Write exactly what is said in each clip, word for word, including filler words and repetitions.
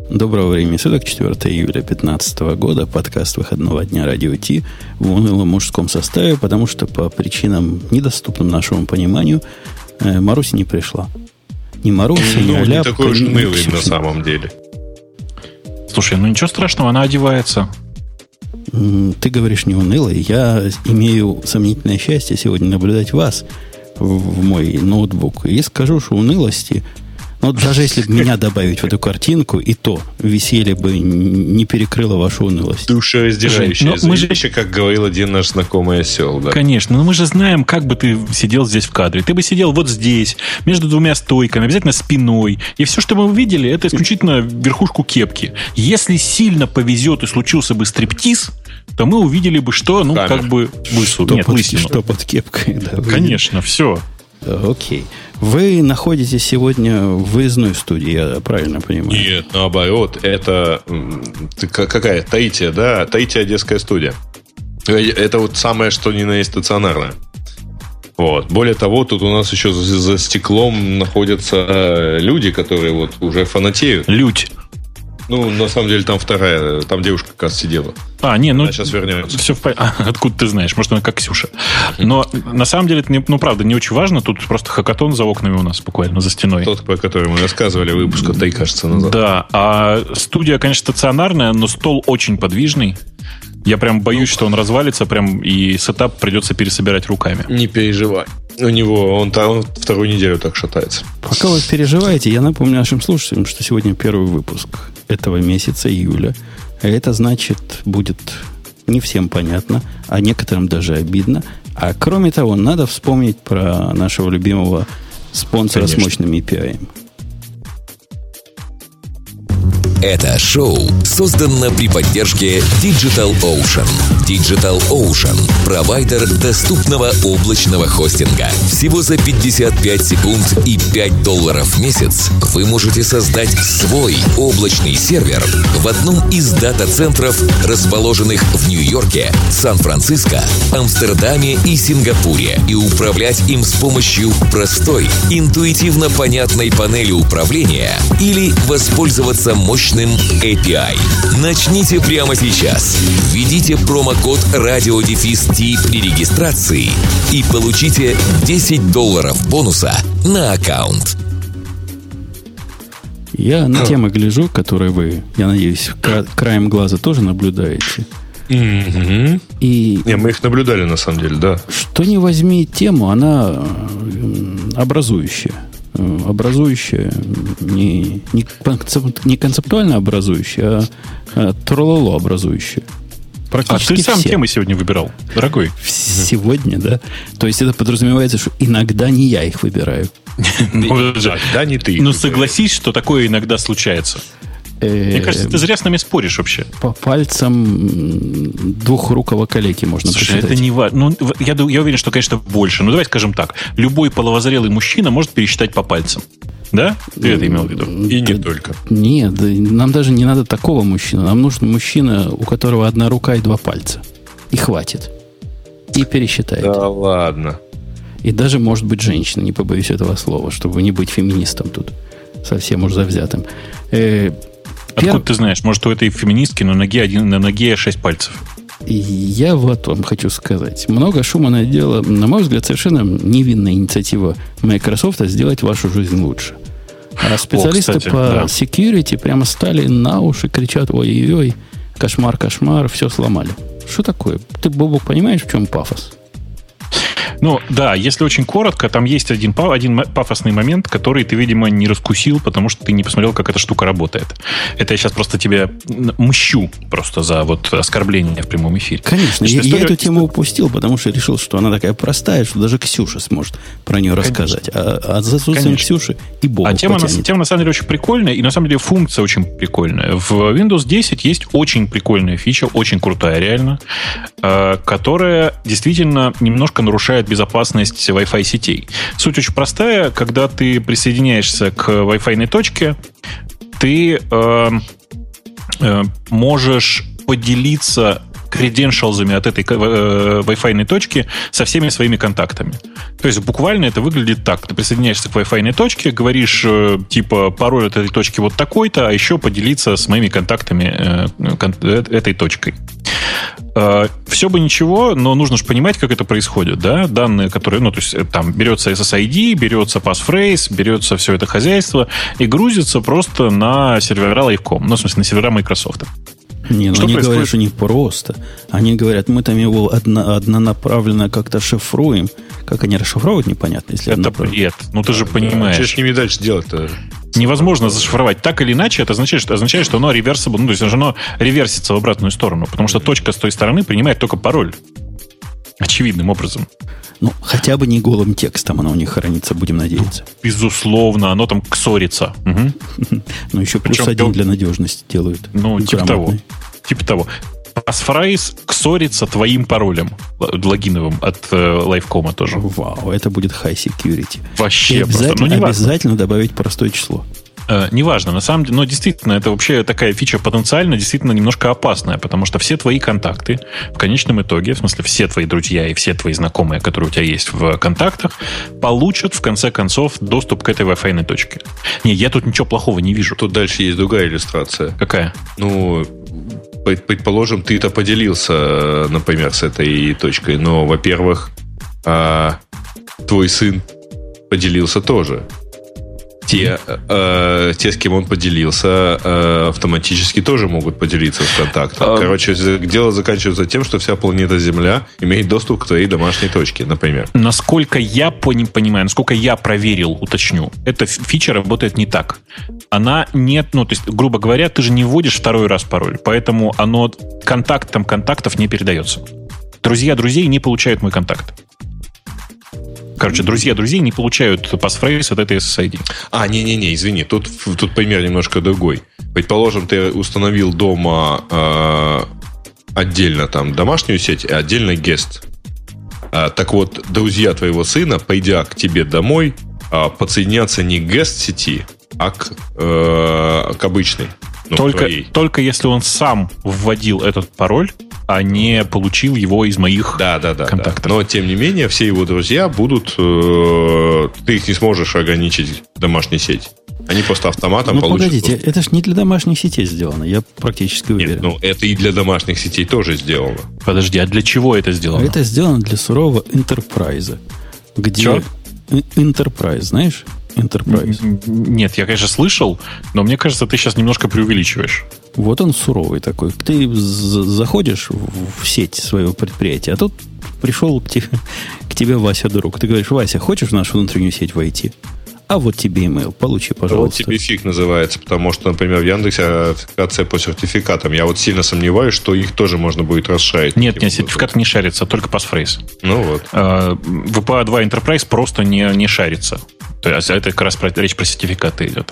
Доброго времени суток, четвёртого июля две тысячи пятнадцатого года, подкаст выходного дня Радио Ти в унылом мужском составе, потому что по причинам, недоступным нашему пониманию, Маруся не пришла. Не Маруся, ну, не Аляпка, не такой уж унылый Ксюша. На самом деле. Слушай, ну ничего страшного, она одевается. Ты говоришь не унылый. Я имею сомнительное счастье сегодня наблюдать вас в мой ноутбук. И скажу, что унылости... Ну, даже если бы меня добавить в эту картинку, и то веселье бы не перекрыло вашу унылость. Душераздирающее зрелище, как говорил один наш знакомый осел. Да. Конечно, но мы же знаем, как бы ты сидел здесь в кадре. Ты бы сидел вот здесь, между двумя стойками, обязательно спиной. И все, что мы увидели, это исключительно верхушку кепки. Если сильно повезет и случился бы стриптиз, то мы увидели бы, что, ну, Камер. как бы лысу. Что, Нет, под, лысину. что под кепкой. Да, Конечно, все. Окей. Вы находитесь сегодня в выездной студии, я правильно понимаю? Нет, наоборот, это какая? Таития, да? Таития Одесская студия. Это вот самое, что ни на есть стационарное. Вот. Более того, тут у нас еще за, за стеклом находятся люди, которые вот уже фанатеют. Людь. Ну, на самом деле, там вторая, там девушка как раз сидела. А, не, ну... Она сейчас вернется. Все в порядке. А, откуда ты знаешь? Может, она как Ксюша. Но на самом деле, это не, ну, правда, не очень важно. Тут просто хакатон за окнами у нас буквально, за стеной. Тот, про который мы рассказывали выпуска три, кажется, назад. Да, а студия, конечно, стационарная, но стол очень подвижный. Я прям боюсь, что он развалится, прям и сетап придется пересобирать руками. Не переживай. У него, он, он вторую неделю так шатается. Пока вы переживаете, я напомню нашим слушателям, что сегодня первый выпуск этого месяца, июля. А это значит, будет не всем понятно, а некоторым даже обидно. А кроме того, надо вспомнить про нашего любимого спонсора Конечно. С мощным эй пи ай. Это шоу создано при поддержке DigitalOcean. DigitalOcean – провайдер доступного облачного хостинга. Всего за пятьдесят пять секунд и пять долларов в месяц вы можете создать свой облачный сервер в одном из дата-центров, расположенных в Нью-Йорке, Сан-Франциско, Амстердаме и Сингапуре, и управлять им с помощью простой, интуитивно понятной панели управления или воспользоваться мощным эй пи ай. Начните прямо сейчас. Введите промокод радиодефис-ти при регистрации и получите десять долларов бонуса на аккаунт. Я на темы гляжу, которые вы, я надеюсь, кра- краем глаза тоже наблюдаете. Mm-hmm. И Не, мы их наблюдали, на самом деле, да. Что ни возьми тему, она образующая. Образующая, не, не, не концептуально образующая, а, а трололо образующая. Практически а ты сам все. темы сегодня выбирал, дорогой. Сегодня, да. То есть это подразумевается, что иногда не я их выбираю. Да, не ты. Ну, согласись, что такое иногда случается. Мне кажется, ты зря с нами споришь вообще. По пальцам двухрукого калеки можно Слушай, посчитать. это не важно. Ну, я, я уверен, что, конечно, больше. Ну, давай скажем так. Любой половозрелый мужчина может пересчитать по пальцам. Да? Ты это имел в виду? И не только. Нет, нам даже не надо такого мужчины. Нам нужен мужчина, у которого одна рука и два пальца. И хватит. И пересчитает. Да ладно. И даже, может быть, женщина, не побоюсь этого слова, чтобы не быть феминистом тут. Совсем уж завзятым. Э, Откуда Пер... ты знаешь? Может, у этой феминистки на ноге, один, на ноге шесть пальцев? И я вот вам хочу сказать. Много шума наделала, на мой взгляд, совершенно невинная инициатива Microsoft сделать вашу жизнь лучше. А специалисты О, кстати, по да. security прямо стали на уши, кричат: ой-ой-ой, кошмар, кошмар, все сломали. Что такое? Ты, Бобок, понимаешь, в чем пафос? Ну, да, если очень коротко, там есть один, один пафосный момент, который ты, видимо, не раскусил, потому что ты не посмотрел, как эта штука работает. Это я сейчас просто тебе мщу просто за вот оскорбление в прямом эфире. Конечно, Значит, я, история... я эту тему упустил, потому что решил, что она такая простая, что даже Ксюша сможет про нее Конечно. рассказать. А, а за отсутствием Ксюши и Бога А тема на, тема на самом деле очень прикольная, и на самом деле функция очень прикольная. В Windows десять есть очень прикольная фича, очень крутая реально, которая действительно немножко нарушает безопасность Wi-Fi сетей. Суть очень простая. Когда ты присоединяешься к Wi-Fi точке, ты э, э, можешь поделиться креденшалзами от этой э, Wi-Fi точки со всеми своими контактами. То есть буквально это выглядит так. Ты присоединяешься к Wi-Fi точке, говоришь, э, типа, пароль от этой точки вот такой-то, а еще поделиться с моими контактами э, кон- этой точкой. Э, все бы ничего, но нужно же понимать, как это происходит, да? Данные, которые, ну, то есть там берется эс эс ай ди, берется passphrase, берется все это хозяйство и грузится просто на сервера Лайвком, ну, в смысле, на сервера Microsoft. Не, ну они говорят, что не просто. Они говорят, мы там его одно, однонаправленно как-то шифруем. Как они расшифровывают, непонятно. Если это бред. Ну, ты же понимаешь. Что ж с ними дальше делать-то? Невозможно зашифровать. Так или иначе, это означает, что, означает, что оно реверсибл, ну, то есть оно реверсится в обратную сторону, потому что точка с той стороны принимает только пароль. Очевидным образом. Ну, хотя бы не голым текстом оно у них хранится, будем надеяться. Безусловно, оно там ксорится. Угу. Ну, еще плюс Причем, один для надежности делают. Ну, типа того. Типа того. Passphrase ксорится твоим паролем логиновым от э, Лайвкома тоже. Вау, это будет high security. Вообще И обязательно, просто, ну, обязательно добавить простое число. Э, неважно, на самом деле, но действительно, это вообще такая фича потенциально действительно немножко опасная, потому что все твои контакты в конечном итоге, в смысле все твои друзья и все твои знакомые, которые у тебя есть в контактах, получат в конце концов доступ к этой Wi-Fi точке. Не, я тут ничего плохого не вижу. Тут дальше есть другая иллюстрация. Какая? Ну, предположим, ты-то поделился, например, с этой точкой, но, во-первых, твой сын поделился тоже. Те, э, те, с кем он поделился, э, автоматически тоже могут поделиться в контактах. Короче, дело заканчивается тем, что вся планета Земля имеет доступ к твоей домашней точке, например. Насколько я понимаю, насколько я проверил, уточню, эта фича работает не так. Она нет, ну, то есть, грубо говоря, ты же не вводишь второй раз пароль, поэтому оно контактам контактов не передается. Друзья друзей не получают мой контакт. Короче, друзья друзей не получают passphrase от этой эс эс ай ди. А, не-не-не, извини, тут, тут пример немножко другой. Предположим, ты установил дома э, отдельно там домашнюю сеть, и отдельно гест. А, так вот, друзья твоего сына, пойдя к тебе домой, а, подсоединятся не к гест-сети, а к, э, к обычной. Ну, только, только если он сам вводил этот пароль, а не получил его из моих да, да, да, контактов. Да. Но, тем не менее, все его друзья будут... Э, ты их не сможешь ограничить в домашней сети. Они просто автоматом ну, получат... погодите, доступ. Это ж не для домашних сетей сделано. Я практически уверен. Нет, ну, это и для домашних сетей тоже сделано. Подожди, а для чего это сделано? Это сделано для сурового enterprise. Где... Чё? Enterprise, знаешь? Enterprise. Нет, я, конечно, слышал, но мне кажется, ты сейчас немножко преувеличиваешь. Вот он суровый такой. Ты заходишь в сеть своего предприятия, а тут пришел к тебе, к тебе Вася друг. Ты говоришь: Вася, хочешь в нашу внутреннюю сеть войти? А вот тебе имейл, получи, пожалуйста. Вот тебе фиг называется, потому что, например, в Яндексе аутентификация по сертификатам. Я вот сильно сомневаюсь, что их тоже можно будет расширить. Нет, нет, сертификат не шарится, только passphrase. Ну вот. ви пи эй два Enterprise просто не, не шарится. То есть это как раз про, речь про сертификаты идет.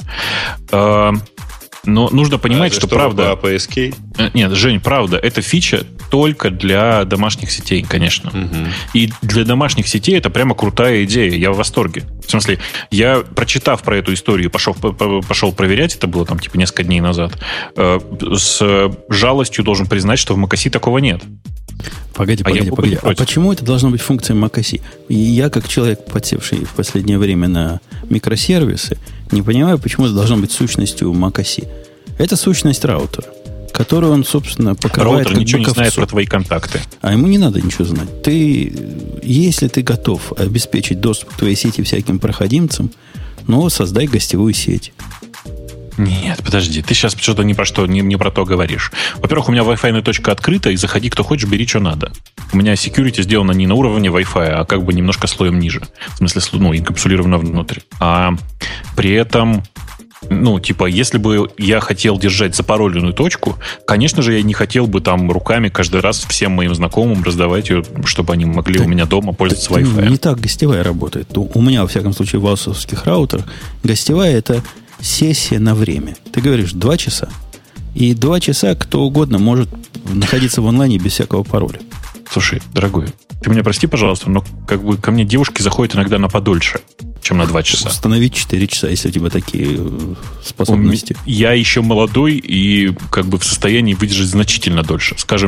Но нужно понимать, а, что, что правда... пи эс кей? Нет, Жень, правда, эта фича только для домашних сетей, конечно. Угу. И для домашних сетей это прямо крутая идея. Я в восторге. В смысле, я, прочитав про эту историю, пошел, пошел проверять, это было там типа несколько дней назад, с жалостью должен признать, что в macOS такого нет. Погоди, погоди, а погоди. А почему это должно быть функцией macOS? И я, как человек, подсевший в последнее время на микросервисы, не понимаю, почему это должно быть сущностью macOS. Это сущность раутера, которую он, собственно, покрывает. Раутер как ничего боковцу. Не знает про твои контакты. А ему не надо ничего знать. Ты, если ты готов обеспечить доступ к твоей сети всяким проходимцам, ну, создай гостевую сеть. Нет, подожди, ты сейчас что-то не про что, не, не про то говоришь. Во-первых, у меня Wi-Fi точка открыта, и заходи, кто хочешь, бери, что надо. У меня security сделано не на уровне Wi-Fi, а как бы немножко слоем ниже. В смысле, ну, инкапсулировано внутрь. А при этом, ну, типа, если бы я хотел держать запароленную точку, конечно же, я не хотел бы там руками каждый раз всем моим знакомым раздавать ее, чтобы они могли так, у меня дома пользоваться так, Wi-Fi. Не так гостевая работает. У меня, во всяком случае, в аусовских раутерах гостевая — это сессия на время. Ты говоришь два часа. И два часа кто угодно может находиться в онлайне без всякого пароля. Слушай, дорогой, ты меня прости, пожалуйста, но как бы ко мне девушки заходят иногда на подольше, чем на два часа. Установить четыре часа, если у тебя такие способности. Я еще молодой и как бы в состоянии выдержать значительно дольше. Скажем,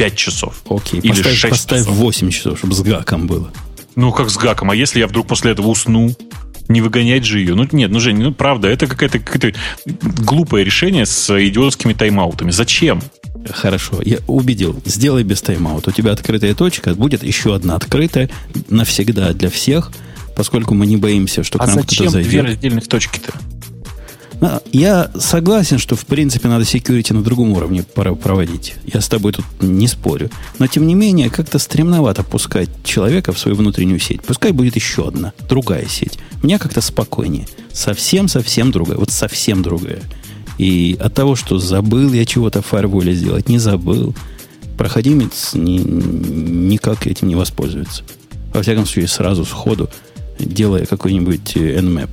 пять часов. Окей, или поставь, шесть поставь часов. восемь часов, чтобы с гаком было. Ну, как с гаком. А если я вдруг после этого усну? Не выгонять же ее. Ну, нет, ну, Жень, ну, правда, это какое-то, какое-то глупое решение с идиотскими тайм-аутами. Зачем? Хорошо, я убедил. Сделай без тайм-аута. У тебя открытая точка, будет еще одна открытая навсегда для всех, поскольку мы не боимся, что к а нам кто-то зайдет. А зачем две раздельных точки-то? Я согласен, что в принципе надо security на другом уровне проводить. Я с тобой тут не спорю. Но тем не менее, как-то стремновато пускать человека в свою внутреннюю сеть. Пускай будет еще одна, другая сеть. Мне как-то спокойнее. Совсем-совсем другая. Вот совсем другая. И от того, что забыл я чего-то в фаерволе сделать, не забыл, проходимец ни, никак этим не воспользуется. Во всяком случае, сразу сходу, делая какой-нибудь Nmap.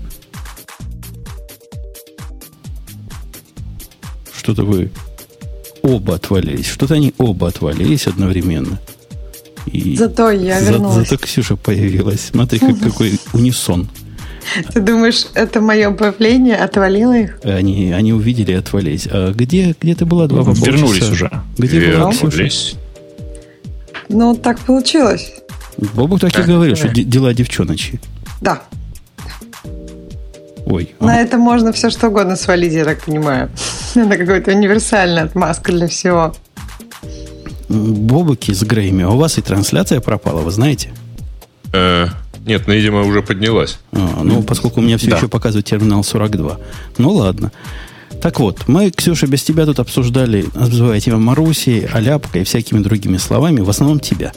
Что-то вы оба отвалились. Что-то они оба отвалились одновременно. И зато я за, вернулась. Зато Ксюша появилась. Смотри, как, какой унисон. Ты думаешь, это мое появление отвалило их? Они, они увидели и отвалились. А где, где ты была два полчаса? Вернулись уже. Где и была Ксюша? Ну, так получилось. Бобук так и говорил, что дела девчоночи. Да. Ой. На а. это можно все что угодно свалить, я так понимаю. Это какая-то универсальная отмазка для всего. Бобуки с Грейми, а у вас и трансляция пропала, вы знаете? Э, нет, ну, видимо, уже поднялась. А, ну, поскольку у меня все да. еще показывает терминал сорок два. Ну, ладно. Так вот, мы, Ксюша, без тебя тут обсуждали, называя тебя Марусей, Аляпкой и всякими другими словами, в основном тебя.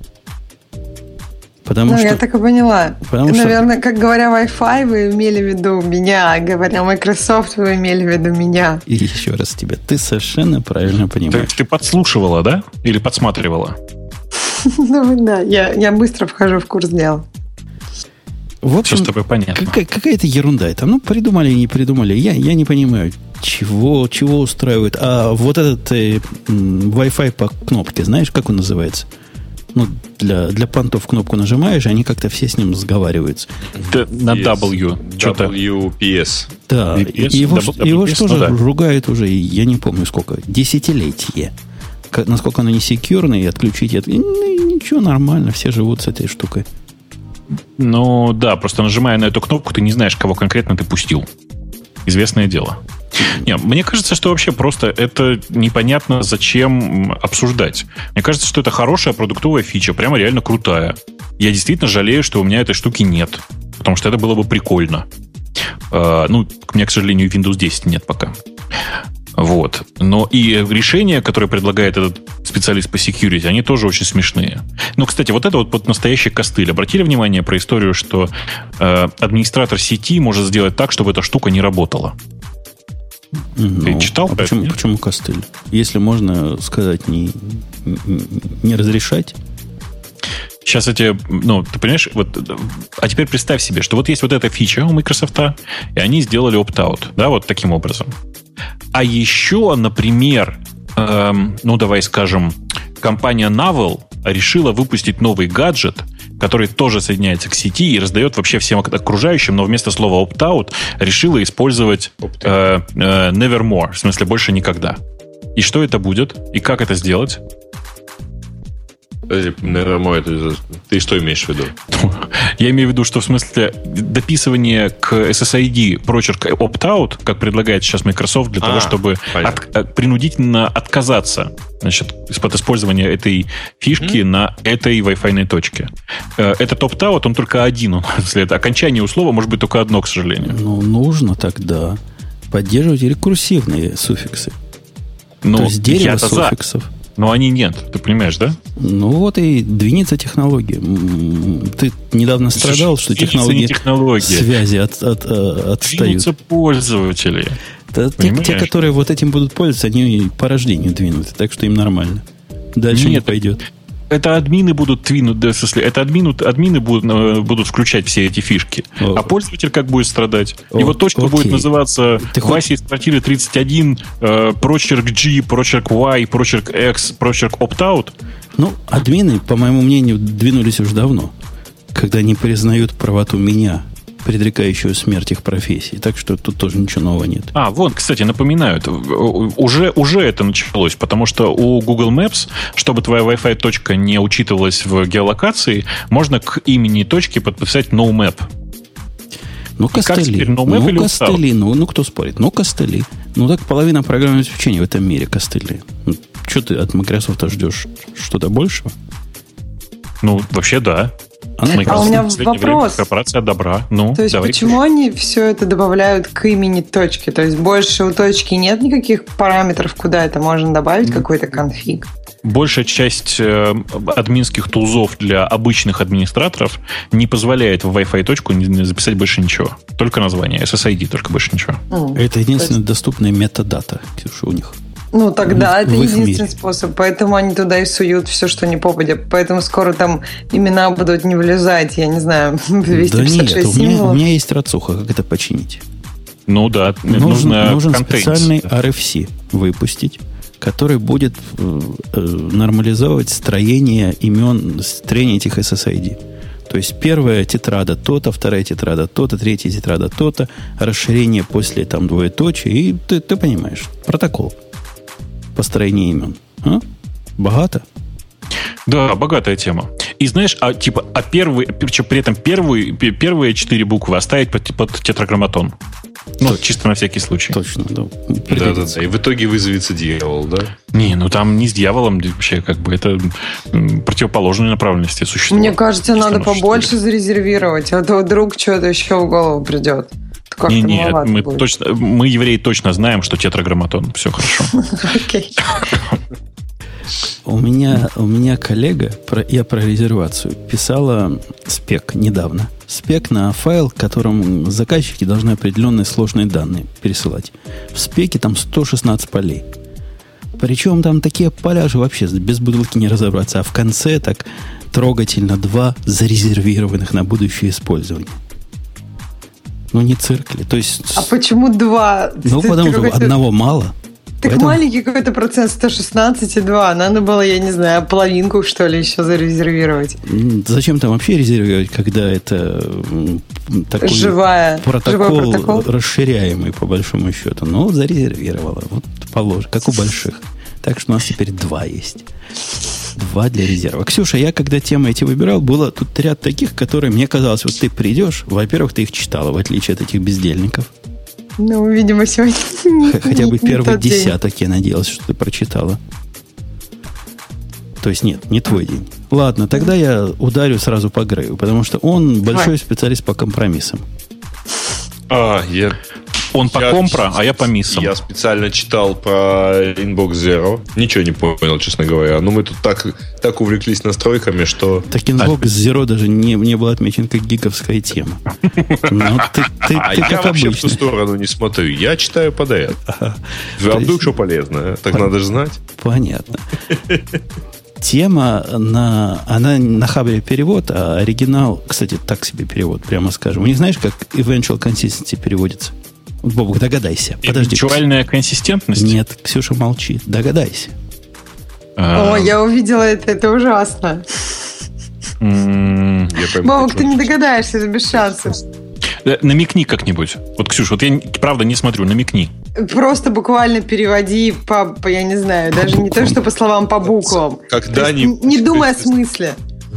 Потому ну, что, я так и поняла. Потому Наверное, что, как говоря Wi-Fi, вы имели в виду меня, а говоря Microsoft, вы имели в виду меня. И еще раз тебе. Ты совершенно правильно понимаешь. Ты, ты подслушивала, да? Или подсматривала? Ну, да, я, я быстро вхожу в курс дела. В общем, все с тобой понятно. Какая, какая-то ерунда это. Ну, придумали и не придумали. Я, я не понимаю, чего, чего устраивает. А вот этот э, Wi-Fi по кнопке, знаешь, как он называется? Ну, для, для понтов кнопку нажимаешь, и они как-то все с ним сговариваются. Да, на W. Что-то. дабл ю пи эс. Да, ви пи эс, его, дабл ю пи эс, его что же ну, да. ругают уже, я не помню сколько, десятилетие. Как, насколько оно не секьюрное, и отключить, и от... ну, ничего, нормально, все живут с этой штукой. Ну, да, просто нажимая на эту кнопку, ты не знаешь, кого конкретно ты пустил. Известное дело. Не, мне кажется, что вообще просто это непонятно, зачем обсуждать. Мне кажется, что это хорошая продуктовая фича, прямо реально крутая. Я действительно жалею, что у меня этой штуки нет, потому что это было бы прикольно. Uh, ну, у меня, к сожалению, Windows десять нет пока. Вот. Но и решения, которые предлагает этот специалист по security, они тоже очень смешные. Ну, кстати, вот это вот, вот настоящий костыль. Обратили внимание про историю, что э, администратор сети может сделать так, чтобы эта штука не работала? Ну, ты читал? А почему, почему костыль? Если можно сказать, не, не, не разрешать? Сейчас эти, ну, ты понимаешь, вот, а теперь представь себе, что вот есть вот эта фича у Microsoft, и они сделали opt-out, да, вот таким образом. А еще, например, эм, ну, давай скажем, компания Novell решила выпустить новый гаджет, который тоже соединяется к сети и раздает вообще всем окружающим, но вместо слова opt-out решила использовать э, э, nevermore, в смысле больше никогда. И что это будет? И как это сделать? Nevermore, это, ты что имеешь в виду? Я имею в виду, что в смысле дописывание к эс эс ай ди прочерка opt-out, как предлагает сейчас Microsoft, для а, того, чтобы от, принудительно отказаться, значит, из-под использования этой фишки mm-hmm. на этой Wi-Fi точке. Этот opt-out, он только один. Он, это окончание у слова может быть только одно, к сожалению. Ну, нужно тогда поддерживать рекурсивные суффиксы. Ну, то есть дерево суффиксов. За. Но они нет, ты понимаешь, да? Ну вот и двинется технология. Ты недавно страдал, что технологии, технология. связи от, от, от, отстают. Двинутся пользователи. Да, те, те, которые вот этим будут пользоваться, они по рождению двинуты, так что им нормально. Дальше нет, не пойдет. Это админы будут твинуть, да, в смысле, это админы, админы будут, будут включать все эти фишки. О. А пользователь как будет страдать? О, Его точка окей. будет называться Вася из квартиры тридцать один, э, прочерк G, прочерк Y, прочерк X, прочерк opt-out. Ну, админы, по моему мнению, двинулись уже давно, когда не признают правоту меня предрекающую смерть их профессии. Так что тут тоже ничего нового нет. А, вот, кстати, напоминают, уже, уже это началось, потому что у Google Maps, чтобы твоя Wi-Fi точка не учитывалась в геолокации, можно к имени точки подписать NoMap. Ну, костыли. No ну, костыли. Ну, ну, кто спорит? Ну, костыли. Ну, так половина программного обеспечения в этом мире костыли. Ну, что ты от Microsoft ждешь? Что-то большего? Ну, вообще, да. А, а у меня вопрос. Корпорация добра. Ну, то есть, давай. Почему они все это добавляют к имени точки? То есть, больше у точки нет никаких параметров, куда это можно добавить, mm. какой-то конфиг? Большая часть э, админских тулзов для обычных администраторов не позволяет в Wi-Fi точку записать больше ничего. Только название. эс эс ай ди, только больше ничего. Mm. Это единственная есть... доступная метадата, Ксюша, у них. Ну, тогда в, это в единственный способ. Поэтому они туда и суют все, что не попадя. Поэтому скоро там имена будут не влезать, я не знаю, двести пятьдесят шесть да нет, у меня, символов. У меня есть рацуха, как это починить. Ну да, нужен, нужно нужен контейнс. Специальный ар эф си выпустить, который будет э, э, нормализовывать строение имен, строение этих эс эс ай ди. То есть первая тетрада то-то, вторая тетрада то-то, третья тетрада то-то, расширение после там двоеточия, и ты, ты понимаешь, протокол построения имен. А? Богато? Да, богатая тема. И знаешь, а типа, а первый, при этом первые, первые четыре буквы оставить под, под тетраграмматон. Ну, точно. Чисто на всякий случай. Точно, да. Да, да, да. И в итоге вызовется дьявол, да? Не, ну там не с дьяволом вообще, как бы это противоположные направленности существуют. Мне кажется, надо побольше зарезервировать, а то вдруг что-то еще в голову придет. Не, нет, мы, точно, мы, евреи, точно знаем, что тетраграмматон. Все хорошо. Окей. У меня, у меня коллега, про, я про резервацию, писала спек недавно. Спек на файл, которым заказчики должны определенные сложные данные пересылать. В спеке там сто шестнадцать полей. Причем там такие поля же вообще без бутылки не разобраться. А в конце так трогательно два зарезервированных на будущее использование. Ну, не цирк ли? То есть... А почему два? Ну, ты, потому что одного мало. Так поэтому... маленький какой-то процент, сто шестнадцать и два. Надо было, я не знаю, половинку, что ли, еще зарезервировать. Зачем там вообще резервировать, когда это такой Живая, протокол, живой протокол расширяемый, по большому счету? Ну, зарезервировала. Вот положено, как у больших. Так что у нас теперь два есть. Два для резерва. Ксюша, я когда темы эти выбирал, было тут ряд таких, которые, мне казалось, вот ты придешь, во-первых, ты их читала, в отличие от этих бездельников. Ну, видимо, сегодня... Хотя бы первый десяток, я надеялась, что ты прочитала. То есть нет, не твой день. Ладно, тогда я ударю сразу по Грею, потому что он большой специалист по компромиссам. А, я... Он по я, компро, а я по миссам. Я специально читал про Inbox Zero. Ничего не понял, честно говоря. Но мы тут так, так увлеклись настройками, что... Так Inbox Zero даже не, не был отмечен как гиговская тема. Но ты, ты, а ты я как вообще обычно. в ту сторону не смотрю. Я читаю подряд. А вдруг что полезное? Так надо же знать. Понятно. Тема, на, она на Хабре перевод, а оригинал, кстати, так себе перевод, прямо скажем. У них знаешь, как eventual consistency переводится? Бобук, догадайся. Подожди. Эвенчуальная консистентность? Нет, Ксюша молчит. Догадайся. О, я увидела это, это ужасно. Бобук, ты не догадаешься, это без шансов. Намекни как-нибудь. Вот, Ксюша, вот я правда не смотрю, намекни. Просто буквально переводи по, по я не знаю, даже не то, что по словам, по буквам. Когда-нибудь. Не думай о смысле.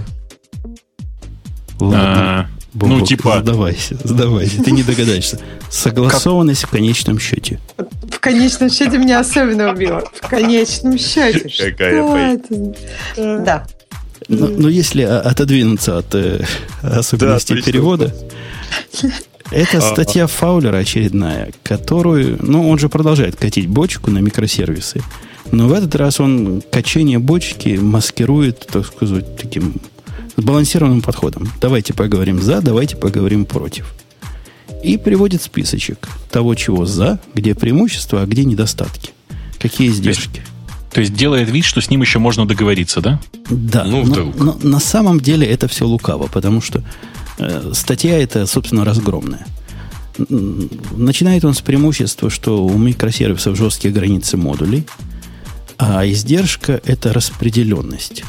Ладно. Бобок, ну, типа... Сдавайся, сдавайся, ты не догадаешься. Согласованность как? В конечном счете. В конечном счете меня особенно убило. В конечном счете. Какая это? Да. Но, но если отодвинуться от э, особенностей да, перевода, это статья Фаулера очередная, которую, ну, он же продолжает катить бочку на микросервисы, но в этот раз он качение бочки маскирует, так сказать, таким... сбалансированным подходом. Давайте поговорим за, давайте поговорим против. И приводит списочек того, чего за, где преимущества, а где недостатки. Какие издержки. То есть делает вид, что с ним еще можно договориться, да? Да. Ну, но, но на самом деле это все лукаво, потому что э, статья эта, собственно, разгромная. Начинает он с преимущества, что у микросервисов жесткие границы модулей, а издержка – это распределенность.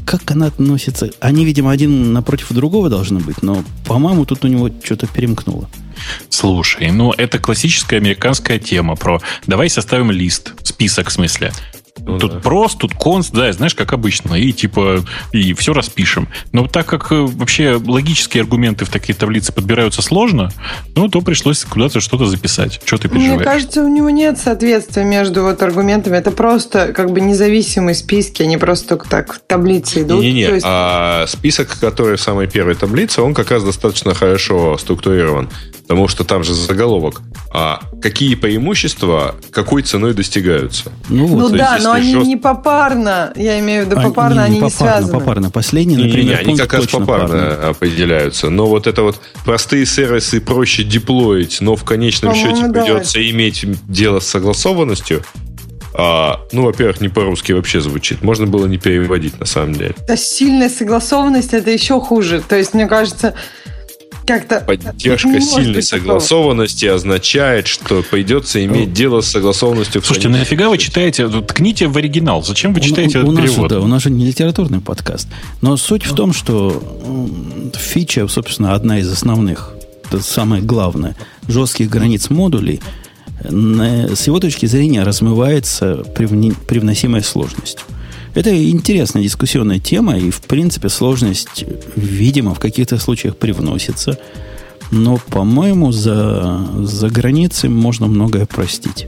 как она относится? Они, видимо, один напротив другого должны быть, но, по-моему, тут у него что-то перемкнуло. Слушай, ну это классическая американская тема про давай составим лист, список в смысле. Ну, тут да. Прост, тут конст, да, знаешь, как обычно, и типа, и все распишем. Но так как вообще логические аргументы в такие таблицы подбираются сложно, ну, то пришлось куда-то что-то записать. Что ты переживаешь? Мне кажется, у него нет соответствия между вот аргументами. Это просто как бы независимые списки, они просто так в таблице идут. Не-не-не, есть... а список, который в самой первой таблице, он как раз достаточно хорошо структурирован, потому что там же заголовок. А какие преимущества какой ценой достигаются? Ну, вот. ну да, но они жест... не попарно, я имею в виду попарно, а, не, не, они не, попарно, не связаны. Попарно, последний, например, не, не, они как раз попарно парно. определяются. Но вот это вот простые сервисы проще деплоить, но в конечном По-моему, счете придется давай. иметь дело с согласованностью. А, ну, во-первых, не по-русски вообще звучит. Можно было не переводить, на самом деле. Да, сильная согласованность – это еще хуже. То есть, мне кажется... Как-то поддержка сильной согласованности означает, что придется иметь дело с согласованностью. Слушайте, нафига вы читаете? Ткните в оригинал. Зачем вы читаете у, у, этот у нас перевод? Же, да, у нас же не литературный подкаст. Но суть в том, что фича, собственно, одна из основных, это самое главное, жестких границ модулей, с его точки зрения размывается привносимой сложностью. Это интересная дискуссионная тема, и, в принципе, сложность, видимо, в каких-то случаях привносится. Но, по-моему, за, за границей можно многое простить.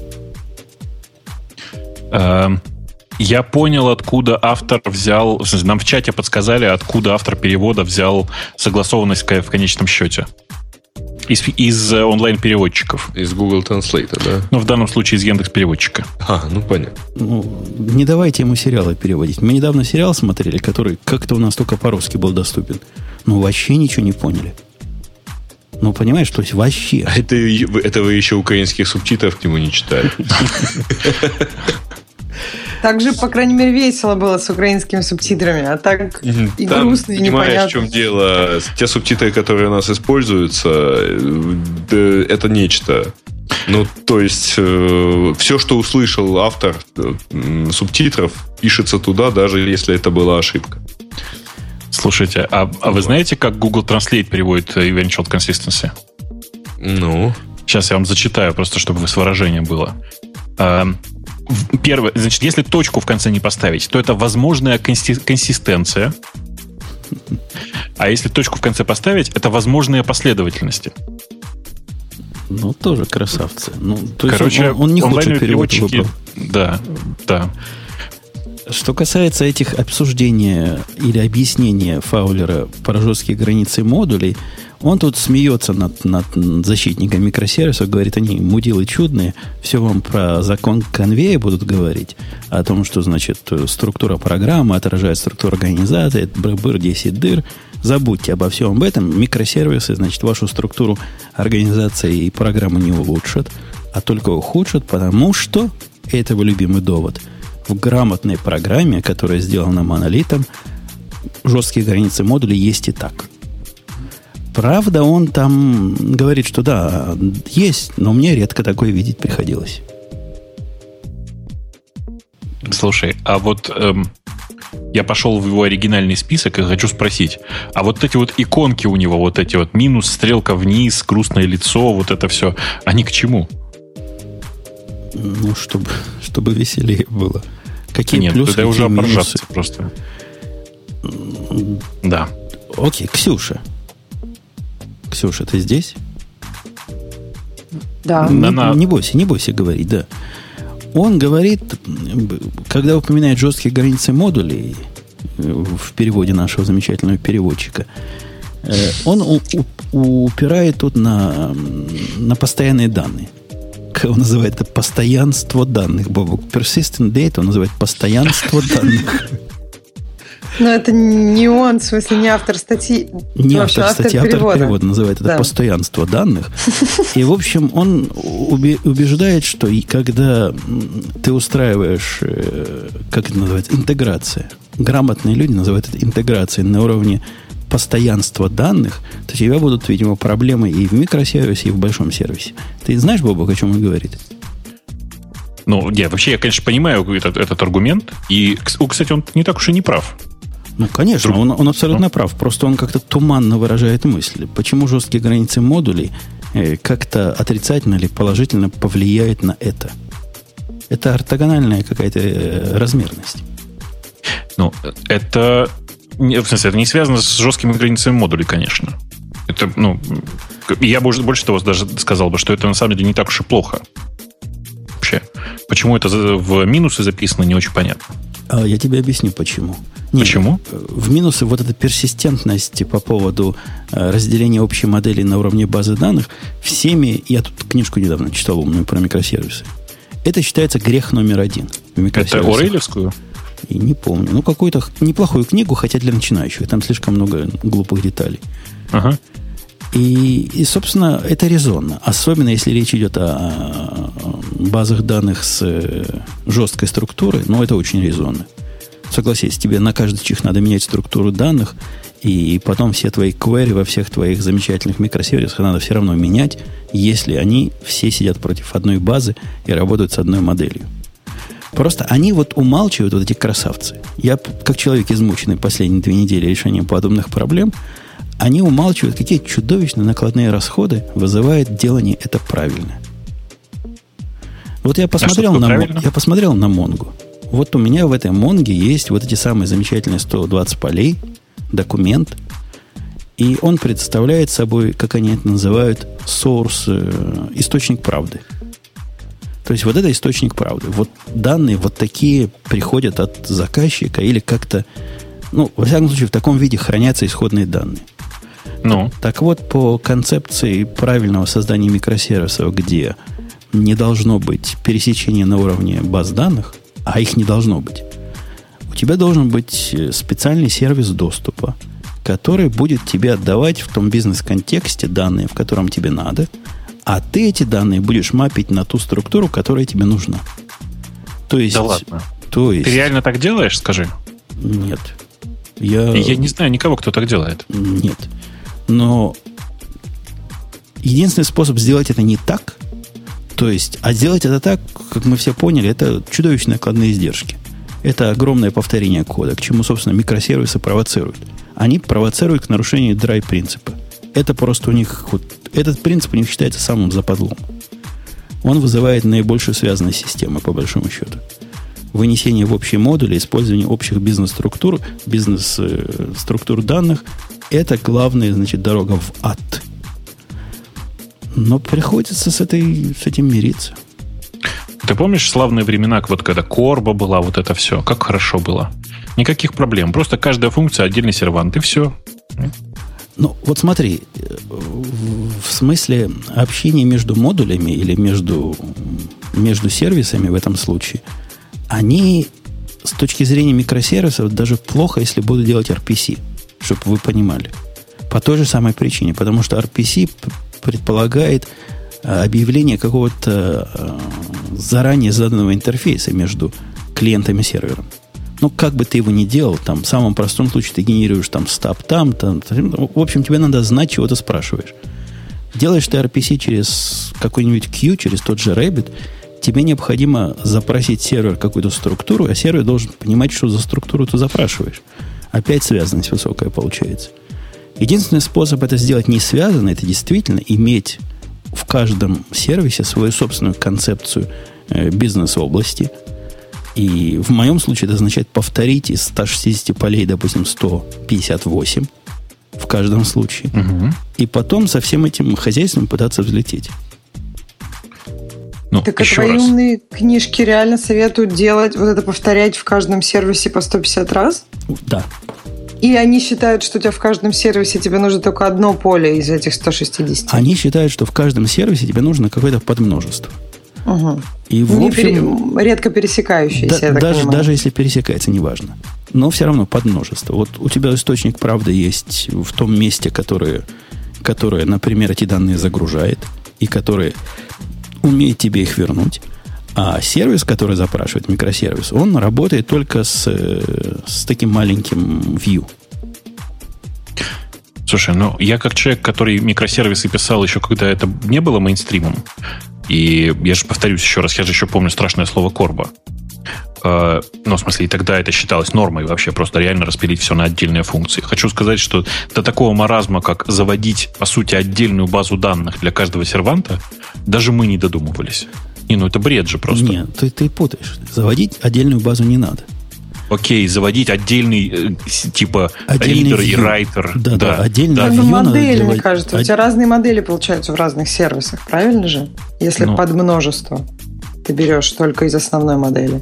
Я понял, откуда автор взял... Нам в чате подсказали, откуда автор перевода взял согласованность в конечном счете. Из, из онлайн-переводчиков. Из Google Translate, да? Ну, в данном случае из Яндекс.Переводчика. А, ну, понятно. Ну, не давайте ему сериалы переводить. Мы недавно сериал смотрели, который как-то у нас только по-русски был доступен. Ну, вообще ничего не поняли. Ну, понимаешь, то есть вообще. А это, это вы еще украинских субтитров к нему не читали? Так же, по крайней мере, весело было с украинскими субтитрами, а так и там, грустно, и непонятно. Понимаешь, непонятно. в чем дело? Те субтитры, которые у нас используются, это нечто. Ну, то есть, все, что услышал автор субтитров, пишется туда, даже если это была ошибка. Слушайте, а, а вы знаете, как Google Translate переводит eventual consistency? Ну? Сейчас я вам зачитаю, просто чтобы с выражением было. Первое, значит, если точку в конце не поставить, то это возможная конси- консистенция. А если точку в конце поставить, это возможные последовательности. Ну, тоже красавцы. Ну, то Короче, есть он, он не хочет перевод выбрал. Да, да. Что касается этих обсуждений или объяснения Фаулера про жесткие границы модулей, он тут смеется над, над защитниками микросервисов, говорит, они мудилы чудные, все вам про закон конвея будут говорить, о том, что, значит, структура программы отражает структуру организации, бры-бры, десять дыр. Забудьте обо всем об этом. Микросервисы, значит, вашу структуру организации и программы не улучшат, а только ухудшат, потому что, это его любимый довод, в грамотной программе, которая сделана монолитом, жесткие границы модулей есть и так. Правда, он там говорит, что да, есть, но мне редко такое видеть приходилось. Слушай, а вот эм, я пошел в его оригинальный список и хочу спросить, а вот эти вот иконки у него, вот эти вот минус, стрелка вниз, грустное лицо, вот это все, они к чему? Ну, чтобы, чтобы веселее было. Какие Нет, плюсы, это уже минусы? поржаться просто. Да. Окей, Ксюша. Ксюша, ты здесь? Да. Не, Она... не бойся, не бойся говорить, да. Он говорит, когда упоминает жесткие границы модулей в переводе нашего замечательного переводчика, он у, у, упирает тут на, на постоянные данные. Он называет это постоянство данных. Бобок. Persistent data он называет постоянство данных. Но это не он, в смысле, не автор статьи. Не автор, автор статьи, автор перевода. перевода называет это да. постоянство данных. И, в общем, он убеждает, что и когда ты устраиваешь, как это называется, интеграция, грамотные люди называют это интеграцией на уровне постоянства данных, то у тебя будут, видимо, проблемы и в микросервисе, и в большом сервисе. Ты знаешь, Бобок, о чем он говорит? Ну, нет, вообще, я, конечно, понимаю этот, этот аргумент. И, кстати, он не так уж и не прав. Ну, конечно, Друг... он, он абсолютно ну? прав. Просто он как-то туманно выражает мысли. Почему жесткие границы модулей э, как-то отрицательно или положительно повлияют на это? Это ортогональная какая-то э, размерность. Ну, это... В смысле, это не связано с жесткими границами модулей, конечно. Это, ну... Я больше, больше того даже сказал бы, что это на самом деле не так уж и плохо. Вообще. Почему это в минусы записано, не очень понятно. А я тебе объясню, почему. Нет, почему? В минусы вот эта персистентность по поводу разделения общей модели на уровне базы данных всеми... Я тут книжку недавно читал умную про микросервисы. Это считается грех номер один. Это Орелевскую? И не помню. Ну, какую-то неплохую книгу, хотя для начинающих. Там слишком много глупых деталей. Ага. И, и, собственно, это резонно. Особенно, если речь идет о базах данных с жесткой структурой. Но это очень резонно. Согласись, тебе на каждый чих надо менять структуру данных, и потом все твои query во всех твоих замечательных микросервисах надо все равно менять, если они все сидят против одной базы и работают с одной моделью. Просто они вот умалчивают, вот эти красавцы. Я, как человек, измученный последние две недели решением подобных проблем, они умалчивают, какие чудовищные накладные расходы вызывает делание это правильно. Вот я посмотрел, а на, я посмотрел на Монгу. Вот у меня в этой Монге есть вот эти самые замечательные сто двадцать полей, документ, и он представляет собой, как они это называют, source, э, источник правды. То есть вот это источник правды. Вот данные вот такие приходят от заказчика или как-то, ну, во всяком случае, в таком виде хранятся исходные данные. Ну. Так вот, по концепции правильного создания микросервисов, где не должно быть пересечения на уровне баз данных, а их не должно быть, у тебя должен быть специальный сервис доступа, который будет тебе отдавать в том бизнес-контексте данные, в котором тебе надо, а ты эти данные будешь мапить на ту структуру, которая тебе нужна. То есть, да ладно. То есть, ты реально так делаешь, скажи? Нет. Я, Я не знаю никого, кто так делает. Нет. Но единственный способ сделать это не так, то есть, а сделать это так, как мы все поняли, это чудовищные накладные издержки. Это огромное повторение кода, к чему, собственно, микросервисы провоцируют. Они провоцируют к нарушению драйв-принципа. Это просто у них... Вот, этот принцип у них считается самым западлом. Он вызывает наибольшую связанность системы, по большому счету. Вынесение в общие модули, использование общих бизнес-структур, бизнес-структур данных – это главная, значит, дорога в ад. Но приходится с, этой, с этим мириться. Ты помнишь славные времена, вот когда Корба была, вот это все? Как хорошо было. Никаких проблем. Просто каждая функция отдельный сервант, и все. Ну, вот смотри, в смысле общения между модулями или между, между сервисами в этом случае, они с точки зрения микросервисов даже плохо, если будут делать ар пи си, чтобы вы понимали. По той же самой причине, потому что ар пи си предполагает объявление какого-то заранее заданного интерфейса между клиентом и сервером. Ну, как бы ты его ни делал, там, в самом простом случае ты генерируешь там стаб там, там, там. В общем, тебе надо знать, чего ты спрашиваешь. Делаешь ты ар пи си через какой-нибудь Q, через тот же Rabbit, тебе необходимо запросить сервер какую-то структуру, а сервер должен понимать, что за структуру ты запрашиваешь. Опять связанность высокая получается. Единственный способ это сделать не связанно, это действительно иметь в каждом сервисе свою собственную концепцию э, бизнес-области. И в моем случае это означает повторить из ста шестидесяти полей, допустим, сто пятьдесят восемь в каждом случае. Угу. И потом со всем этим хозяйством пытаться взлететь. Ну, так а твои раз. умные книжки реально советуют делать, вот это повторять в каждом сервисе по сто пятьдесят раз? Да. И они считают, что у тебя в каждом сервисе тебе нужно только одно поле из этих ста шестидесяти? Они считают, что в каждом сервисе тебе нужно какое-то подмножество. Угу. И в не общем, пере... редко пересекающиеся, да, я так даже, понимаю. даже если пересекается, неважно. Но все равно подмножество. Вот у тебя источник правды есть в том месте, которое, которое, например, эти данные загружает, и которое умеет тебе их вернуть. А сервис, который запрашивает, микросервис, он работает только с, с таким маленьким view. Слушай, ну я как человек, который микросервисы писал еще когда это не было мейнстримом, и я же повторюсь еще раз, я же еще помню страшное слово корба. э, ну, в смысле, и тогда это считалось нормой вообще, просто реально распилить все на отдельные функции. Хочу сказать, что до такого маразма, как заводить, по сути, отдельную базу данных для каждого серванта, даже мы не додумывались. Не, ну это бред же просто. Нет, ты, ты путаешь. Заводить отдельную базу не надо. Окей, заводить отдельный, типа, отдельный ридер view. и райтер. Да, да, да, отдельный да. view. Модель, мне кажется. У тебя разные модели получаются в разных сервисах, правильно же? Если ну, под множество ты берешь только из основной модели.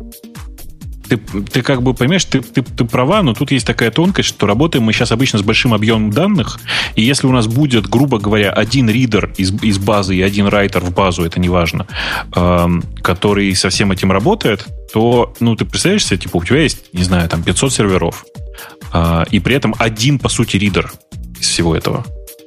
Ты, ты как бы понимаешь, ты, ты, ты права, но тут есть такая тонкость, что работаем мы сейчас обычно с большим объемом данных, и если у нас будет, грубо говоря, один ридер из, из базы и один райтер в базу, это неважно, эм, который со всем этим работает, то, ну, ты представляешь себе, типа, у тебя есть, не знаю, там пятьсот серверов, э, и при этом один, по сути, ридер из всего этого.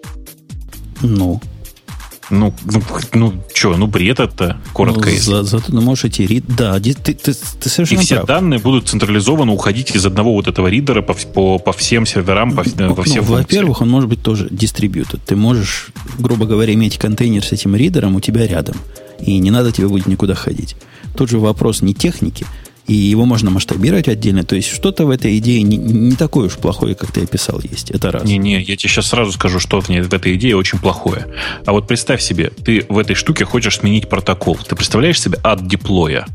Ну... Ну, ну, ну что, ну бред это, коротко. Ну, за, зато ты можешь эти рид... Да, ты, ты, ты совершенно И все прав. данные будут централизованно уходить из одного вот этого ридера по, по, по всем серверам, по, ну, по всем ну, во-первых, он может быть тоже дистрибьютор. Ты можешь, грубо говоря, иметь контейнер с этим ридером у тебя рядом. И не надо тебе будет никуда ходить. Тут же вопрос не техники, и его можно масштабировать отдельно. То есть что-то в этой идее не, не такое уж плохое, как ты описал, есть. Это раз. Не-не, я тебе сейчас сразу скажу, что в, ней, в этой идее очень плохое. А вот представь себе, ты в этой штуке хочешь сменить протокол. Ты представляешь себе от деплоя?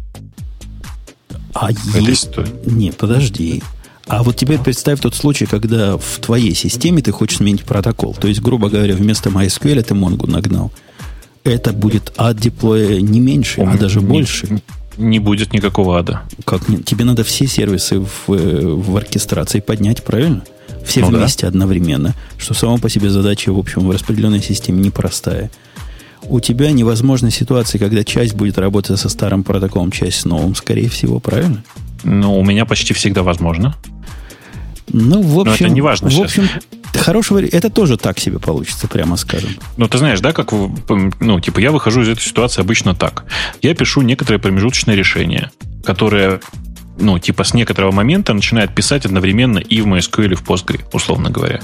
А есть... Не, подожди. А вот теперь представь тот случай, когда в твоей системе ты хочешь сменить протокол. То есть, грубо говоря, вместо MySQL ты Mongo нагнал. Это будет от деплоя не меньше, Он, а даже не, больше. Не будет никакого ада. Как нет? Тебе надо все сервисы в, в оркестрации поднять, правильно? Все ну вместе да. одновременно. Что само по себе задача, в общем, в распределенной системе непростая. У тебя невозможна ситуация, когда часть будет работать со старым протоколом, часть с новым, скорее всего, правильно? Ну, у меня почти всегда возможно. Ну, в общем... Но это не важно в сейчас. общем, хорошего... Это тоже так себе получится, прямо скажем. Ну, ты знаешь, да, как... Ну, типа, я выхожу из этой ситуации обычно так. Я пишу некоторые промежуточные решения, которые, ну, типа, с некоторого момента начинают писать одновременно и в MySQL, и в Postgre, условно говоря.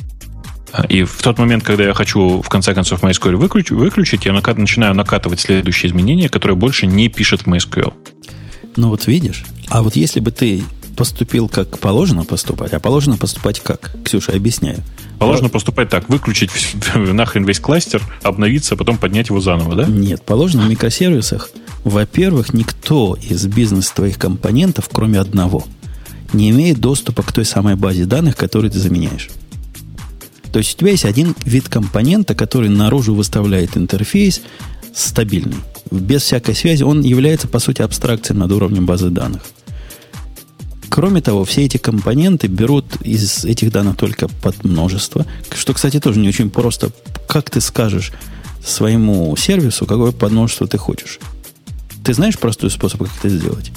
И в тот момент, когда я хочу, в конце концов, MySQL выключить, выключить я накат, начинаю накатывать следующие изменения, которые больше не пишет MySQL. Ну, вот видишь. А вот если бы ты поступил как положено поступать, а положено поступать как? Ксюша, объясняю. Положено вот. Поступать так, выключить нахрен весь кластер, обновиться, потом поднять его заново, да? Нет, положено в микросервисах. Во-первых, никто из бизнеса твоих компонентов, кроме одного, не имеет доступа к той самой базе данных, которую ты заменяешь. То есть у тебя есть один вид компонента, который наружу выставляет интерфейс стабильный, без всякой связи. Он является, по сути, абстракцией над уровнем базы данных. Кроме того, все эти компоненты берут из этих данных только под множество, что, кстати, тоже не очень просто. Как ты скажешь своему сервису, какое подмножество ты хочешь? Ты знаешь простой способ, как это сделать?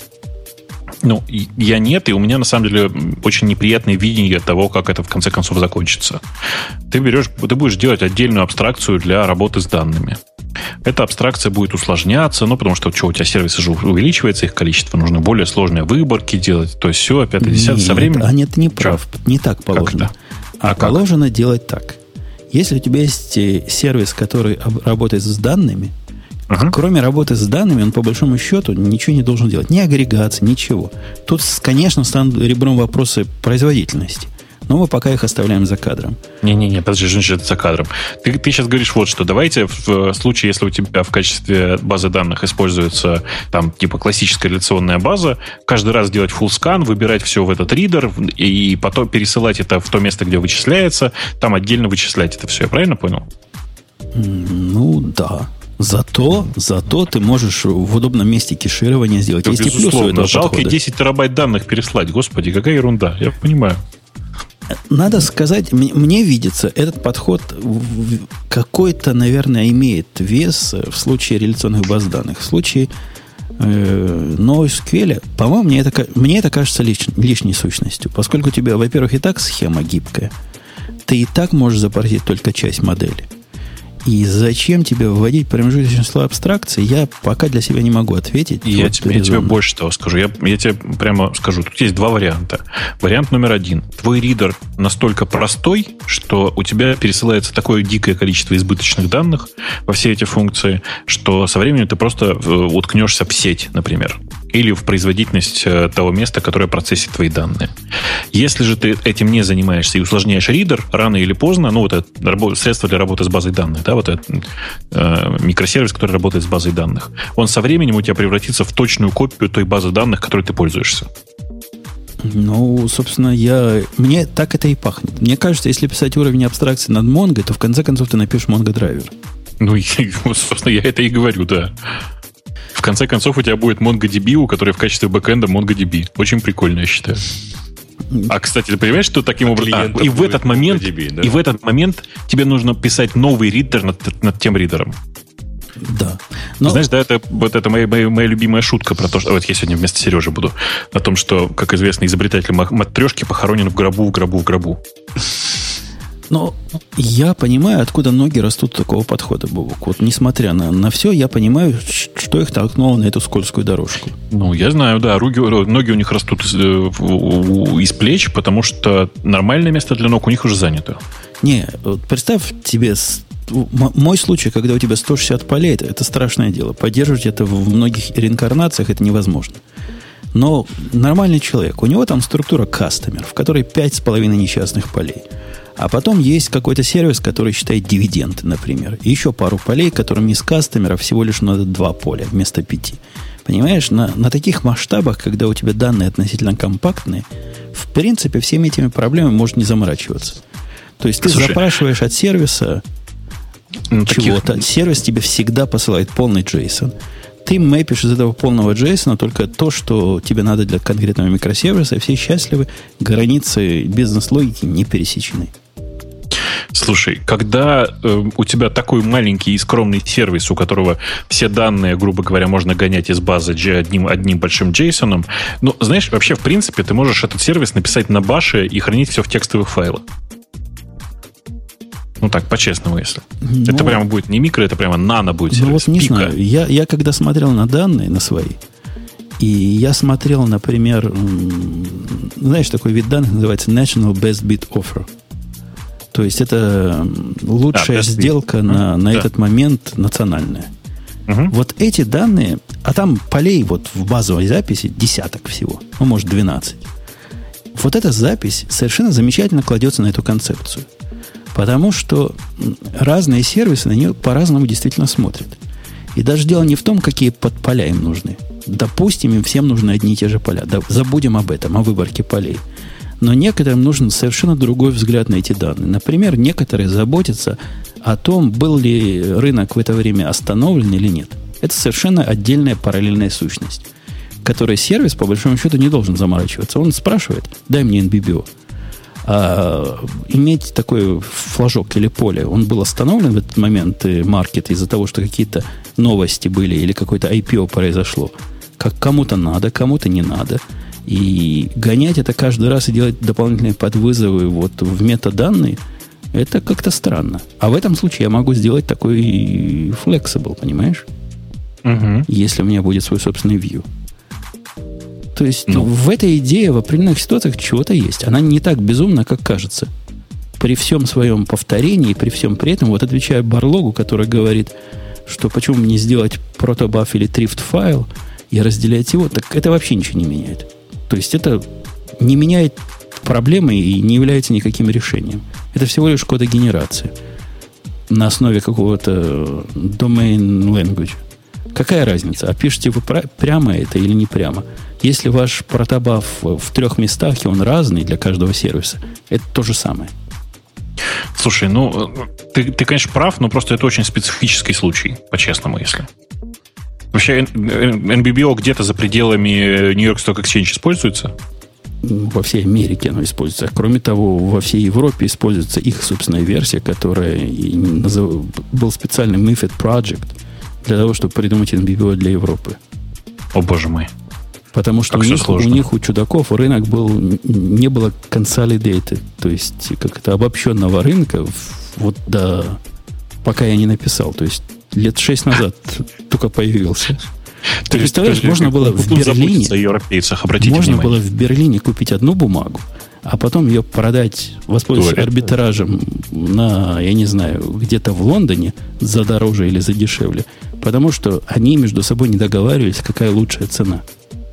Ну, я нет, и у меня, на самом деле, очень неприятное видение того, как это в конце концов закончится. Ты берешь, ты будешь делать отдельную абстракцию для работы с данными. Эта абстракция будет усложняться, ну, потому что, что у тебя сервисы же увеличивается, их количество, нужно более сложные выборки делать, то есть все, опять и десятое, со временем... А нет, ты не прав, не так положено. А, а положено как? Делать так. Если у тебя есть сервис, который работает с данными, Uh-huh. кроме работы с данными, он по большому счету ничего не должен делать. Ни агрегации, ничего. Тут, конечно, станут ребром вопросы производительности. Но мы пока их оставляем за кадром. Не-не-не, подожди, что значит за кадром? Ты, ты сейчас говоришь вот что. Давайте в случае, если у тебя в качестве базы данных используется там типа классическая реляционная база, каждый раз делать full scan, выбирать все в этот ридер и потом пересылать это в то место, где вычисляется, там отдельно вычислять это все. Я правильно понял? Ну, да. Зато, зато ты можешь в удобном месте кеширования сделать. Да, есть и плюсы у этого жалкие подхода. десять терабайт данных переслать. Господи, какая ерунда. Я понимаю. Надо сказать, мне видится, этот подход какой-то, наверное, имеет вес в случае реляционных баз данных. В случае э, NoSQL, по-моему, мне это, мне это кажется лиш, лишней сущностью. Поскольку у тебя, во-первых, и так схема гибкая, ты и так можешь запортить только часть модели. И зачем тебе вводить промежуточный слой абстракции, я пока для себя не могу ответить. Я, вот тебе, я тебе больше того скажу. Я, я тебе прямо скажу. Тут есть два варианта. Вариант номер один. Твой ридер настолько простой, что у тебя пересылается такое дикое количество избыточных данных во все эти функции, что со временем ты просто уткнешься в сеть, например. или в производительность того места, которое процессит твои данные. Если же ты этим не занимаешься и усложняешь ридер, рано или поздно, ну, вот это средство для работы с базой данных, да, вот этот э, микросервис, который работает с базой данных, он со временем у тебя превратится в точную копию той базы данных, которой ты пользуешься. Ну, собственно, я... мне так это и пахнет. Мне кажется, если писать уровень абстракции над Mongo, то в конце концов ты напишешь Mongo драйвер. Ну, собственно, я это и говорю, да. В конце концов, у тебя будет MongoDB, у которой в качестве бэкэнда MongoDB. Очень прикольно, я считаю. А, кстати, ты понимаешь, что таким образом... А, и в этот момент, MongoDB, да? И в этот момент тебе нужно писать новый ридер над, над тем ридером. Да. Но... Знаешь, да, это, вот это моя, моя, моя любимая шутка про то, что... Вот я сегодня вместо Сережи буду. О том, что, как известно, изобретатель матрешки похоронен в гробу, в гробу, в гробу. Но я понимаю, откуда ноги растут такого подхода, Бобок. Вот несмотря на, на все, я понимаю, что их толкнуло на эту скользкую дорожку. Ну, я знаю, да. Руки, ноги у них растут из, из плеч, потому что нормальное место для ног у них уже занято. Не, вот представь тебе... Мой случай, когда у тебя сто шестьдесят полей, это, это страшное дело. Поддерживать это в многих реинкарнациях это невозможно. Но нормальный человек, у него там структура кастомер, в которой пять с половиной несчастных полей. А потом есть какой-то сервис, который считает дивиденды, например. И еще пару полей, которым из кастомера всего лишь надо два поля вместо пяти. Понимаешь, на, на таких масштабах, когда у тебя данные относительно компактные, в принципе, всеми этими проблемами можно не заморачиваться. То есть ты Слушай, запрашиваешь от сервиса ну, чего-то. Таких... Сервис тебе всегда посылает полный JSON. Ты мэпишь из этого полного JSON только то, что тебе надо для конкретного микросервиса, и все счастливы, границы бизнес-логики не пересечены. Слушай, когда э, у тебя такой маленький и скромный сервис, у которого все данные, грубо говоря, можно гонять из базы одним, одним большим JSON, ну, знаешь, вообще, в принципе, ты можешь этот сервис написать на баше и хранить все в текстовых файлах. Ну так, по-честному, если. Ну, это прямо будет не микро, это прямо нано будет сервис. Ну вот не пика. знаю. Я, я когда смотрел на данные, на свои, и я смотрел, например, знаешь, такой вид данных называется National Best Bid Offer. То есть это лучшая да, сделка mm-hmm. на, на да. этот момент национальная. Mm-hmm. Вот эти данные, а там полей вот в базовой записи десяток всего, ну, может, двенадцать. Вот эта запись совершенно замечательно кладется на эту концепцию. Потому что разные сервисы на нее по-разному действительно смотрят. И даже дело не в том, какие подполя им нужны. Допустим, им всем нужны одни и те же поля. Да, забудем об этом, о выборке полей. Но некоторым нужен совершенно другой взгляд на эти данные. Например, некоторые заботятся о том, был ли рынок в это время остановлен или нет. Это совершенно отдельная параллельная сущность, которой сервис, по большому счету, не должен заморачиваться. Он спрашивает, дай мне эн би би о. А иметь такой флажок или поле, он был остановлен в этот момент, маркет, из-за того, что какие-то новости были или какое-то ай пи о произошло. Как кому-то надо, кому-то не надо. И гонять это каждый раз и делать дополнительные подвызовы вот в метаданные, это как-то странно. А в этом случае я могу сделать такой flexible, понимаешь? Угу. Если у меня будет свой собственный view. То есть ну. в этой идее в определенных ситуациях чего-то есть. Она не так безумна, как кажется. При всем своем повторении, при всем при этом, вот отвечая Барлогу, который говорит, что почему мне сделать протобаф или трифт файл и разделять его, так это вообще ничего не меняет. То есть это не меняет проблемы и не является никаким решением. Это всего лишь кодогенерация на основе какого-то domain language. Какая разница? А пишете вы прямо это или не прямо? Если ваш протобаф в трех местах, и он разный для каждого сервиса, это то же самое. Слушай, ну, ты, ты, конечно, прав, но просто это очень специфический случай, по-честному, если. Вообще, эн би би о где-то за пределами New York Stock Exchange используется? Во всей Америке оно используется. Кроме того, во всей Европе используется их собственная версия, которая назов... был специальный Mifid Project для того, чтобы придумать эн би би о для Европы. О, боже мой. Потому что у них, у них, у чудаков, рынок был, не было consolidated, то есть как это обобщенного рынка, вот до, пока я не написал, то есть лет шесть назад только появился. Ты представляешь, можно было в Берлине, можно было в Берлине купить одну бумагу, а потом ее продать, воспользоваться арбитражем на, я не знаю, где-то в Лондоне за дороже или за дешевле, потому что они между собой не договаривались, какая лучшая цена.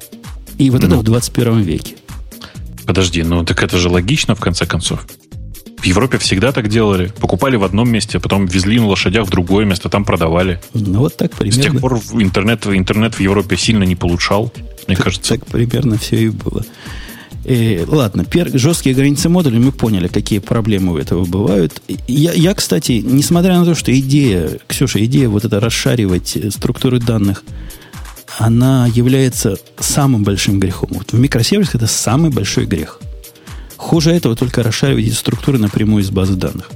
И вот ну, это в двадцать первом веке. Подожди, ну так это же логично, в конце концов. В Европе всегда так делали. Покупали в одном месте, потом везли на лошадях в другое место, там продавали. Ну, вот так примерно. С тех пор интернет, интернет в Европе сильно не получал, мне так, кажется. Так примерно все и было. И, ладно, пер, жесткие границы модулей, мы поняли, какие проблемы у этого бывают. Я, я, кстати, несмотря на то, что идея, Ксюша, идея вот это расшаривать структуры данных, она является самым большим грехом. Вот в микросервисах это самый большой грех. Хуже этого только расшаривать эти структуры напрямую из базы данных.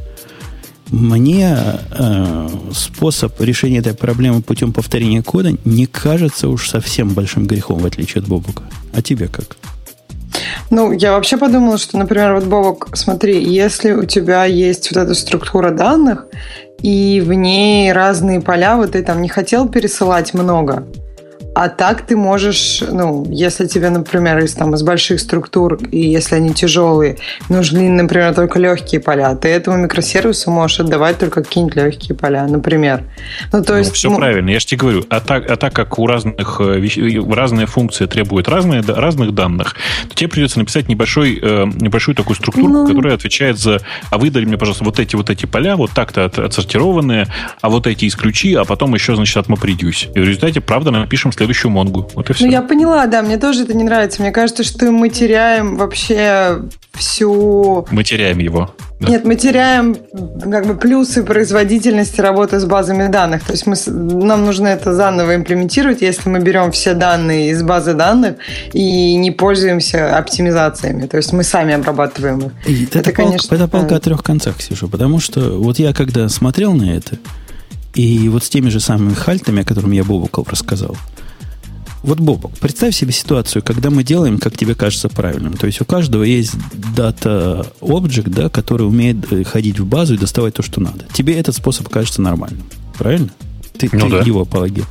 Мне э, способ решения этой проблемы путем повторения кода не кажется уж совсем большим грехом, в отличие от Бобука. А тебе как? Ну, я вообще подумала, что, например, вот, Бобок, смотри, если у тебя есть вот эта структура данных, и в ней разные поля, вот ты там не хотел пересылать много, а так ты можешь, ну, если тебе, например, из, там, из больших структур, и если они тяжелые, нужны, например, только легкие поля, ты этому микросервису можешь отдавать только какие-нибудь легкие поля, например. Ну, то есть, ну, все ну... правильно, я же тебе говорю. А так, а так как у разных разные функции требуют разные, разных данных, то тебе придется написать небольшой, небольшую такую структуру, ну... которая отвечает за, а выдали мне, пожалуйста, вот эти вот эти поля, вот так-то отсортированные, а вот эти исключи, а потом еще, значит, отмапредюсь. И в результате, правда, напишем следующую Монгу. Вот и все. Ну, я поняла, да, мне тоже это не нравится. Мне кажется, что мы теряем вообще всю... Мы теряем его. Да. Нет, мы теряем как бы плюсы производительности работы с базами данных. То есть мы, нам нужно это заново имплементировать, если мы берем все данные из базы данных и не пользуемся оптимизациями. То есть мы сами обрабатываем их. И это, это, конечно, палка, это палка о трех концах, Ксюша. Потому что вот я когда смотрел на это, и вот с теми же самыми хальтами, о которых я Бобуков рассказал, вот, Бобок, представь себе ситуацию, когда мы делаем, как тебе кажется правильным. То есть у каждого есть дата-объект, да, который умеет ходить в базу и доставать то, что надо. Тебе этот способ кажется нормальным. Правильно? Ты, ну, ты да. его апологет.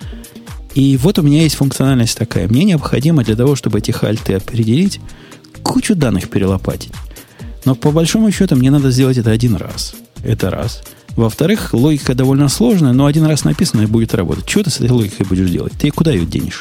И вот у меня есть функциональность такая. Мне необходимо для того, чтобы эти хальты определить, кучу данных перелопатить. Но по большому счету мне надо сделать это один раз. Это раз. Во-вторых, логика довольно сложная, но один раз написано и будет работать. Что ты с этой логикой будешь делать? Ты куда ее денешь?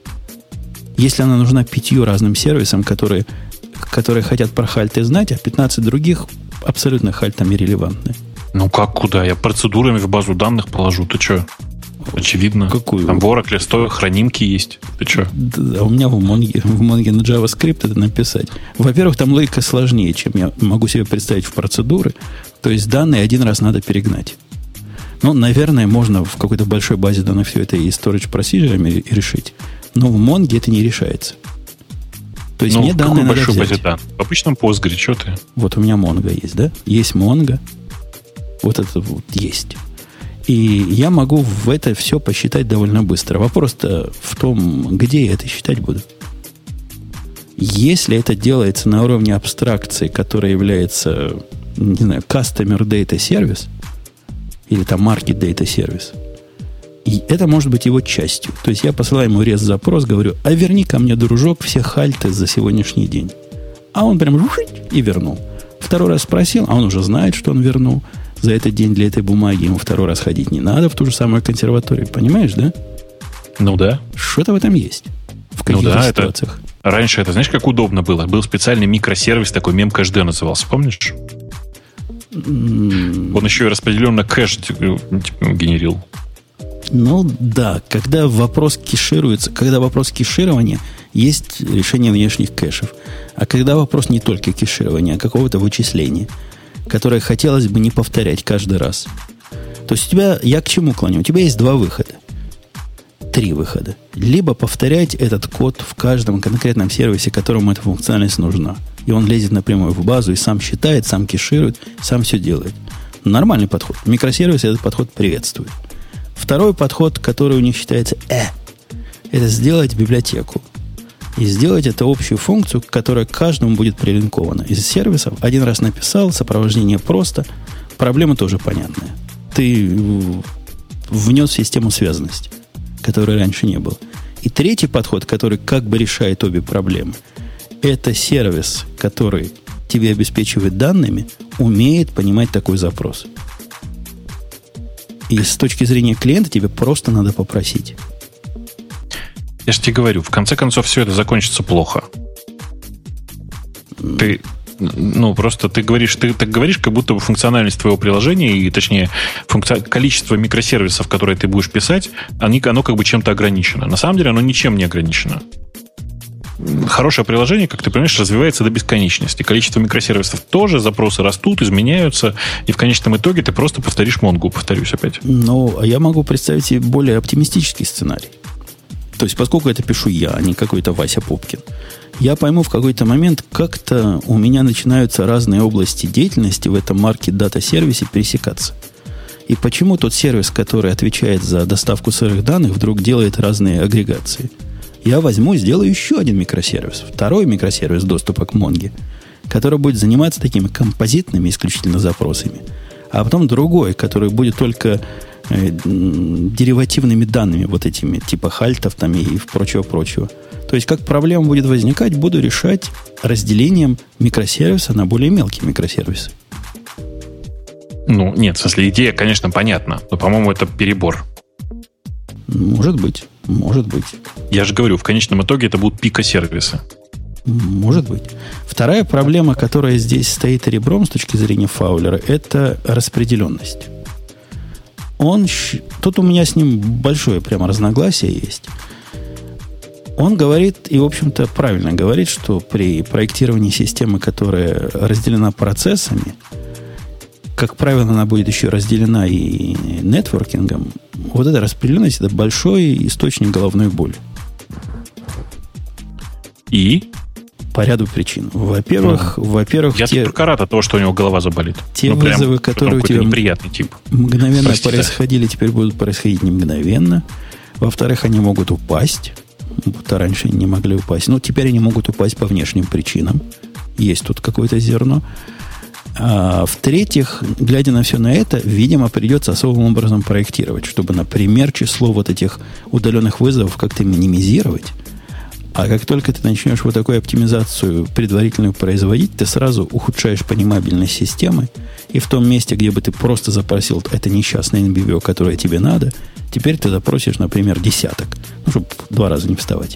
Если она нужна пятью разным сервисам, которые, которые хотят про хальты знать, а пятнадцать других абсолютно хальтами релевантны. Ну как куда? Я процедурами в базу данных положу. Ты что? Очевидно. Какую? Там в Oracle сто хранимки есть. Ты что? Да, у меня в Mongo, в Mongo на JavaScript это написать. Во-первых, там логика сложнее, чем я могу себе представить в процедуры. То есть данные один раз надо перегнать. Ну, наверное, можно в какой-то большой базе данных все это и storage procedure решить. Но в Mongo это не решается. То есть ну, мне данные надо большой взять. Базе, да. В обычном Postgre, что ты? Вот у меня Mongo есть, да? Есть Mongo. Вот это вот есть. И я могу в это все посчитать довольно быстро. Вопрос-то в том, где я это считать буду. Если это делается на уровне абстракции, которая является, не знаю, Customer Data Service, или там Market Data Service, и это может быть его частью. То есть я посылаю ему рез-запрос, говорю, а верни ко мне, дружок, все хальты за сегодняшний день. А он прям и вернул. Второй раз спросил, а он уже знает, что он вернул. За этот день для этой бумаги ему второй раз ходить не надо в ту же самую консерваторию. Понимаешь, да? Ну да. Что-то в этом есть. В каких-то ну, да, ситуациях. Это, раньше это, знаешь, как удобно было? Был специальный микросервис, такой мем-кэш-ди назывался. Помнишь? Mm. Он еще и распределенно кэш типа, генерил. Ну да, когда вопрос кешируется, когда вопрос кеширования, есть решение внешних кэшев. А когда вопрос не только кеширования, а какого-то вычисления, которое хотелось бы не повторять каждый раз. То есть у тебя, я к чему клоню? У тебя есть два выхода. Три выхода. Либо повторять этот код в каждом конкретном сервисе, которому эта функциональность нужна. И он лезет напрямую в базу и сам считает, сам кеширует, сам все делает. Нормальный подход. Микросервисы этот подход приветствуют. Второй подход, который у них считается «э», это сделать библиотеку. И сделать это общую функцию, которая к каждому будет прилинкована. Из сервисов один раз написал, сопровождение просто, проблема тоже понятная. Ты внес в систему связанности, которой раньше не было. И третий подход, который как бы решает обе проблемы, это сервис, который тебе обеспечивает данными, умеет понимать такой запрос. И с точки зрения клиента тебе просто надо попросить. Я же тебе говорю, в конце концов, все это закончится плохо. Ты, ну, просто ты говоришь, ты так говоришь, как будто бы функциональность твоего приложения, и, точнее, функци... количество микросервисов, которые ты будешь писать, они, оно как бы чем-то ограничено. На самом деле оно ничем не ограничено. Хорошее приложение, как ты понимаешь, развивается до бесконечности. Количество микросервисов тоже, запросы растут, изменяются, и в конечном итоге ты просто повторишь Монгу, повторюсь опять. Ну, а я могу представить себе более оптимистический сценарий. То есть, поскольку это пишу я, а не какой-то Вася Пупкин, я пойму в какой-то момент, как-то у меня начинаются разные области деятельности в этом маркет дата-сервисе пересекаться. И почему тот сервис, который отвечает за доставку сырых данных, вдруг делает разные агрегации? Я возьму и сделаю еще один микросервис, второй микросервис доступа к Монге, который будет заниматься такими композитными исключительно запросами, а потом другой, который будет только э, деривативными данными, вот этими, типа хальтов там и прочего-прочего. То есть, как проблема будет возникать, буду решать разделением микросервиса на более мелкие микросервисы. Ну, нет, в смысле, идея, конечно, понятна, но, по-моему, это перебор. Может быть, может быть. Я же говорю, в конечном итоге это будут пикосервисы. Может быть. Вторая проблема, которая здесь стоит ребром с точки зрения Фаулера, это распределенность. Он, тут у меня с ним большое прямо разногласие есть. Он говорит, и, в общем-то, правильно говорит, что при проектировании системы, которая разделена процессами, как правило, она будет еще разделена и нетворкингом, вот эта распределенность – это большой источник головной боли. И? По ряду причин. Во-первых, ну, во-первых я те, только рад от того, что у него голова заболит. Те ну, вызовы, которые у тебя неприятный тип. мгновенно Простите. происходили, теперь будут происходить не мгновенно. Во-вторых, они могут упасть. Будто раньше не могли упасть. Но теперь они могут упасть по внешним причинам. Есть тут какое-то зерно. А в-третьих, глядя на все на это, видимо, придется особым образом проектировать, чтобы, например, число вот этих удаленных вызовов как-то минимизировать. А как только ты начнешь вот такую оптимизацию предварительную производить, ты сразу ухудшаешь понимабельность системы, и в том месте, где бы ты просто запросил это несчастное эн би ви о, которое тебе надо, теперь ты запросишь, например, десяток, ну, чтобы два раза не вставать.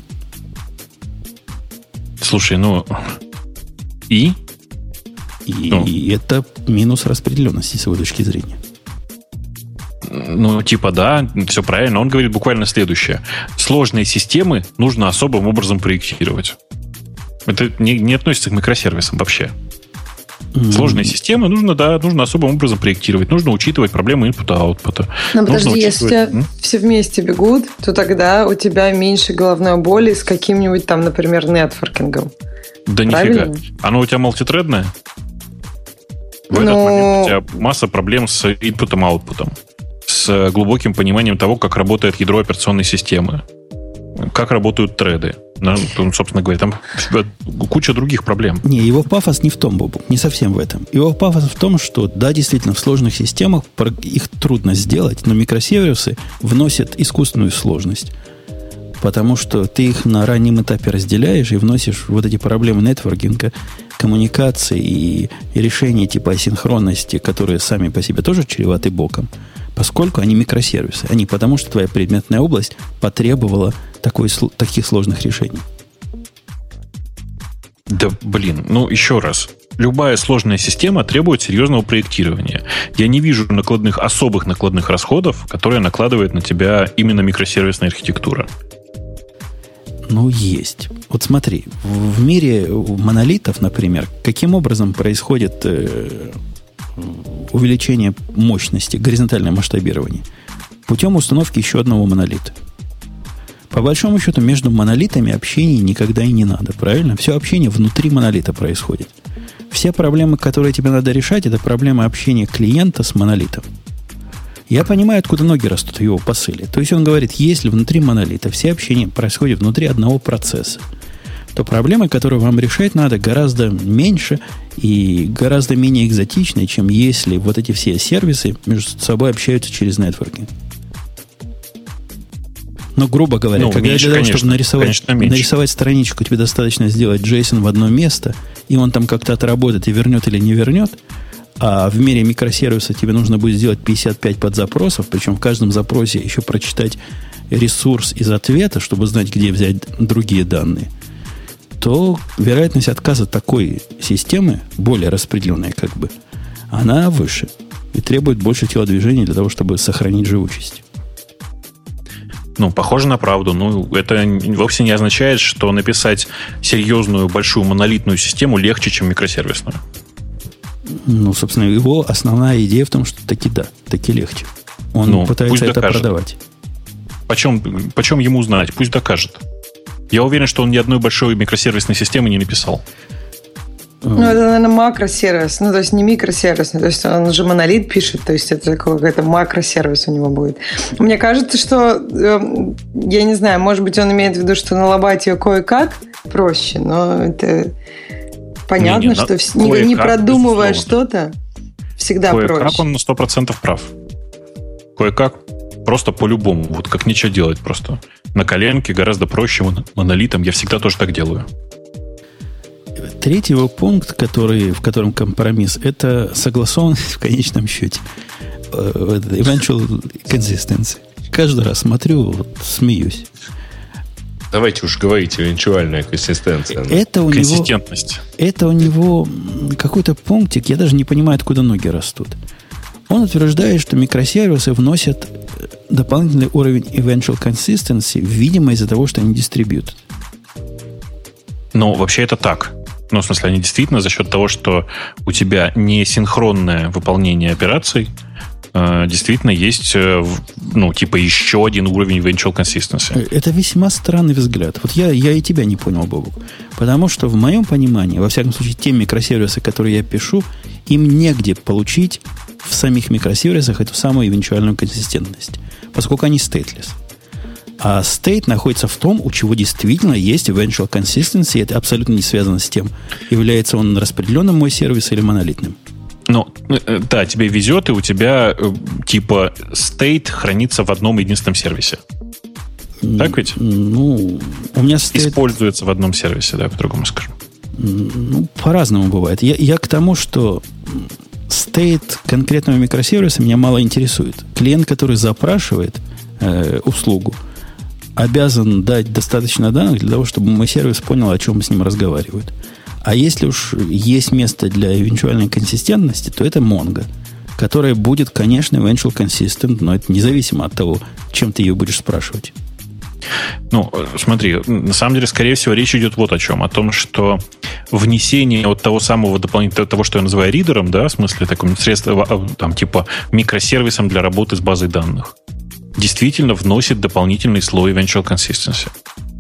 Слушай, ну... И? И, ну. и это минус распределенности с его точки зрения. Ну, типа, да, все правильно. Он говорит буквально следующее. Сложные системы нужно особым образом проектировать. Это не, не относится к микросервисам вообще. Mm-hmm. Сложные системы нужно, да, нужно особым образом проектировать. Нужно учитывать проблемы инпута-аутпута. Но подожди, если у тебя М? все вместе бегут, то тогда у тебя меньше головной боли с каким-нибудь там, например, нетворкингом. Да правильно? Нифига. Оно у тебя мультитредное? В Но... этот момент у тебя масса проблем с инпутом-аутпутом. С глубоким пониманием того, как работает ядро операционной системы. Как работают треды. Ну, собственно говоря, там куча других проблем. Не, его пафос не в том, Бобук, не совсем в этом. Его пафос в том, что, да, действительно, в сложных системах их трудно сделать, но микросервисы вносят искусственную сложность. Потому что ты их на раннем этапе разделяешь и вносишь вот эти проблемы нетворкинга, коммуникации и, и решения типа асинхронности, которые сами по себе тоже чреваты боком, поскольку они микросервисы, а не потому, что твоя предметная область потребовала такой, таких сложных решений. Да, блин, ну еще раз. Любая сложная система требует серьезного проектирования. Я не вижу накладных, особых накладных расходов, которые накладывает на тебя именно микросервисная архитектура. Ну, есть. Вот смотри, в мире монолитов, например, каким образом происходит э, увеличение мощности, горизонтальное масштабирование? Путем установки еще одного монолита. По большому счету, между монолитами общения никогда и не надо, правильно? Все общение внутри монолита происходит. Все проблемы, которые тебе надо решать, это проблемы общения клиента с монолитом. Я понимаю, откуда ноги растут в его посыле. То есть он говорит, если внутри монолита все общение происходит внутри одного процесса, то проблемы, которые вам решать надо, гораздо меньше и гораздо менее экзотичны, чем если вот эти все сервисы между собой общаются через нетворкинг. Но, грубо говоря, ну, когда меньше, для того, конечно, чтобы нарисовать, конечно, нарисовать страничку, тебе достаточно сделать JSON в одно место, и он там как-то отработает и вернет или не вернет, а в мире микросервиса тебе нужно будет сделать пятьдесят пять подзапросов, причем в каждом запросе еще прочитать ресурс из ответа, чтобы знать, где взять другие данные, то вероятность отказа такой системы, более распределенной как бы, она выше и требует больше телодвижений для того, чтобы сохранить живучесть. Ну, похоже на правду. Ну, это вовсе не означает, что написать серьезную, большую, монолитную систему легче, чем микросервисную. Ну, собственно, его основная идея в том, что таки да, таки легче. Он ну, пытается это докажет. продавать. Почем, почем ему знать? Пусть докажет. Я уверен, что он ни одной большой микросервисной системы не написал. Ну, это, наверное, макросервис. Ну, то есть не микросервис. То есть он уже монолит пишет. То есть это какой-то макросервис у него будет. Мне кажется, что, я не знаю, может быть, он имеет в виду, что налобать ее кое-как проще, но это понятно, не, не, что не, не продумывая что-то, всегда кое-как проще. Кое-как он на сто процентов прав. Кое-как просто по-любому. Вот как нечего делать просто. На коленке гораздо проще монолитом. Я всегда тоже так делаю. Третий его пункт, который, в котором компромисс, это согласованность в конечном счете. Eventual consistency. Каждый раз смотрю, вот, смеюсь. Давайте уж говорите, эвенчуальная консистенция. Это у Консистентность. Него, это у него какой-то пунктик, я даже не понимаю, откуда ноги растут. Он утверждает, что микросервисы вносят дополнительный уровень eventual consistency, видимо, из-за того, что они дистрибьютят. Ну, вообще это так. Ну, в смысле, они действительно за счет того, что у тебя не синхронное выполнение операций, э, действительно есть, э, ну, типа еще один уровень eventual consistency. Это весьма странный взгляд. Вот я, я и тебя не понял, Бобук. Потому что в моем понимании, во всяком случае, те микросервисы, которые я пишу, им негде получить в самих микросервисах эту самую эвенчуальную консистентность, поскольку они stateless. А state находится в том, у чего действительно есть eventual consistency. Это абсолютно не связано с тем, является он распределенным мой сервис или монолитным. Ну, да, тебе везет, и у тебя типа state хранится в одном единственном сервисе. Так ведь? Ну, у меня state... Используется в одном сервисе, да, по-другому скажу. Ну, по-разному бывает. Я, я к тому, что state конкретного микросервиса меня мало интересует. Клиент, который запрашивает э, услугу, обязан дать достаточно данных для того, чтобы мой сервис понял, о чем с ним разговаривают. А если уж есть место для эвенчуальной консистентности, то это Mongo, которая будет, конечно, eventual consistent, но это независимо от того, чем ты ее будешь спрашивать. Ну, смотри, на самом деле, скорее всего, речь идет вот о чем. О том, что внесение вот того самого дополнительного, того, что я называю ридером, да, в смысле таком средством, там, типа микросервисом для работы с базой данных, действительно вносит дополнительный слой eventual consistency.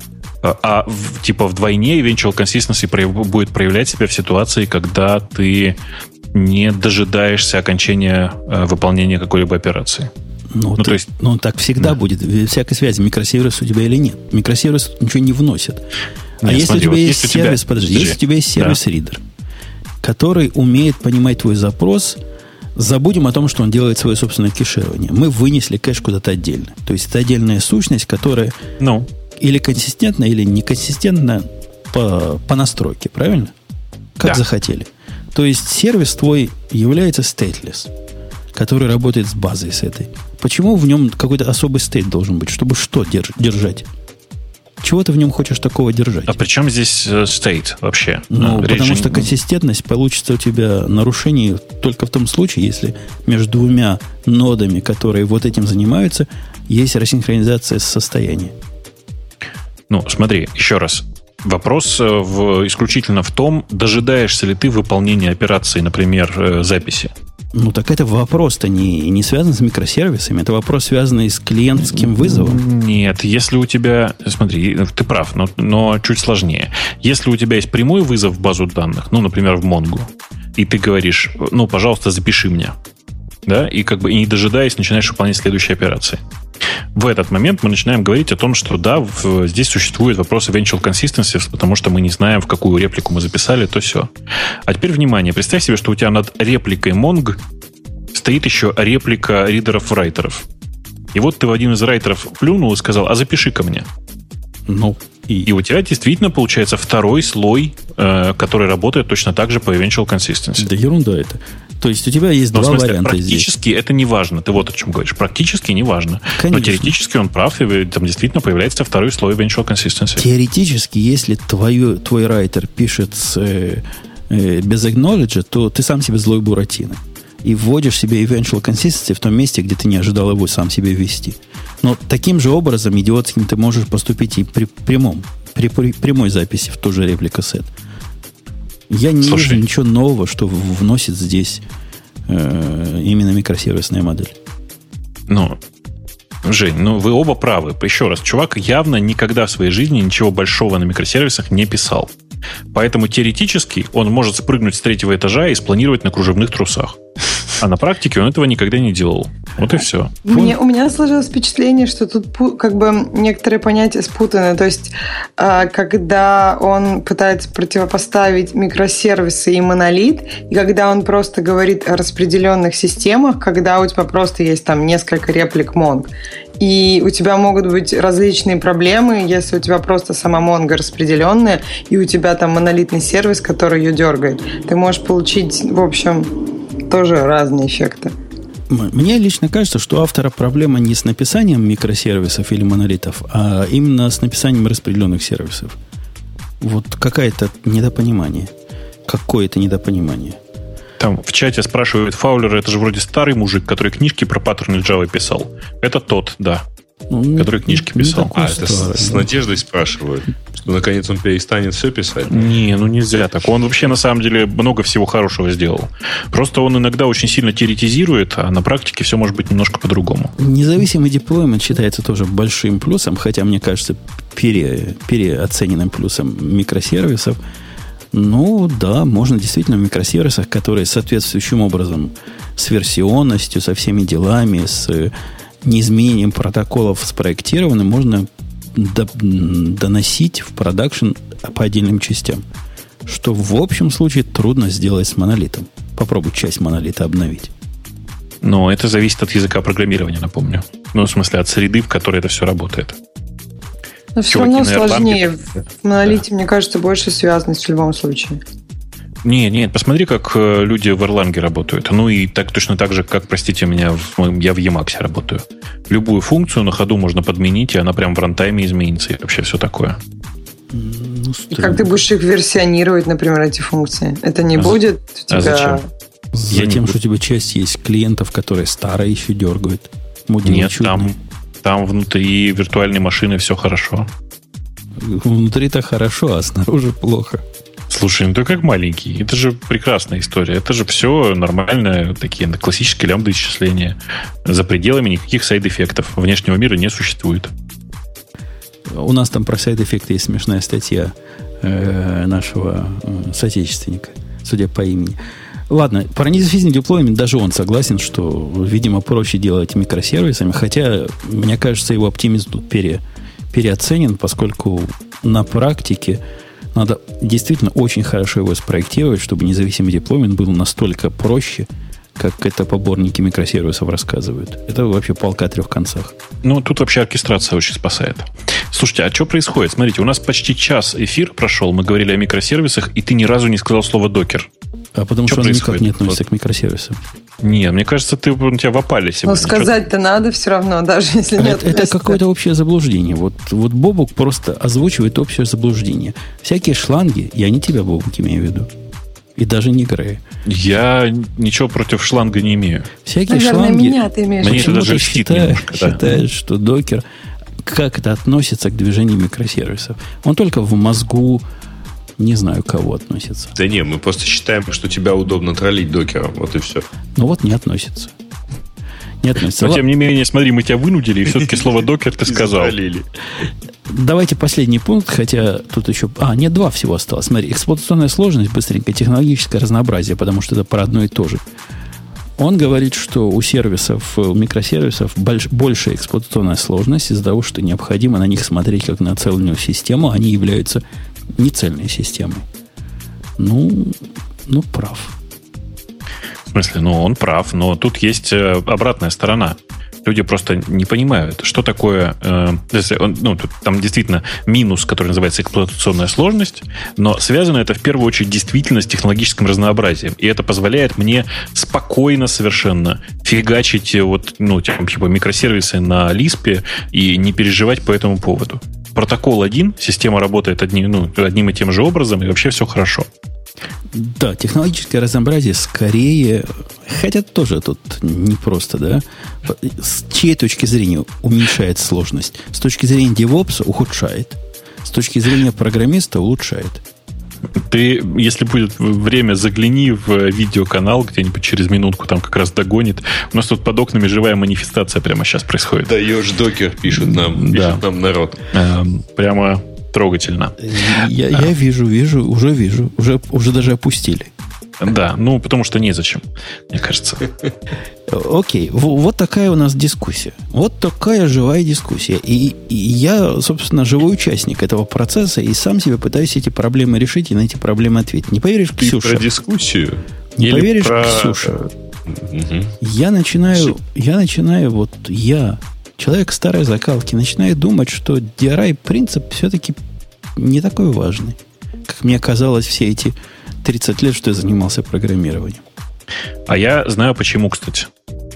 А в, типа вдвойне eventual consistency прояв, будет проявлять себя в ситуации, когда ты не дожидаешься окончания э, выполнения какой-либо операции. Ну, ну, ты, то есть, ну так всегда да. будет. Без всякой связи, микросервис у тебя или нет. Микросервис ничего не вносит. А нет, если смотри, у тебя вот есть сервис, тебя... подожди, если у тебя есть сервис-ридер, да. который умеет понимать твой запрос, забудем о том, что он делает свое собственное кеширование. Мы вынесли кэш куда-то отдельно. То есть это отдельная сущность, которая ну. или консистентна, или неконсистентна по, по настройке, правильно? Как да. захотели. То есть сервис твой является stateless, который работает с базой с этой. Почему в нем какой-то особый стейт должен быть? Чтобы что держ, держать? Чего ты в нем хочешь такого держать? А при чем здесь стейт uh, вообще? Ну, uh, потому речь... что консистентность получится у тебя нарушение только в том случае, если между двумя нодами, которые вот этим занимаются, есть рассинхронизация состояния. Ну, смотри, еще раз. Вопрос в, исключительно в том, дожидаешься ли ты выполнения операции, например, записи. Ну, так это вопрос-то не, не связан с микросервисами. Это вопрос, связанный с клиентским вызовом. Нет, если у тебя... Смотри, ты прав, но, но чуть сложнее. Если у тебя есть прямой вызов в базу данных, ну, например, в Mongo, и ты говоришь, ну, пожалуйста, запиши меня, да, и как бы и не дожидаясь, начинаешь выполнять следующие операции. В этот момент мы начинаем говорить о том, что да, в, здесь существует вопрос eventual consistency, потому что мы не знаем, в какую реплику мы записали, то все. А теперь внимание, представь себе, что у тебя над репликой Mongo стоит еще реплика ридеров-райтеров. И вот ты в один из райтеров плюнул и сказал, а запиши ко мне. Ну, и... и у тебя действительно получается второй слой, э, который работает точно так же по eventual consistency. Да ерунда это. То есть у тебя есть ну, два смысле, варианта практически здесь. Практически это не важно. Ты вот о чем говоришь. Практически не важно. Конечно. Но теоретически он прав, и там действительно появляется второй слой eventual consistency. Теоретически, если твою, твой райтер пишет с, э, э, без acknowledge, то ты сам себе злой Буратино. И вводишь себе eventual consistency в том месте, где ты не ожидал его сам себе ввести. Но таким же образом идиотским ты можешь поступить и при прямом, при, при прямой записи в ту же реплика-сет. Я не Слушай. вижу ничего нового, что вносит здесь э, именно микросервисная модель. Ну, Жень, ну вы оба правы. Еще раз, чувак явно никогда в своей жизни ничего большого на микросервисах не писал. Поэтому теоретически он может спрыгнуть с третьего этажа и спланировать на кружевных трусах. А на практике он этого никогда не делал. Вот и все. Мне, у меня сложилось впечатление, что тут как бы некоторые понятия спутаны. То есть, когда он пытается противопоставить микросервисы и монолит, и когда он просто говорит о распределенных системах, когда у тебя просто есть там несколько реплик Mongo, и у тебя могут быть различные проблемы, если у тебя просто сама Mongo распределенная, и у тебя там монолитный сервис, который ее дергает. Ты можешь получить, в общем, тоже разные эффекты. Мне лично кажется, что у автора проблема не с написанием микросервисов или монолитов, а именно с написанием распределенных сервисов. Вот какое-то недопонимание. Какое-то недопонимание. Там в чате спрашивают Фаулер, это же вроде старый мужик, который книжки про паттерны Java писал. Это тот, да. Ну, который книжки не, писал. Не а, это старый, с, да. с надеждой спрашивают, что наконец он перестанет все писать? Не, ну нельзя так. Он вообще на самом деле много всего хорошего сделал. Просто он иногда очень сильно теоретизирует, а на практике все может быть немножко по-другому. Независимый деплоймент считается тоже большим плюсом, хотя, мне кажется, пере, переоцененным плюсом микросервисов. Ну, да, можно действительно в микросервисах, которые соответствующим образом с версионностью, со всеми делами, с неизменением протоколов спроектированы, можно до, доносить в продакшн по отдельным частям. Что в общем случае трудно сделать с монолитом. Попробуй часть монолита обновить. Но это зависит от языка программирования, напомню. Ну, в смысле, от среды, в которой это все работает. Но все равно сложнее. В монолите, да. Мне кажется, больше связанность в любом случае. Нет, нет, посмотри, как люди в Erlang работают. Ну и так точно так же, как, простите меня, в, я в Emacs работаю. Любую функцию на ходу можно подменить, и она прям в рантайме изменится. И вообще все такое. Ну, и как ты будешь их версионировать, например, эти функции? Это не а будет у тебя... А зачем? Затем, что у тебя часть есть клиентов, которые старые еще дергают. Мудил нет, там, там внутри виртуальной машины все хорошо. Внутри-то хорошо, а снаружи плохо. Слушай, ну ты как маленький. Это же прекрасная история. Это же все нормальные такие классические лямбда-исчисления. За пределами никаких сайд-эффектов. Внешнего мира не существует. У нас там про сайд-эффекты есть смешная статья э, нашего э, соотечественника, судя по имени. Ладно, про независимый деплоймент даже он согласен, что, видимо, проще делать микросервисами, хотя, мне кажется, его оптимизм тут пере, переоценен, поскольку на практике надо действительно очень хорошо его спроектировать, чтобы независимый деплоймент был настолько проще, как это поборники микросервисов рассказывают. Это вообще палка о трех концах. Ну, тут вообще оркестрация очень спасает. Слушайте, а что происходит? Смотрите, у нас почти час эфир прошел, мы говорили о микросервисах, и ты ни разу не сказал слово докер. А потому что, что он никак не относится вот к микросервисам. Нет, мне кажется, ты, у тебя в опале сегодня. Ну, сказать-то надо все равно, даже если нет. Это, это какое-то общее заблуждение. Вот, вот Бобук просто озвучивает общее заблуждение. Всякие шланги, я не тебя, Бобук, имею в виду. И даже не Грея. Я ничего против шланга не имею. Всякие Наверное, шланги... меня ты имеешь. Мне это даже льстит немножко. Да. Считаешь, что докер... Как это относится к движению микросервисов? Он только в мозгу... Не знаю, кого относится. Да не, мы просто считаем, что тебя удобно троллить докером. Вот и все. Ну вот не относится. Не относится. Но тем не менее, смотри, мы тебя вынудили, и все-таки слово докер ты сказал. Давайте последний пункт, хотя тут еще... А, нет, два всего осталось. Смотри, эксплуатационная сложность, быстренько, технологическое разнообразие, потому что это про одно и то же. Он говорит, что у сервисов, у микросервисов больш, большая эксплуатационная сложность из-за того, что необходимо на них смотреть как на цельную систему, они являются нецельной системой. Ну, ну, прав. В смысле, ну, он прав, но тут есть обратная сторона. люди просто не понимают, что такое... Э, ну, тут, там действительно минус, который называется эксплуатационная сложность, но связано это в первую очередь действительно с технологическим разнообразием. И это позволяет мне спокойно совершенно фигачить вот, ну, типа микросервисы на Лиспе и не переживать по этому поводу. Протокол один, система работает одним, ну, одним и тем же образом, и вообще все хорошо. Да, технологическое разнообразие скорее, хотя тоже тут непросто, да, с чьей точки зрения уменьшает сложность? С точки зрения девопса ухудшает, с точки зрения программиста улучшает. Ты, если будет время, загляни в видеоканал где-нибудь через минутку, там как раз догонит. У нас тут под окнами живая манифестация прямо сейчас происходит. Даешь докер, пишет нам, да. пишет нам народ. Эм, прямо трогательно. Я, я вижу, вижу, уже вижу, уже, уже даже опустили. Да, ну, потому что незачем, мне кажется. Окей, вот такая у нас дискуссия. Вот такая живая дискуссия. И, и я, собственно, живой участник этого процесса и сам себе пытаюсь эти проблемы решить и на эти проблемы ответить. Не поверишь, Ты Ксюша? Про дискуссию? Не Или поверишь, про... Ксюша? Угу. Я начинаю, я начинаю, вот я, человек старой закалки, начинаю думать, что ди ар ай-принцип все-таки не такой важный, как мне казалось все эти тридцать лет, что я занимался программированием. А я знаю, почему, кстати.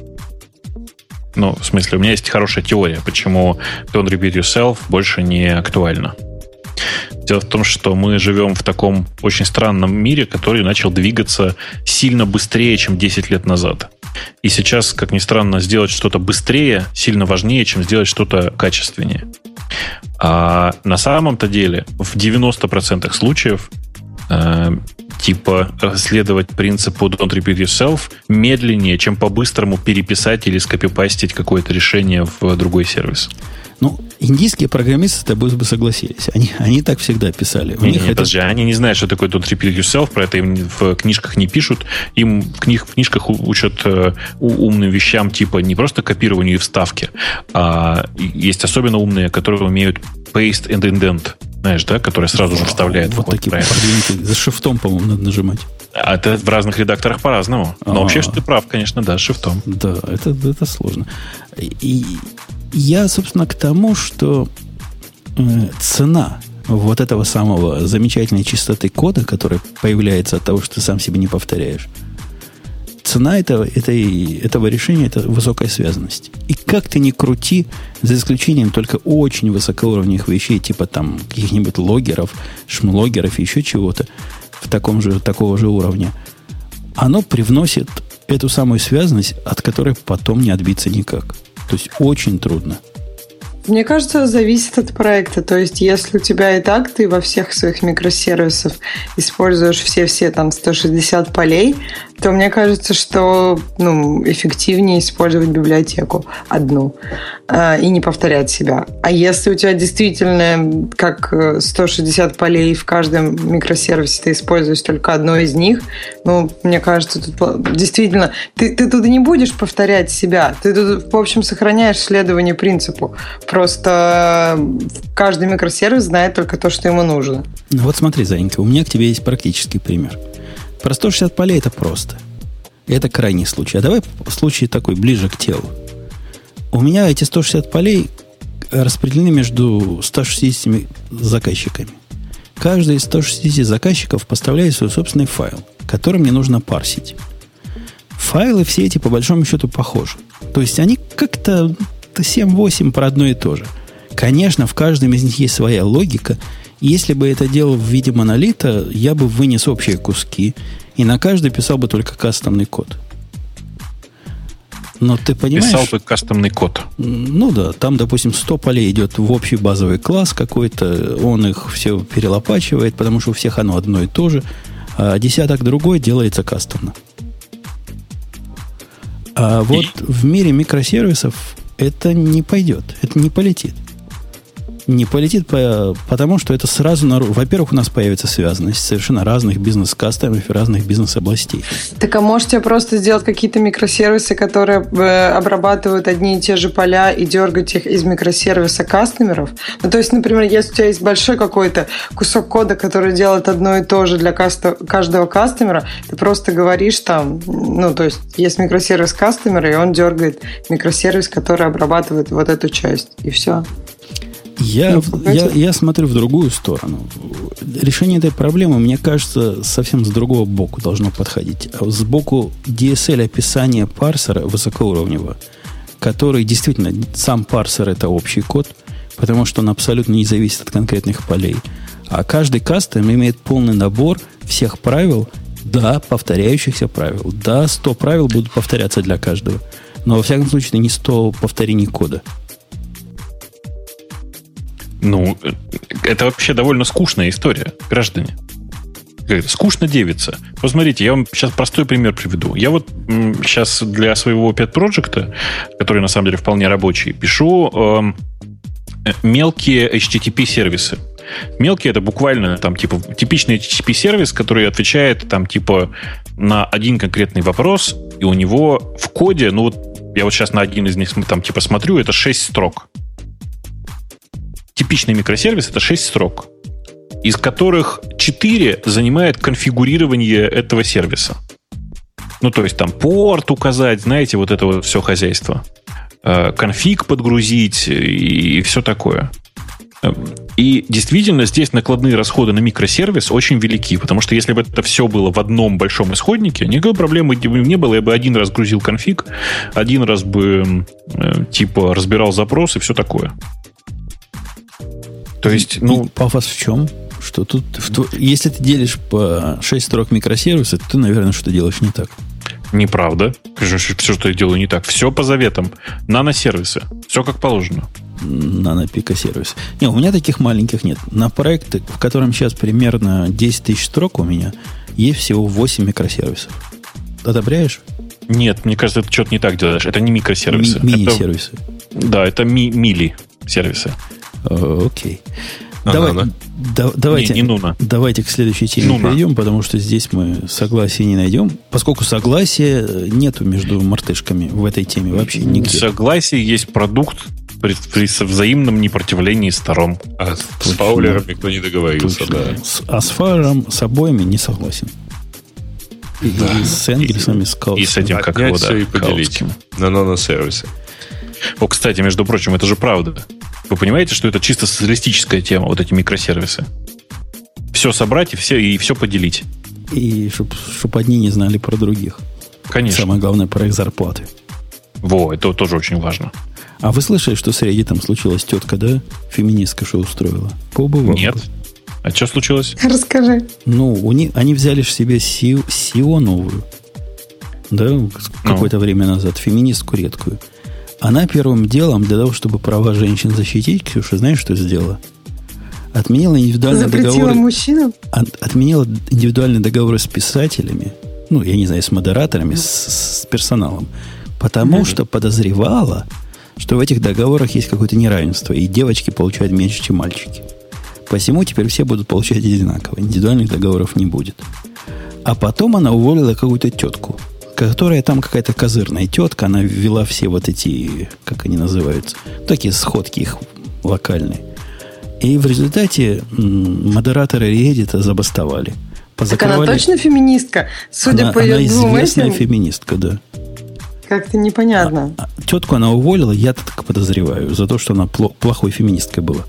Ну, в смысле, у меня есть хорошая теория, почему Don't Repeat Yourself больше не актуально. Дело в том, что мы живем в таком очень странном мире, который начал двигаться сильно быстрее, чем десять лет назад. И сейчас, как ни странно, сделать что-то быстрее сильно важнее, чем сделать что-то качественнее. А на самом-то деле в девяноста процентах случаев э, типа следовать принципу Don't Repeat Yourself медленнее, чем по-быстрому переписать или скопипастить какое-то решение в другой сервис. Ну, индийские программисты с тобой бы согласились. Они, они так всегда писали. Не, не, это... подожди, они не знают, что такое Don't Repeat Yourself, про это им в книжках не пишут. Им в, книг, в книжках учат э, умным вещам типа не просто копированию и вставке, а есть особенно умные, которые умеют paste and indent. Знаешь, да, которые сразу же вставляют. Вот такие продвинутые. За шифтом, по-моему, надо нажимать. А это в разных редакторах по-разному. Но А-а-а. вообще, что ты прав, конечно, да, с шифтом. Да, это, это сложно. И я, собственно, к тому, что э, цена вот этого самого замечательной чистоты кода, которая появляется от того, что ты сам себе не повторяешь, цена этого, этой, этого решения – это высокая связанность. И как ты ни крути, за исключением только очень высокоуровневых вещей, типа там каких-нибудь логеров, шмлогеров и еще чего-то в таком же, такого же уровня, оно привносит эту самую связанность, от которой потом не отбиться никак. То есть очень трудно. Мне кажется, зависит от проекта. То есть, если у тебя и так ты во всех своих микросервисах используешь все-все там сто шестьдесят полей, то мне кажется, что ну, эффективнее использовать библиотеку одну э, и не повторять себя. А если у тебя действительно как сто шестьдесят полей в каждом микросервисе ты используешь только одно из них, ну, мне кажется, тут действительно ты, ты тут не будешь повторять себя. Ты тут, в общем, сохраняешь следование принципу. Просто каждый микросервис знает только то, что ему нужно. Ну вот смотри, Занька, у меня к тебе есть практический пример. Про сто шестьдесят полей это просто. Это крайний случай. А давай случай такой, ближе к телу. У меня эти сто шестьдесят полей распределены между ста шестьюдесятью заказчиками. Каждый из ста шестидесяти заказчиков поставляет свой собственный файл, который мне нужно парсить. Файлы все эти, по большому счету, похожи. То есть они как-то семь-восемь про одно и то же. Конечно, в каждом из них есть своя логика. И если бы это делал в виде монолита, я бы вынес общие куски, и на каждый писал бы только кастомный код. Но ты понимаешь... Писал бы кастомный код. Ну да, там, допустим, сто полей идет в общий базовый класс какой-то, он их все перелопачивает, потому что у всех оно одно и то же, а десяток другой делается кастомно. А вот и... в мире микросервисов это не пойдет, это не полетит. Не полетит, по, потому что это сразу... На, во-первых, у нас появится связанность совершенно разных бизнес-кастомеров и разных бизнес-областей. Так, а можете просто сделать какие-то микросервисы, которые обрабатывают одни и те же поля и дергать их из микросервиса кастомеров? Ну, то есть, например, если у тебя есть большой какой-то кусок кода, который делает одно и то же для каста- каждого кастомера, ты просто говоришь там... Ну, то есть, есть микросервис кастомера, и он дергает микросервис, который обрабатывает вот эту часть. И все. Я, я, я смотрю в другую сторону. Решение этой проблемы, мне кажется, совсем с другого боку должно подходить. Сбоку ди эс эл описания парсера высокоуровневого, который действительно, сам парсер это общий код, потому что он абсолютно не зависит от конкретных полей. А каждый кастом имеет полный набор всех правил, да, повторяющихся правил. Да, сто правил будут повторяться для каждого. Но, во всяком случае, не сто повторений кода. Ну, это вообще довольно скучная история, граждане. Скучно девится. Посмотрите, я вам сейчас простой пример приведу. Я вот м, сейчас для своего pet проекта, который на самом деле вполне рабочий, пишу э, мелкие эйч ти ти пи-сервисы. Мелкие — это буквально там типа типичный эйч ти ти пи-сервис, который отвечает там типа на один конкретный вопрос, и у него в коде, ну вот я вот сейчас на один из них там типа смотрю, это шесть строк. Типичный микросервис — это шесть строк, из которых четыре занимает конфигурирование этого сервиса. Ну, то есть там порт указать, знаете, вот это вот все хозяйство. Конфиг подгрузить и все такое. И действительно здесь накладные расходы на микросервис очень велики, потому что если бы это все было в одном большом исходнике, никакой проблемы не было. Я бы один раз грузил конфиг, один раз бы типа разбирал запрос и все такое. То есть, ну... И пафос в чем? Что тут... В, если ты делишь по шесть строк микросервиса, то ты, наверное, что делаешь не так. Неправда. Все, что я делаю, не так. Все по заветам. Наносервисы. Все как положено. Нано-пикосервис. Не, у меня таких маленьких нет. На проекте, в котором сейчас примерно десять тысяч строк у меня, есть всего восемь микросервисов. Одобряешь? Нет, мне кажется, ты что-то не так делаешь. Это не микросервисы. Ми- мини-сервисы. Это, да, это ми- мили-сервисы. Окей. Давай, да, давайте, не, не давайте к следующей теме Нуна. перейдем, потому что здесь мы согласия не найдем. Поскольку согласия нету между мартышками в этой теме вообще нигде. Согласие есть продукт при, при взаимном непротивлении сторон. А с фаулером никто не договорился. Да. С, а с фаулером с обоими не согласен. И, да. и с Энгельсом, и с Каутским. И с этим, как его, да, и поделить на наносервисы. О, кстати, между прочим, это же правда. Вы понимаете, что это чисто социалистическая тема, вот эти микросервисы? Все собрать и все, и все поделить. И чтобы чтоб одни не знали про других. Конечно. Самое главное, про их зарплаты. Во, это тоже очень важно. А вы слышали, что с Reddit случилась тетка, да? Феминистка что устроила? Побывала. Нет. А что случилось? Расскажи. Ну, у них, они взяли себе си и о новую. Да, какое-то ну. время назад. Феминистку редкую. Она первым делом, для того, чтобы права женщин защитить, Ксюша, знаешь, что сделала? Отменила индивидуальные Запретила договоры. мужчинам? От, отменила индивидуальные договоры с писателями, ну, я не знаю, с модераторами, с, с персоналом, потому mm-hmm. что подозревала, что в этих договорах есть какое-то неравенство, и девочки получают меньше, чем мальчики. Посему теперь все будут получать одинаково. Индивидуальных договоров не будет. А потом она уволила какую-то тетку, которая там какая-то козырная тетка, она ввела все вот эти, как они называются, такие сходки их локальные. И в результате модераторы Reddit забастовали. Так она точно феминистка? Судя она, по ее она двум известная этим... феминистка, да. Как-то непонятно. А, а, тетку она уволила, я так подозреваю, за то, что она пло- плохой феминисткой была.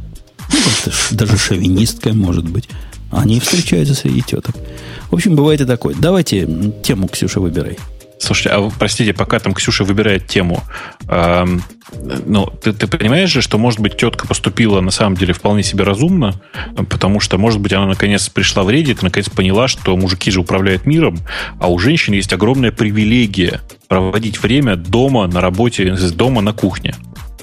Даже шовинисткой, может быть. Они встречаются среди теток. В общем, бывает и такое. Давайте тему, Ксюша, выбирай. Слушайте, а простите, пока там Ксюша выбирает тему, э, ну, ты, ты понимаешь же, что, может быть, тетка поступила на самом деле вполне себе разумно, потому что, может быть, она наконец пришла в Reddit и наконец поняла, что мужики же управляют миром, а у женщин есть огромная привилегия проводить время дома, на работе, дома, на кухне.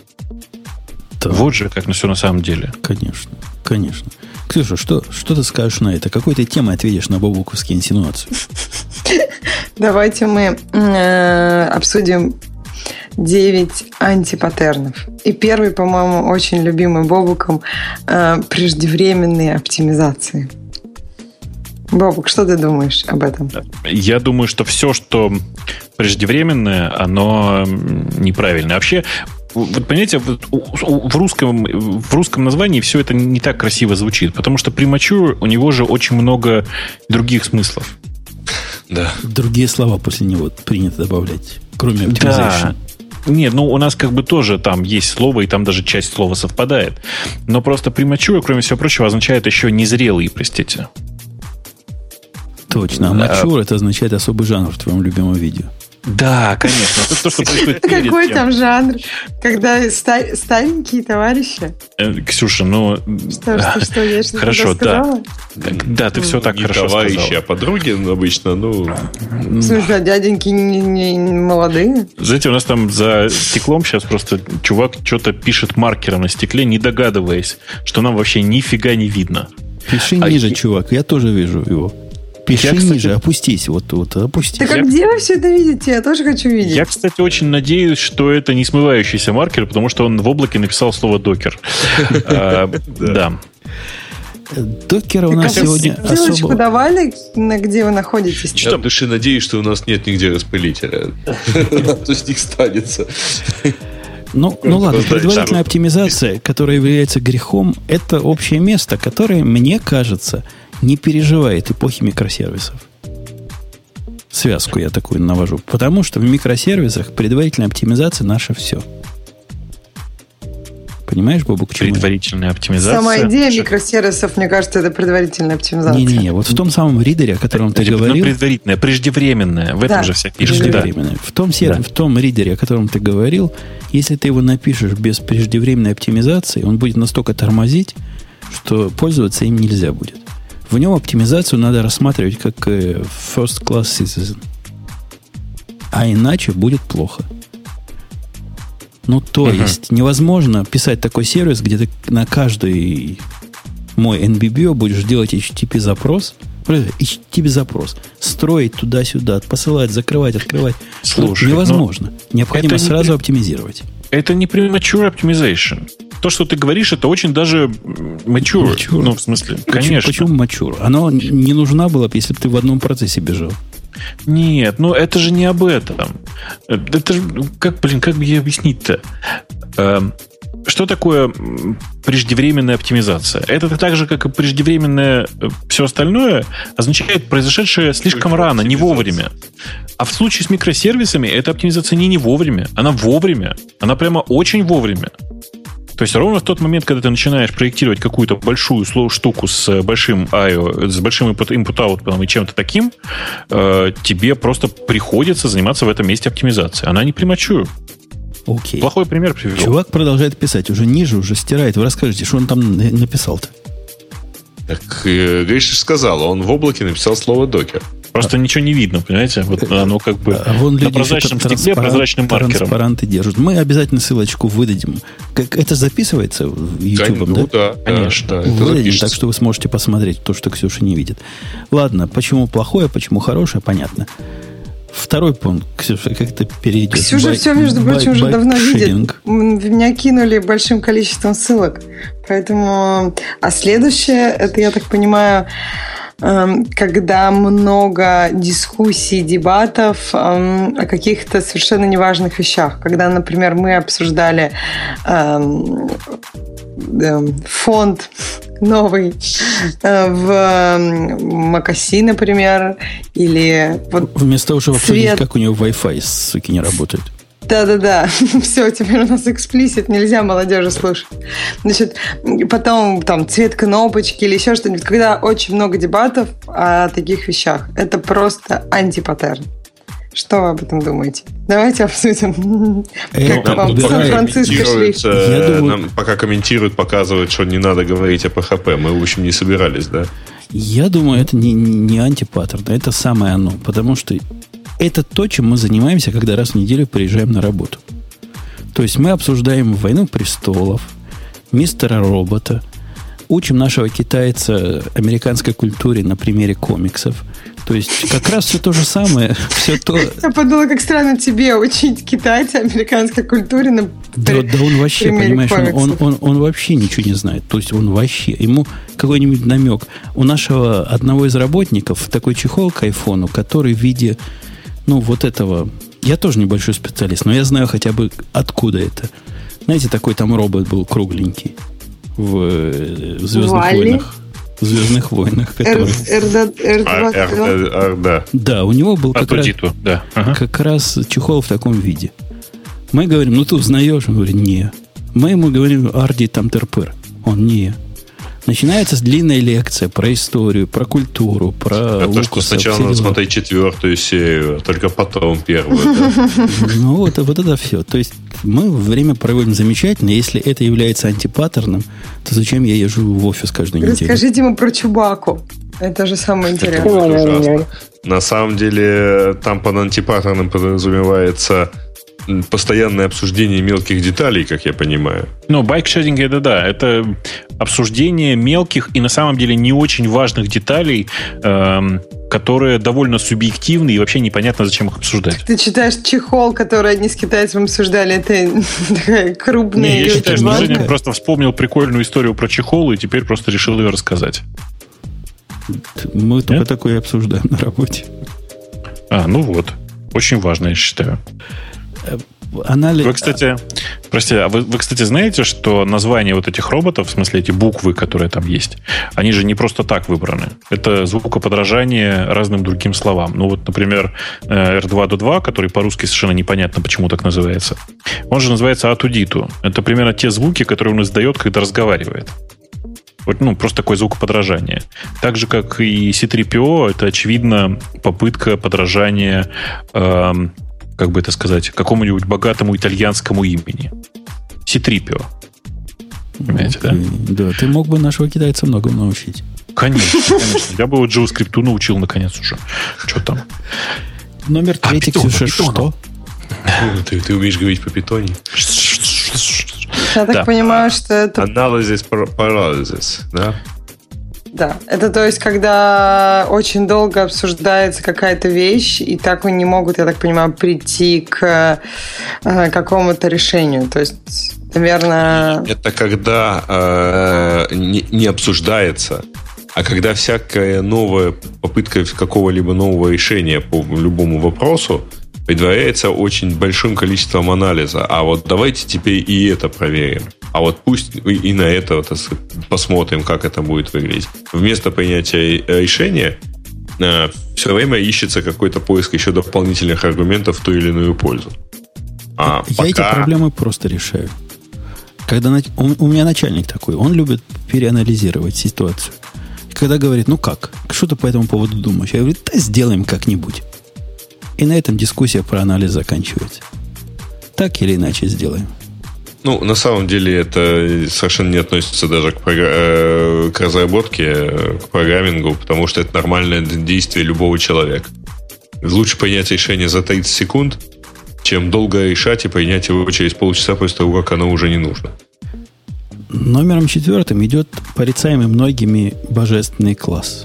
Да. Вот же как на все на самом деле. Конечно, конечно. Ксюша, что, что ты скажешь на это? Какой ты темой ответишь на бобуковские инсинуации? Давайте мы э, обсудим девять антипаттернов. И первый, по-моему, очень любимый Бобуком э, преждевременные оптимизации. Бобук, что ты думаешь об этом? Я думаю, что все, что преждевременное, оно неправильное. Вообще, вот понимаете, в русском, в русском названии все это не так красиво звучит, потому что premature, у него же очень много других смыслов. Да. Другие слова после него принято добавлять, кроме optimization. Да. Нет, ну у нас как бы тоже там есть слово, и там даже часть слова совпадает. Но просто premature, кроме всего прочего, означает еще незрелый, простите. Точно. А mature а... это означает особый жанр в твоем любимом видео. Да, конечно. Это то, что происходит перед Какой тем. там жанр? Когда ста- старенькие товарищи? Э, Ксюша, ну... Что, что, что, я что-то хорошо, да. сказала? Да, ты все так не хорошо товарищи, сказала. а подруги обычно, ну... В смысле, а дяденьки не, не, не молодые? Знаете, у нас там за стеклом сейчас просто чувак что-то пишет маркером на стекле, не догадываясь, что нам вообще нифига не видно. Пиши а ниже, я... чувак, я тоже вижу его. Пиши я, кстати, ниже, опустись, вот, вот, опустись. Так а где вы все это видите? Я тоже хочу видеть. Я, кстати, очень надеюсь, что это не смывающийся маркер, потому что он в облаке написал слово «докер». Да. Докера у нас сегодня особо... Ссылочку давали, где вы находитесь? Я в душе надеюсь, что у нас нет нигде распылителя. То с них станется. Ну, ну ладно, предварительная оптимизация, которая является грехом, это общее место, которое, мне кажется, не переживает эпохи микросервисов. Связку я такую навожу. Потому что в микросервисах предварительная оптимизация наше все. Понимаешь, Бобу, к чему? Предварительная оптимизация. Сама идея микросервисов, мне кажется, это предварительная оптимизация. Не-не-не, вот в том самом ридере, о котором ты говорил... Предварительная, преждевременная. В этом да, же вся фишка. Преждевременная. В том, сер... да. в том ридере, о котором ты говорил, если ты его напишешь без преждевременной оптимизации, он будет настолько тормозить, что пользоваться им нельзя будет. В нем оптимизацию надо рассматривать как first class citizen. А иначе будет плохо. Ну, то uh-huh. есть, невозможно писать такой сервис, где ты на каждый мой эн би би о будешь делать эйч ти ти пи-запрос, эйч ти ти пи-запрос, строить туда-сюда, посылать, закрывать, открывать. Слушай, невозможно. Необходимо сразу не... оптимизировать. Это не premature optimization. То, что ты говоришь, это очень даже mature. mature. Ну, в смысле, конечно. Почему mature? Оно не нужна была, если бы ты в одном процессе бежал. Нет, ну это же не об этом. Это же, как, блин, как бы ей объяснить-то? Что такое преждевременная оптимизация? Это так же, как и преждевременное все остальное, означает произошедшее слишком рано, не вовремя. А в случае с микросервисами эта оптимизация не не вовремя, она вовремя. Она прямо очень вовремя. То есть ровно в тот момент, когда ты начинаешь проектировать какую-то большую штуку с большим ай о, с большим input-output и чем-то таким, э, тебе просто приходится заниматься в этом месте оптимизацией. Она не premature. Окей. Плохой пример привел. Чувак продолжает писать. Уже ниже, уже стирает. Вы расскажите, что он там написал-то? Так, Гриша сказал, он в облаке написал слово «докер». Просто а, ничего не видно, понимаете? Вот оно как бы а вон на прозрачном стекле прозрачным маркером. Транспаранты держат. Мы обязательно ссылочку выдадим. Как, это записывается в YouTube, ну, да? да? Конечно. Да, выдадим, так что вы сможете посмотреть то, что Ксюша не видит. Ладно, почему плохое, почему хорошее, понятно. Второй пункт, Ксюша, как ты перейдешь? Ксюша by, все, между прочим, уже давно видит. Меня кинули большим количеством ссылок. Поэтому... А следующее, это, я так понимаю, когда много дискуссий, дебатов о каких-то совершенно неважных вещах. Когда, например, мы обсуждали фонд новый в Макаси, например, или вот вместо того, чтобы обсудить, как у него Wi-Fi, суки, не работает. Да-да-да, все, теперь у нас эксплисит, нельзя молодежи слушать. Значит, потом там цвет кнопочки или еще что-нибудь. Когда очень много дебатов о таких вещах, это просто антипаттерн. Что вы об этом думаете? Давайте обсудим. Это как вам Сан-Франциско шли. Думаю... Нам пока комментируют, показывают, что не надо говорить о пи эйч пи. Мы, в общем, не собирались, да? Я думаю, это не, не антипаттерн, это самое оно. Потому что это то, чем мы занимаемся, когда раз в неделю приезжаем на работу. То есть мы обсуждаем «Войну престолов», «Мистера Робота», учим нашего китайца американской культуре на примере комиксов. То То есть как раз все то же самое, все то... Я подумала, как странно тебе учить китайца американской культуре на Да, да он вообще, понимаешь, он, он, он, он вообще ничего не знает. То есть он вообще, ему какой-нибудь намек. У нашего одного из работников такой чехол к айфону, который в виде, ну, вот этого... Я тоже небольшой специалист, но я знаю хотя бы откуда это. Знаете, такой там робот был кругленький в, в «Звездных Вали? войнах». В «Звездных войнах», который... Да. Да, у него был как раз, да. Ага. как раз чехол в таком виде. Мы говорим, ну ты узнаешь? Он говорит, не. Мы ему говорим, Арди там терпыр. Он не. Начинается длинная лекция про историю, про культуру, про а Лукаса. То, что сначала надо смотреть четвертую серию, а только потом первую. Ну вот, вот это все. То есть мы время проводим замечательно. Если это является антипаттерном, то зачем я езжу в офис каждую неделю? Расскажите ему про Чубаку. Это же самое интересное. На самом деле, там под антипаттерном подразумевается постоянное обсуждение мелких деталей, как я понимаю. Ну, байкшеринг это да, это обсуждение мелких и на самом деле не очень важных деталей, эм, которые довольно субъективны и вообще непонятно, зачем их обсуждать. Ты читаешь чехол, который они с китайцем обсуждали, это такая крупная... Не, я считаю, что Женя просто вспомнил прикольную историю про чехол и теперь просто решил ее рассказать. Мы только такое обсуждаем на работе. А, ну вот. Очень важно, я считаю. Анализ... Вы, кстати, простите, а вы, вы, кстати, знаете, что названия вот этих роботов, в смысле эти буквы, которые там есть, они же не просто так выбраны. Это звукоподражание разным другим словам. Ну вот, например, эр два ди два, который по-русски совершенно непонятно, почему так называется. Он же называется Атудиту. Это примерно те звуки, которые он издает, когда разговаривает. Вот, ну, просто такое звукоподражание. Так же, как и си три пи о, это, очевидно, попытка подражания... Эм, как бы это сказать, какому-нибудь богатому итальянскому имени. си три пи о. Понимаете, да? Да, ты мог бы нашего китайца многому научить. Конечно, конечно. Я бы вот JavaScript научил наконец уже. Что там? Номер третий, а, Ксюша, что? Ты, ты умеешь говорить по питоне? Я так да. понимаю, что это... Анализис парализис, да? Да, это то есть, когда очень долго обсуждается какая-то вещь, и так они не могут, я так понимаю, прийти к э, какому-то решению. То есть, наверное... Это когда э, не, не обсуждается, а когда всякая новая попытка какого-либо нового решения по любому вопросу предваряется очень большим количеством анализа. А вот давайте теперь и это проверим. А вот пусть и на это вот посмотрим, как это будет выглядеть. Вместо принятия решения все время ищется какой-то поиск еще дополнительных аргументов в ту или иную пользу. А Я пока... эти проблемы просто решаю. Когда у меня начальник такой, он любит переанализировать ситуацию. И когда говорит, ну как, что ты по этому поводу думаешь? Я говорю, да сделаем как-нибудь. И на этом дискуссия про анализ заканчивается. Так или иначе сделаем. Ну, на самом деле, это совершенно не относится даже к, к разработке, к программингу, потому что это нормальное действие любого человека. Лучше принять решение за тридцать секунд, чем долго решать и принять его через полчаса после того, как оно уже не нужно. Номером четвертым идет порицаемый многими божественный класс.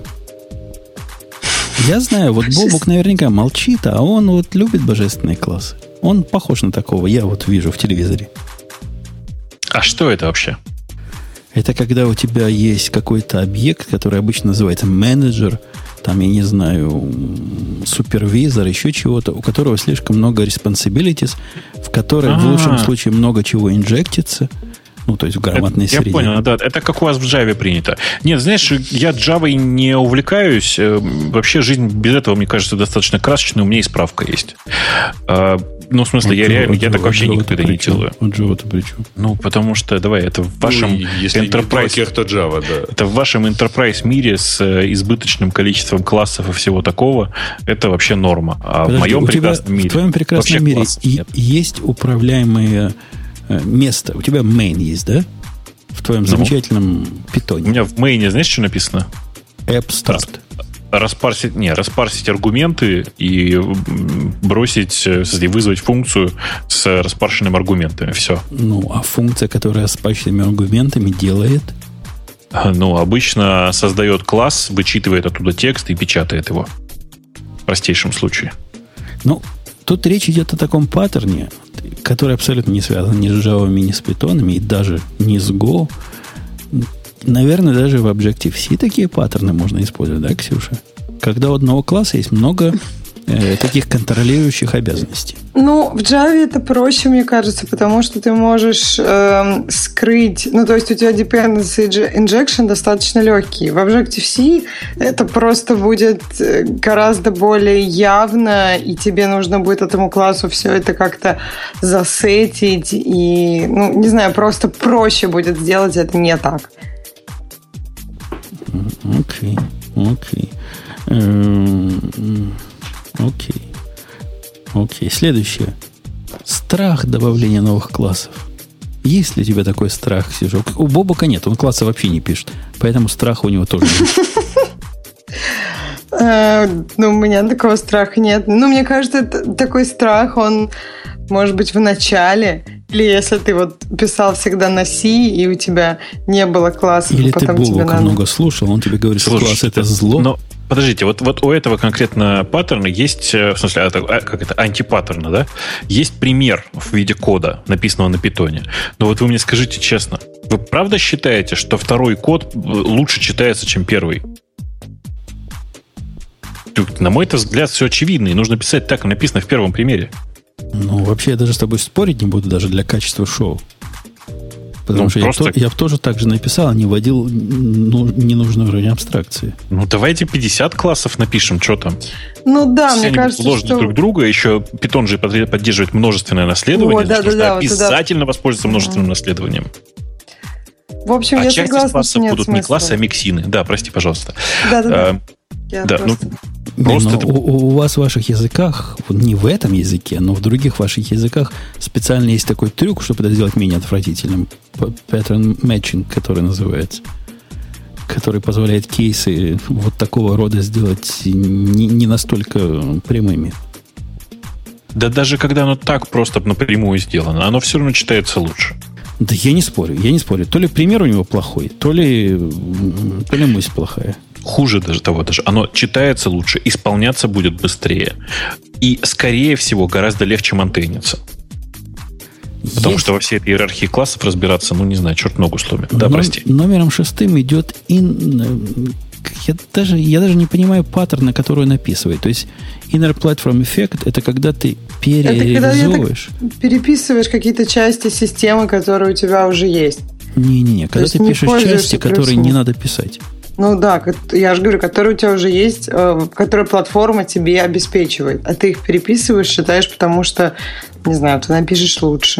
Я знаю, вот Бобук наверняка молчит, а он вот любит божественные классы. Он похож на такого, я вот вижу в телевизоре. А что это вообще? Это когда у тебя есть какой-то объект, который обычно называется менеджер, там, я не знаю, супервизор, еще чего-то, у которого слишком много responsibilities, в которой А-а-а. в лучшем случае много чего инжектится. Ну, то есть в грамотной это, среде. Я понял, да. Это как у вас в Java принято. Нет, знаешь, я Java не увлекаюсь. Вообще жизнь без этого, мне кажется, достаточно красочная. У меня и справка есть. Ну, в смысле, вот я реально, я так вообще никогда не делаю. Вот Java-то при чем? Ну, потому что, давай, это в вашем ну, если enterprise... Не то Java, да. Это в вашем enterprise мире с избыточным количеством классов и всего такого, это вообще норма. А Подожди, в моем прекрасном тебя, мире... В твоем прекрасном мире и, есть управляемые место. У тебя main есть, да? В твоем ну, замечательном питоне. У меня в main, знаешь, что написано? App start. Распарсить, не, распарсить аргументы и бросить, вызвать функцию с распаршенными аргументами. Все. Ну, а функция, которая с распаршенными аргументами делает? Ну, обычно создает класс, вычитывает оттуда текст и печатает его. простейшем случае. Ну, тут речь идет о таком паттерне, который абсолютно не связан ни с Java, ни с Python, и даже не с Go. Наверное, даже в Objective-C такие паттерны можно использовать, да, Ксюша? Когда у одного класса есть много э, таких контролирующих обязанностей. Ну, в Java это проще, мне кажется, потому что ты можешь э, скрыть... Ну, то есть у тебя dependency injection достаточно легкий. В Objective-C это просто будет гораздо более явно, и тебе нужно будет этому классу все это как-то засетить, и, ну, не знаю, просто проще будет сделать это не так. Окей, окей. Окей. Окей. Следующее. Страх добавления новых классов. Есть ли у тебя такой страх, Ксюша? У Бобука нет, он классы вообще не пишет. Поэтому страха у него тоже нет. Ну, у меня такого страха нет. Ну, мне кажется, такой страх, он может быть в начале. Или если ты вот писал всегда на C, и у тебя не было классов, или потом ты тебе Бобука надо... много слушал, он тебе говорит, что класс это зло. Но подождите, вот, вот у этого конкретно паттерна есть, в смысле, это, как это, антипаттерна, да? Есть пример в виде кода, написанного на питоне. Но вот вы мне скажите честно, вы правда считаете, что второй код лучше читается, чем первый? На мой взгляд, все очевидно, и нужно писать так, как написано в первом примере. Ну, вообще, я даже с тобой спорить не буду, даже для качества шоу. Потому ну, что просто... я, я бы тоже так же написал, не вводил ну, ненужный уровень абстракции. Ну, давайте пятьдесят классов напишем, что там. Ну да, все мне они кажется, вложены что... друг друга, еще Python же поддерживает множественное наследование, О, да, нужно да, да, обязательно вот воспользоваться множественным наследованием. В общем, а я часть согласна, из классов что будут нет не классы, смысла. а миксины. Да, прости, пожалуйста. Да-да-да. А, да, просто... ну, просто не, это... у, у вас в ваших языках, не в этом языке, но в других ваших языках специально есть такой трюк, чтобы это сделать менее отвратительным. Pattern matching, который называется. Который позволяет кейсы вот такого рода сделать не, не настолько прямыми. Да даже когда оно так просто напрямую сделано, оно все равно читается лучше. Да я не спорю, я не спорю. То ли пример у него плохой, то ли, то ли мысль плохая. Хуже даже того, даже оно читается лучше, исполняться будет быстрее. И, скорее всего, гораздо легче монтейниться. Потому Есть. что во всей этой иерархии классов разбираться, ну, не знаю, черт ногу сломит. Да, Но, прости. Номером шестым идет in... Я даже, я даже не понимаю паттерна, который он описывает. То есть Inner Platform Effect — это когда ты перереализовываешь. Это когда ты переписываешь какие-то части системы, которые у тебя уже есть. Не-не-не, когда ты пишешь части, которые не надо писать. Ну да, я же говорю, которые у тебя уже есть, которые платформа тебе обеспечивает. А ты их переписываешь, считаешь, потому что, не знаю, ты напишешь лучше.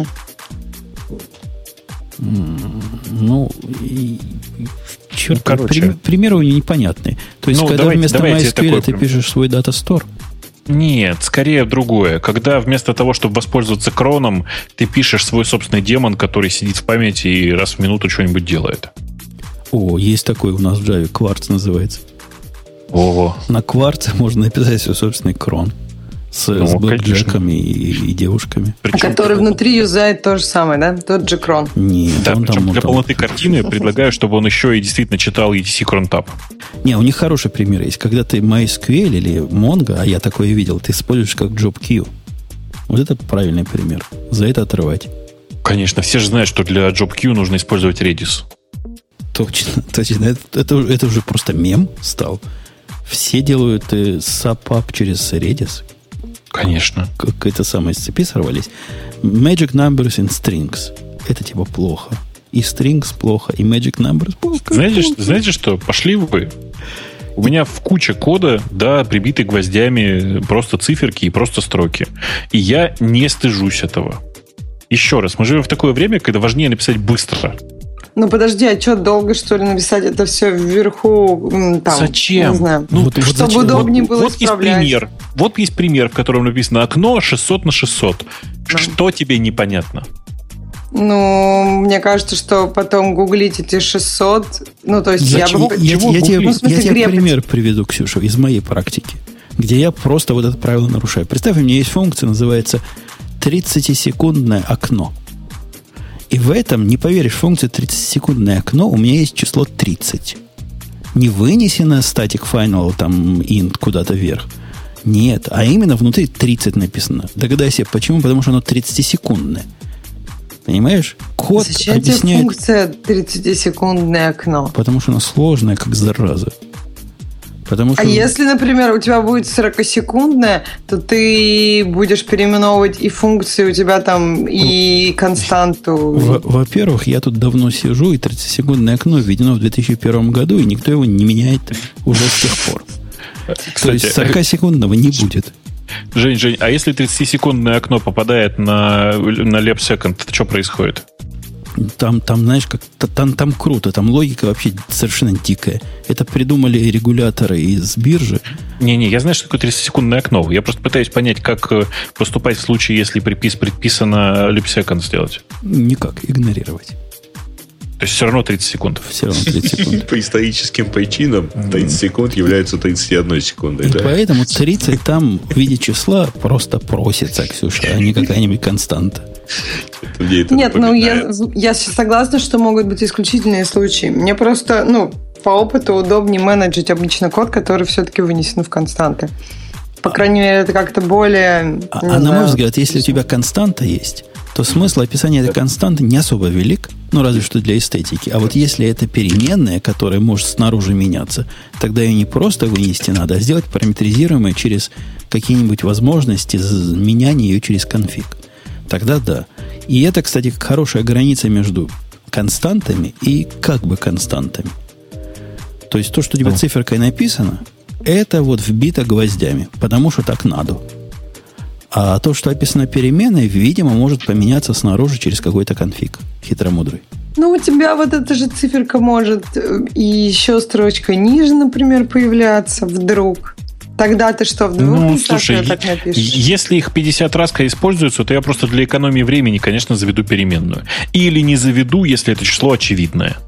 Ну, и, черт, ну, при, примеры у него непонятные. То есть, ну, когда давайте, вместо MySQL ты пишешь свой Data Store? Нет, скорее другое. Когда вместо того, чтобы воспользоваться кроном, ты пишешь свой собственный демон, который сидит в памяти и раз в минуту что-нибудь делает. О, есть такой у нас в Java, Quartz называется. О. На Quartz можно написать свой собственный крон. С, ну, с блэкджеками и, и девушками. Причем, который внутри юзает то же самое, да? Тот же крон. Нет, да, он причем там, для там... полноты картины предлагаю, чтобы он еще и действительно читал и ти си crontab. Не, у них хороший пример есть. Когда ты MySQL или Mongo, а я такое видел, ты используешь как job queue. Вот это правильный пример. За это отрывать. Конечно, все же знают, что для job queue нужно использовать Redis. Точно, точно. Это, это, это уже просто мем стал. Все делают э, сап-ап через Redis. Конечно. Какая-то самая с цепи сорвались. Magic numbers and strings. Это типа плохо. И strings плохо, и magic numbers плохо. Знаете, что, знаете что? Пошли вы. У меня в куче кода, да, прибиты гвоздями просто циферки и просто строки. И я не стыжусь этого. Еще раз, мы живем в такое время, когда важнее написать быстро. Ну, подожди, а что, долго, что ли, написать это все вверху? Там, зачем? Не знаю. Ну, вот, чтобы зачем? удобнее вот, было вот исправлять. Есть пример. Вот есть пример, в котором написано окно шестьсот на шестьсот. Да. Что тебе непонятно? Ну, мне кажется, что потом гуглить эти шестьсот... Ну, то есть зачем? я бы... Я, я, я тебе, ну, смысле, я тебе пример приведу, Ксюша, из моей практики, где я просто вот это правило нарушаю. Представь, у меня есть функция, называется тридцатисекундное окно. И в этом, не поверишь, функция тридцатисекундное окно, у меня есть число тридцать. Не вынесено static final, там, int куда-то вверх. Нет, а именно внутри тридцать написано. Догадайся, почему? Потому что оно тридцатисекундное. Понимаешь? Код Зачем объясняет... тебе функция тридцатисекундное окно? Потому что оно сложное, как зараза. Потому что... А если, например, у тебя будет сорокасекундное, то ты будешь переименовывать и функции у тебя там, и константу. Во-первых, я тут давно сижу, и тридцатисекундное окно введено в две тысячи первом году, и никто его не меняет уже с тех пор. Кстати, то есть сорокасекундного не будет. Жень, Жень, а если тридцатисекундное окно попадает на, на lap second, то что происходит? Там, там, знаешь, как там, там круто, там логика вообще совершенно дикая. Это придумали регуляторы из биржи. Не-не, я знаю, что такое тридцатисекундное окно. Я просто пытаюсь понять, как поступать в случае, если припис предписано lap second сделать. Никак, игнорировать. То есть все равно тридцать секунд. Все равно тридцать секунд. По историческим причинам тридцать секунд является тридцать одной секундой. И да? Поэтому тридцать там в виде числа просто просится, Ксюша, а не какая-нибудь константа. Нет, ну я, я согласна, что могут быть исключительные случаи. Мне просто, ну, по опыту удобнее менеджить обычно код, который все-таки вынесен в константы. По крайней мере, это как-то более... А, а на мой взгляд, если у тебя константа есть, то смысл описания этой константы не особо велик, ну, разве что для эстетики. А вот если это переменная, которая может снаружи меняться, тогда ее не просто вынести надо, а сделать параметризируемой через какие-нибудь возможности меняния ее через конфиг. Тогда да. И это, кстати, хорошая граница между константами и как бы константами. То есть то, что у тебя циферкой написано, это вот вбито гвоздями, потому что так надо. А то, что описано переменной, видимо, может поменяться снаружи через какой-то конфиг хитромудрый. Ну, у тебя вот эта же циферка может и еще строчка ниже, например, появляться вдруг. Тогда ты что, в двух ну, местах слушай, так напишешь? Если их пятьдесят раз используются, то я просто для экономии времени, конечно, заведу переменную. Или не заведу, если это число очевидное.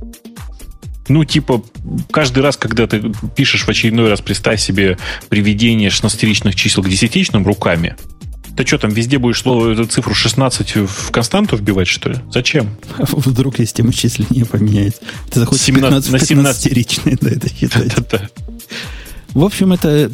Ну, типа, каждый раз, когда ты пишешь в очередной раз, представь себе приведение шестнадцатиричных чисел к десятичным руками, ты что, там везде будешь слово, эту цифру шестнадцать в константу вбивать, что ли? Зачем? Вдруг система числения поменяется. Ты захочешь семнадцать, на пятнадцатиричные, да, это считать. В общем, это...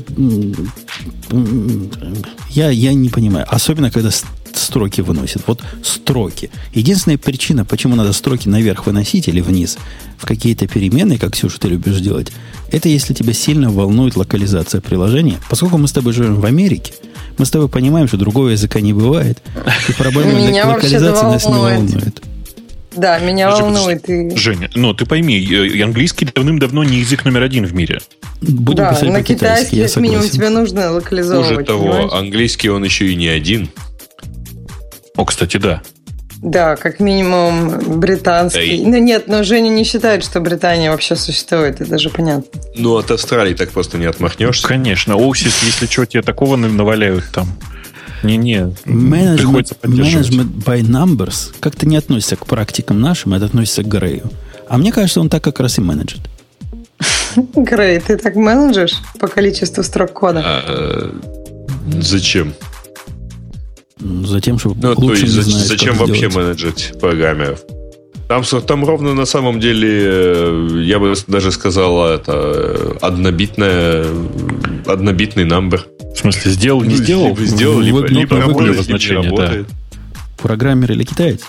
Я, я не понимаю. Особенно, когда строки выносят. Вот строки. Единственная причина, почему надо строки наверх выносить или вниз в какие-то переменные, как, Ксюша, ты любишь делать, это если тебя сильно волнует локализация приложения. Поскольку мы с тобой живем в Америке, мы с тобой понимаем, что другого языка не бывает, и проблема локализации нас не волнует. Да, меня Слушай, волнует. И... Женя, ну ты пойми, английский давным-давно не язык номер один в мире. Будем да, на китайский, как минимум, тебе нужно локализовывать. Хуже того, понимаешь? Английский он еще и не один. О, кстати, да. Да, как минимум британский. Эй. Ну нет, но Женя не считает, что Британия вообще существует, это же понятно. Ну, от Австралии так просто не отмахнешься. Конечно, Оусис, если что, тебе такого наваляют там. Не-не, приходится поддерживать. Management by numbers как-то не относится к практикам нашим, это относится к Грею. А мне кажется, он так как раз и менеджит. Грей, ты так менеджешь по количеству строк кода? А, зачем? Затем, чтобы ну, лучше то есть, не знаешь, зачем как вообще сделать. менеджить программеров? Там, там ровно на самом деле, я бы даже сказал, это однобитная, однобитный number. В смысле, сделал, не сделал? Либо сделал, либо, Выгнал, либо выгнал, работает, либо не работает. Да. Программер или китаец?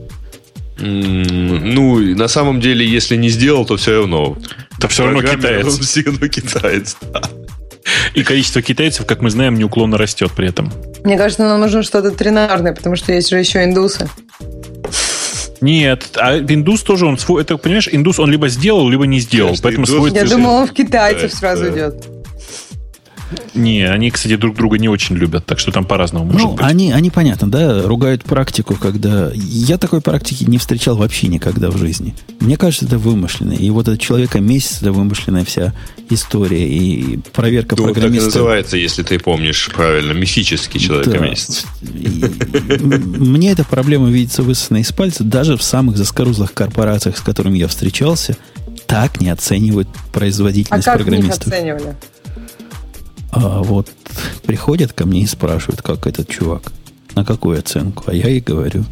Mm, ну, на самом деле, если не сделал, то все равно. То все равно китаец. Он все равно китаец, да. И количество китайцев, как мы знаем, неуклонно растет при этом. Мне кажется, нам нужно что-то тринарное, потому что есть же еще индусы. Нет, а индус тоже, он свой, это, понимаешь, индус он либо сделал, либо не сделал. Конечно, поэтому свой... Я думала, в китайцев сразу идет. Не, они, кстати, друг друга не очень любят, так что там по-разному может ну, быть. Они, они, понятно, да, ругают практику, когда... Я такой практики не встречал вообще никогда в жизни. Мне кажется, это вымышленно. И вот этот человека месяц, это вымышленная вся история. И проверка ну, программиста... Так и называется, если ты помнишь правильно, мифический человека да. месяц. Мне эта проблема видится высосанной из пальца. Даже в самых заскорузлых корпорациях, с которыми я встречался, так не оценивают производительность а как программистов. Их оценивали? А вот приходят ко мне и спрашивают, как этот чувак, на какую оценку, а я и говорю.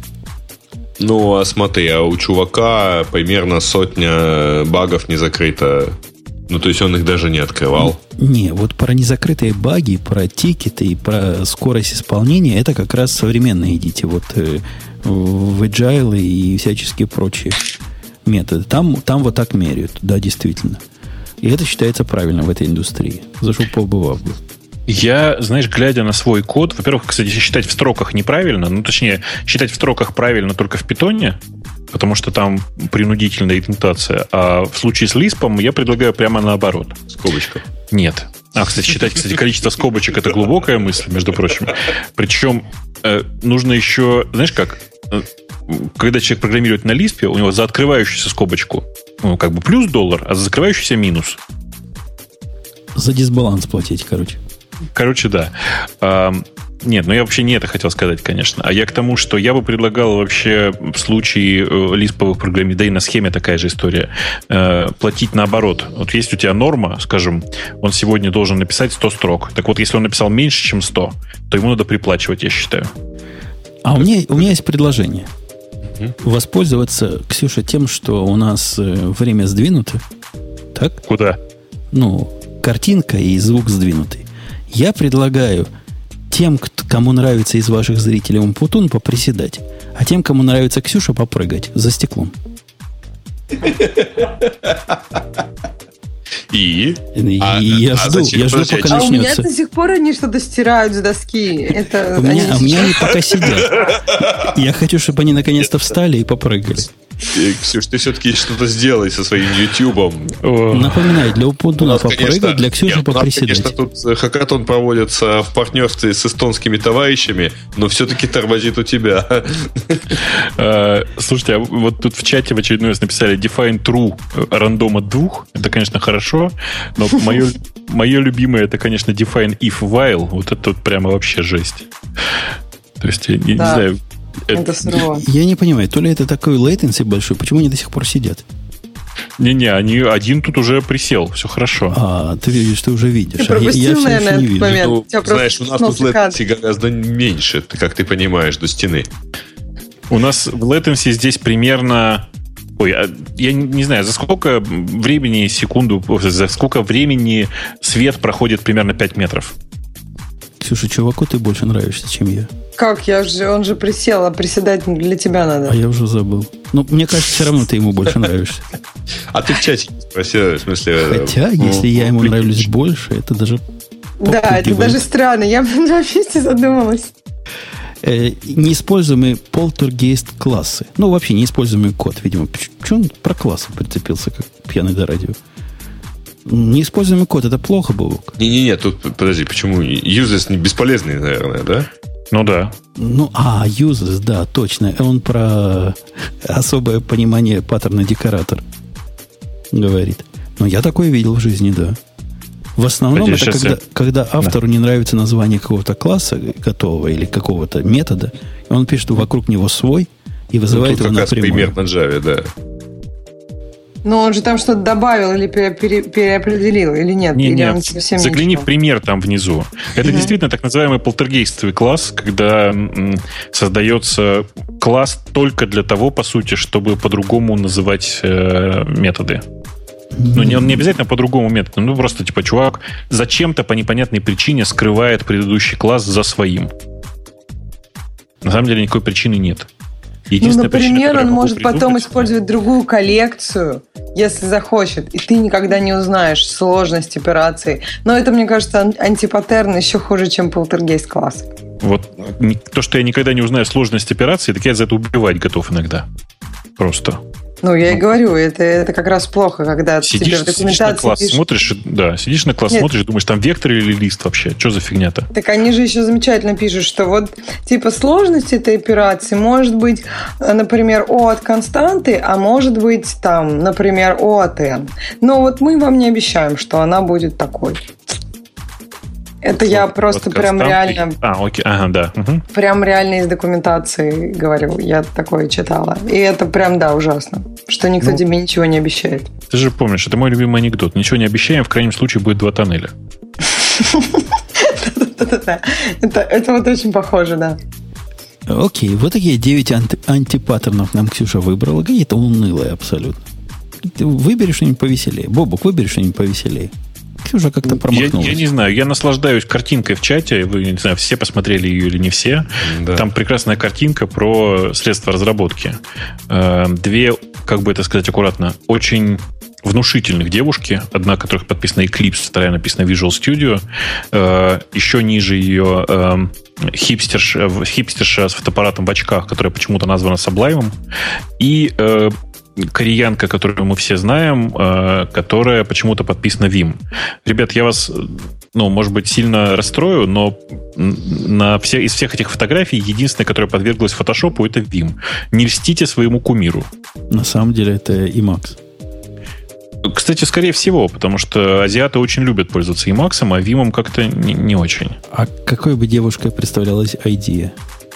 Ну, а смотри, а у чувака примерно сотня багов не закрыта Ну, то есть он их даже не открывал? Не, вот про незакрытые баги, про тикеты и про скорость исполнения, это как раз современные идите. Вот э, в Agile и всяческие прочие методы. Там, там вот так меряют, да, действительно. И это считается правильно в этой индустрии. Зашел побывав бы. Я, знаешь, глядя на свой код, во-первых, кстати, считать в строках неправильно, ну, точнее, считать в строках правильно только в питоне, потому что там принудительная индентация, а в случае с Лиспом я предлагаю прямо наоборот. Скобочка. Нет. А, кстати, считать, кстати, количество скобочек – это глубокая мысль, между прочим. Причем э, нужно еще, знаешь как, когда человек программирует на Лиспе, у него за открывающуюся скобочку, ну, как бы плюс доллар, а за закрывающуюся минус. За дисбаланс платить, короче. Короче, да. А, нет, ну я вообще не это хотел сказать, конечно. А я к тому, что я бы предлагал вообще в случае лисповых программирования, да и на схеме такая же история, э, платить наоборот. Вот есть у тебя норма, скажем, он сегодня должен написать сто строк. Так вот, если он написал меньше, чем сто, то ему надо приплачивать, я считаю. А у меня, у меня есть предложение. Угу. Воспользоваться, Ксюша, тем, что у нас время сдвинуто. Так? Куда? Ну, картинка и звук сдвинутый. Я предлагаю тем, кому нравится из ваших зрителей Умпутун, поприседать, а тем, кому нравится Ксюша, попрыгать за стеклом. И? И а, я а жду, я жду, пока а начнется. У меня до сих пор они что-то стирают с доски. Это у меня, у меня они пока сидят. Я хочу, чтобы они наконец-то встали и попрыгали. Ксюш, ты все-таки что-то сделай со своим Ютьюбом. Напоминаю, для Умпутуна попрыгать, для Ксюши поприседать. Конечно, тут хакатон проводится в партнерстве с эстонскими товарищами, но все-таки тормозит у тебя. Слушайте, а вот тут в чате в очередной раз написали define true рандом от двух. Это, конечно, хорошо, но мое, мое любимое, это, конечно, define if while. Вот это вот прямо вообще жесть. То есть, я не, да. не знаю... Это сурово. Я не понимаю, то ли это такой latency большой, почему они до сих пор сидят? Не-не, они, один тут уже присел, все хорошо. А, ты видишь, ты уже видишь. Ты пропустил, а я, я наверное, этот момент. Ну, знаешь, у нас тут latency гораздо меньше, как ты понимаешь, до стены. У нас в latency здесь примерно... Ой, я не знаю, за сколько времени, секунду, за сколько времени свет проходит примерно пять метров? Ксюша, чуваку ты больше нравишься, чем я. Как? Я же, он же присел, а приседать для тебя надо. А я уже забыл. Ну, мне кажется, все равно ты ему больше нравишься. А ты в чате спросил, в смысле... Хотя, если я ему нравлюсь больше, это даже... Да, это даже странно. Я бы на месте задумалась. Неиспользуемые полтергейст классы. Ну, вообще неиспользуемый код, видимо. Почему он про классы прицепился, как пьяный до радио? Неиспользуемый код, это плохо было? Не-не-не, тут, подожди, почему? Uses бесполезный, наверное, да? Ну да. Ну, а, uses, да, точно. Он про особое понимание паттерна декоратор говорит. Но я такое видел в жизни, да. В основном Хотя это когда, я... когда автору да. не нравится название какого-то класса готового или какого-то метода, и он пишет вокруг него свой и вызывает ну, его напрямую. Пример на Java, да. Но он же там что-то добавил или пере, пере, переопределил, или нет? Не, или нет, он совсем загляни ничего? В пример там внизу. Это uh-huh. действительно так называемый полтергейстовый класс, когда м, создается класс только для того, по сути, чтобы по-другому называть э, методы. Ну, не, он не обязательно по другому методу. Ну, просто, типа, чувак зачем-то по непонятной причине скрывает предыдущий класс за своим. На самом деле никакой причины нет. Ну, например, причина, он может потом использовать другую коллекцию, если захочет, и ты никогда не узнаешь сложность операции. Но это, мне кажется, антипаттерн еще хуже, чем полтергейст-класс. Вот то, что я никогда не узнаю сложность операции, так я за это убивать готов иногда. Просто. Ну, я и говорю, это, это как раз плохо, когда сидишь, тебе в документации сидишь на класс, пишут... смотришь, да, сидишь на класс, Нет. смотришь, думаешь, там вектор или лист вообще? Что за фигня-то? Так они же еще замечательно пишут, что вот типа сложность этой операции может быть, например, O от константы, а может быть там, например, O от n. Но вот мы вам не обещаем, что она будет такой. Это вот, я просто вот прям реально... А, окей, ага, да. Угу. Прям реально из документации говорю. Я такое читала. И это прям, да, ужасно. Что никто ну, тебе ничего не обещает. Ты же помнишь, это мой любимый анекдот. Ничего не обещаем, в крайнем случае будет два тоннеля. Это вот очень похоже, да. Окей, вот такие девять антипаттернов нам Ксюша выбрала. Какие-то унылые абсолютно. Ты выбери что-нибудь повеселее. Бобук, выбери что-нибудь повеселее. Ксюша как-то промахнулась. Я, я не знаю, я наслаждаюсь картинкой в чате. Вы, не знаю, все посмотрели ее или не все. Да. Там прекрасная картинка про средства разработки. Две, как бы это сказать аккуратно, очень внушительных девушки. Одна, которых подписана Eclipse, вторая написана Visual Studio. Еще ниже ее хипстерша, хипстерша с фотоаппаратом в очках, которая почему-то названа Sublime. И кореянка, которую мы все знаем, э, которая почему-то подписана Vim. Ребят, я вас, ну, может быть, сильно расстрою, но на все, из всех этих фотографий единственная, которая подверглась фотошопу, это Vim. Не льстите своему кумиру. На самом деле это Emacs. Кстати, скорее всего, потому что азиаты очень любят пользоваться Emacs, а Vim как-то не, не очень. А какой бы девушкой представлялась Idea?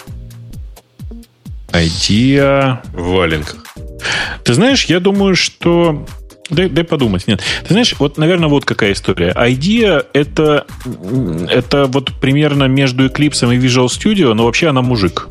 Idea... В валенках. Ты знаешь, я думаю, что... Дай, дай подумать. Нет. Ты знаешь, вот, наверное, вот какая история. Idea это, это вот примерно между Eclipse и Visual Studio, но вообще она мужик.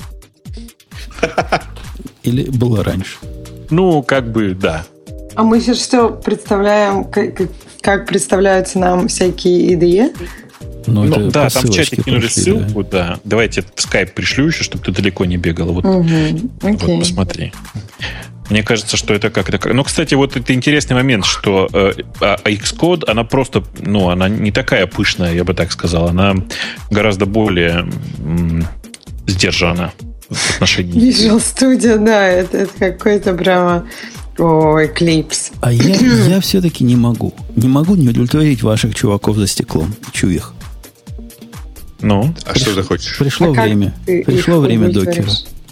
Или было раньше? Ну, как бы, да. А мы сейчас что представляем, как, как представляются нам всякие идеи? Ну, ну, да, там в чате кинули пошли, ссылку, да. да. Давайте в скайп пришлю еще, чтобы ты далеко не бегала. Вот, угу, вот посмотри. Мне кажется, что это как это. Ну, кстати, вот это интересный момент, что э, Xcode, она просто, ну, она не такая пышная, я бы так сказал. Она гораздо более м- сдержана в отношении. Visual Studio, да, это, это какой-то прямо... О, Eclipse. А я, я все-таки не могу. Не могу не удовлетворить ваших чуваков за стеклом. Чую их. Ну, а Приш... что ты хочешь? Пришло а время. Пришло время докера.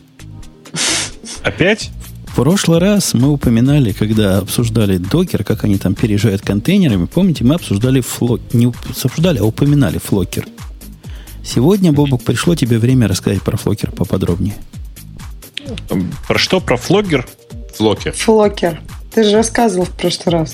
Опять? В прошлый раз мы упоминали, когда обсуждали докер, как они там переезжают контейнерами. Помните, мы обсуждали флокер. Не обсуждали, а упоминали флокер. Сегодня, Бобук, пришло тебе время рассказать про флокер поподробнее. Про что? Про флокер? Флокер. Флокер. Ты же рассказывал в прошлый раз.